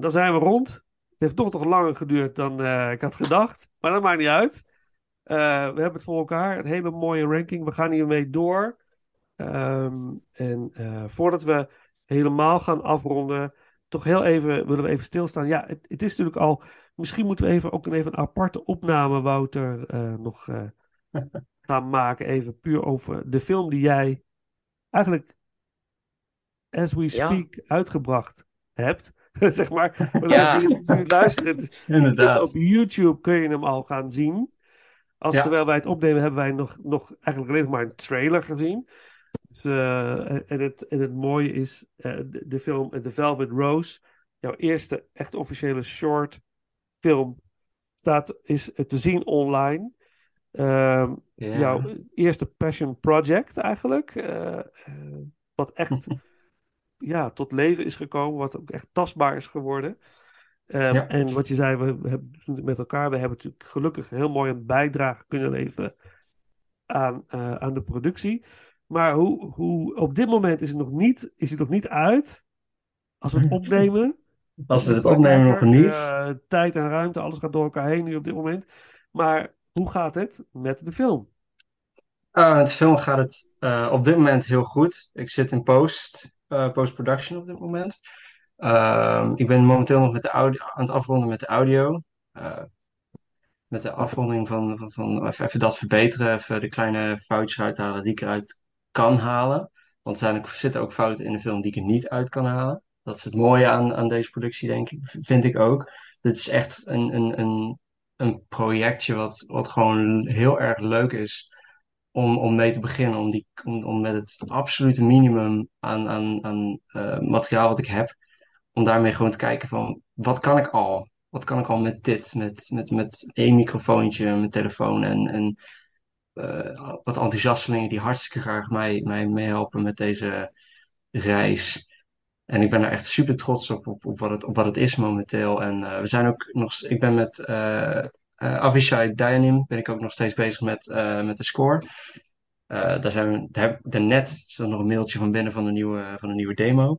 dan zijn we rond. Het heeft toch langer geduurd dan ik had gedacht. Maar dat maakt niet uit. We hebben het voor elkaar. Een hele mooie ranking. We gaan hiermee door. Voordat we helemaal gaan afronden, toch heel even willen we even stilstaan. Ja, het is natuurlijk al. Misschien moeten we ook even een aparte opname, Wouter, nog gaan maken. Even puur over de film die jij eigenlijk, as we speak, uitgebracht hebt. Zeg maar. Voor de mensen die nu luisteren. Inderdaad. Op YouTube kun je hem al gaan zien. Terwijl wij het opnemen, hebben wij nog eigenlijk alleen nog maar een trailer gezien. Dus, en het mooie is, de film The Velvet Rose, jouw eerste echt officiële short film, is te zien online. Jouw eerste passion project eigenlijk. Wat echt tot leven is gekomen, wat ook echt tastbaar is geworden. En wat je zei, we hebben met elkaar, we hebben natuurlijk gelukkig heel mooi een bijdrage kunnen leveren aan de productie. Maar hoe op dit moment is het nog niet uit. Als we het opnemen. Als we het opnemen nog niet. Tijd en ruimte, alles gaat door elkaar heen nu op dit moment. Maar hoe gaat het met de film? Met de film gaat het op dit moment heel goed. Ik zit in post-production op dit moment. Ik ben momenteel nog met de audio, aan het afronden met de audio. Met de afronding van even dat verbeteren. Even de kleine foutjes uithalen die ik eruit kan halen. Want er zitten ook fouten in de film die ik er niet uit kan halen. Dat is het mooie aan deze productie, denk ik. Vind ik ook. Dit is echt een projectje wat gewoon heel erg leuk is om mee te beginnen. Om met het absolute minimum aan materiaal wat ik heb. Om daarmee gewoon te kijken van, wat kan ik al? Wat kan ik al met dit? Met één microfoontje, mijn telefoon en wat enthousiastelingen die hartstikke graag mij meehelpen met deze reis. En ik ben er echt super trots op wat het is momenteel. En we zijn ook ik ben met Avishai Dayanim ben ik ook nog steeds bezig met de score. Daar heb ik daarnet nog een mailtje van binnen van een nieuwe demo.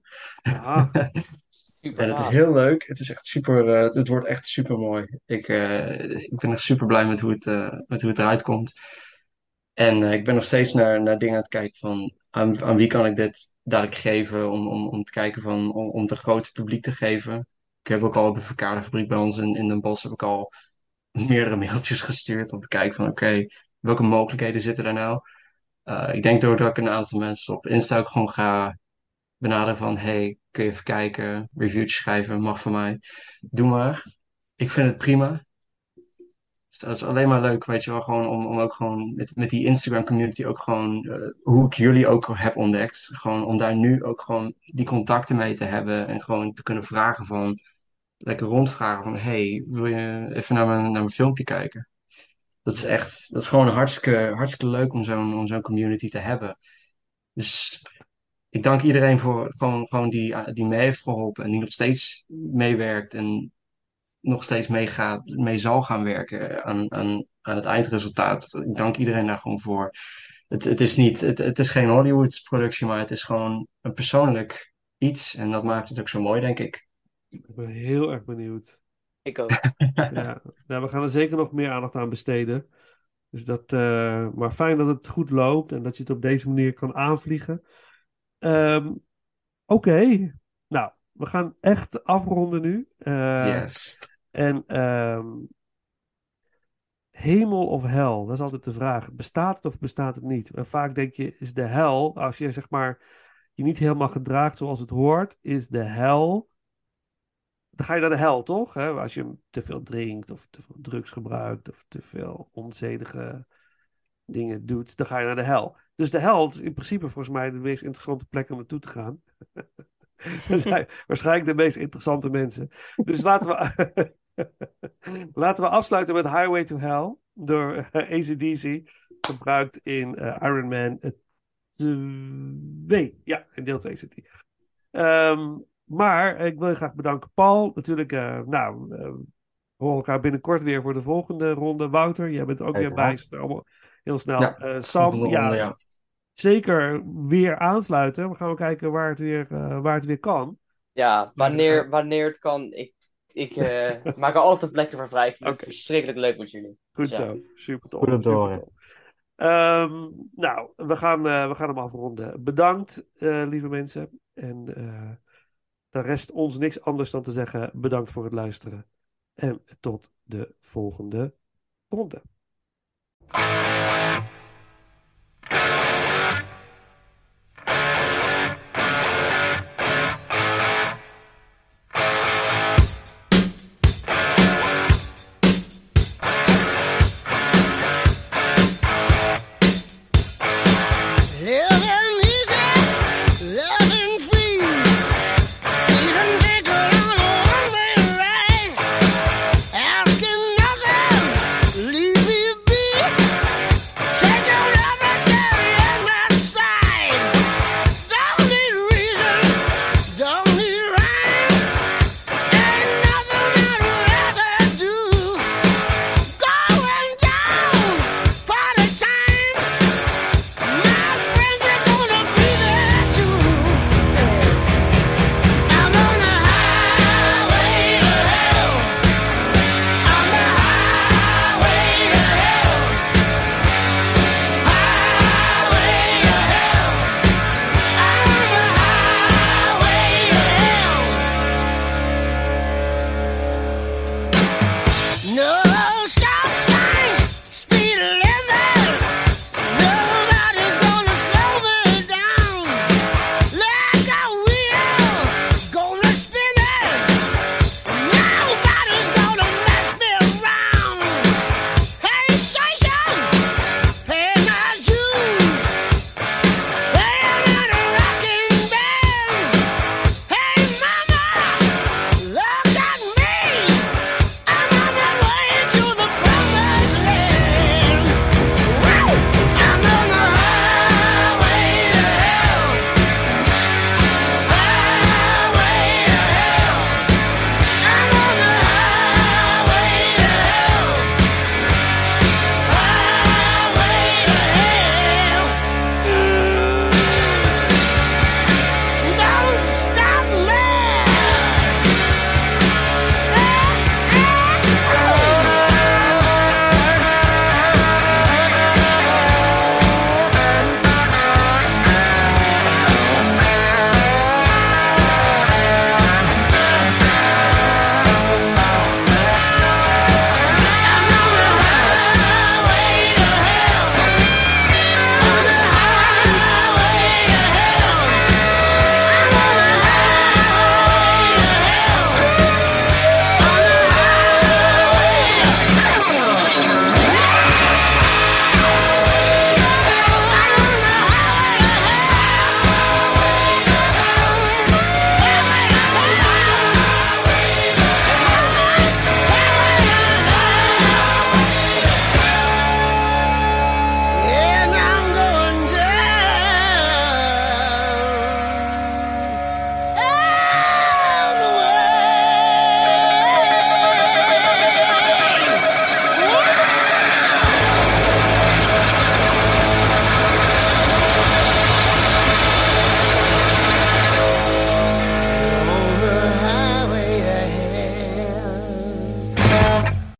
En het is heel leuk. Het is echt super. Het wordt echt super mooi. Ik ben echt super blij met hoe het eruit komt. En ik ben nog steeds naar dingen aan het kijken van aan wie kan ik dit dadelijk geven om te kijken om het een groot publiek te geven. Ik heb ook al op de verkaderfabriek bij ons in Den Bosch heb ik al meerdere mailtjes gestuurd om te kijken van oké, welke mogelijkheden zitten er nou? Ik denk doordat ik een aantal mensen op Insta ook gewoon ga benaderen van hey, kun je even kijken, reviewtjes schrijven, mag van mij. Doe maar. Ik vind het prima. Dus dat is alleen maar leuk, weet je wel, gewoon om ook gewoon met die Instagram community ook gewoon, hoe ik jullie ook heb ontdekt, gewoon om daar nu ook gewoon die contacten mee te hebben en gewoon te kunnen vragen van, lekker rondvragen van, hey, wil je even naar mijn filmpje kijken? Dat is gewoon hartstikke leuk om zo'n community te hebben. Dus ik dank iedereen voor gewoon die mee heeft geholpen en die nog steeds meewerkt en nog steeds mee zal gaan werken aan het eindresultaat. Ik dank iedereen daar gewoon voor. Het is geen Hollywood-productie, maar het is gewoon een persoonlijk iets. En dat maakt het ook zo mooi, denk ik. Ik ben heel erg benieuwd. Ik ook. Ja, we gaan er zeker nog meer aandacht aan besteden. Dus maar fijn dat het goed loopt en dat je het op deze manier kan aanvliegen. Oké. Nou, we gaan echt afronden nu. Yes. En hemel of hel, dat is altijd de vraag. Bestaat het of bestaat het niet? En vaak denk je, is de hel, als je zeg maar je niet helemaal gedraagt zoals het hoort, is de hel. Dan ga je naar de hel, toch? Hè? Als je te veel drinkt of te veel drugs gebruikt of te veel onzedige dingen doet, dan ga je naar de hel. Dus de hel is in principe volgens mij de meest interessante plek om naartoe te gaan. Dat zijn waarschijnlijk de meest interessante mensen. Dus laten we afsluiten met Highway to Hell door AC/DC, gebruikt in Iron Man 2. Ja, in deel 2 zit hij. Maar ik wil je graag bedanken, Paul. Natuurlijk, we horen elkaar binnenkort weer voor de volgende ronde. Wouter, jij bent er ook weer bij. Allemaal heel snel. Ja, Sam, ronde, zeker weer aansluiten. We gaan kijken waar het weer kan. Ja, wanneer het kan. Ik maak er altijd plekken voor vrij. Ik vind het Oké. verschrikkelijk leuk met jullie. Goed Dus ja. zo. Super tof. Goed om te Super horen. tof. Nou, we gaan hem afronden. Bedankt, lieve mensen. En dan rest ons niks anders dan te zeggen bedankt voor het luisteren. En tot de volgende ronde.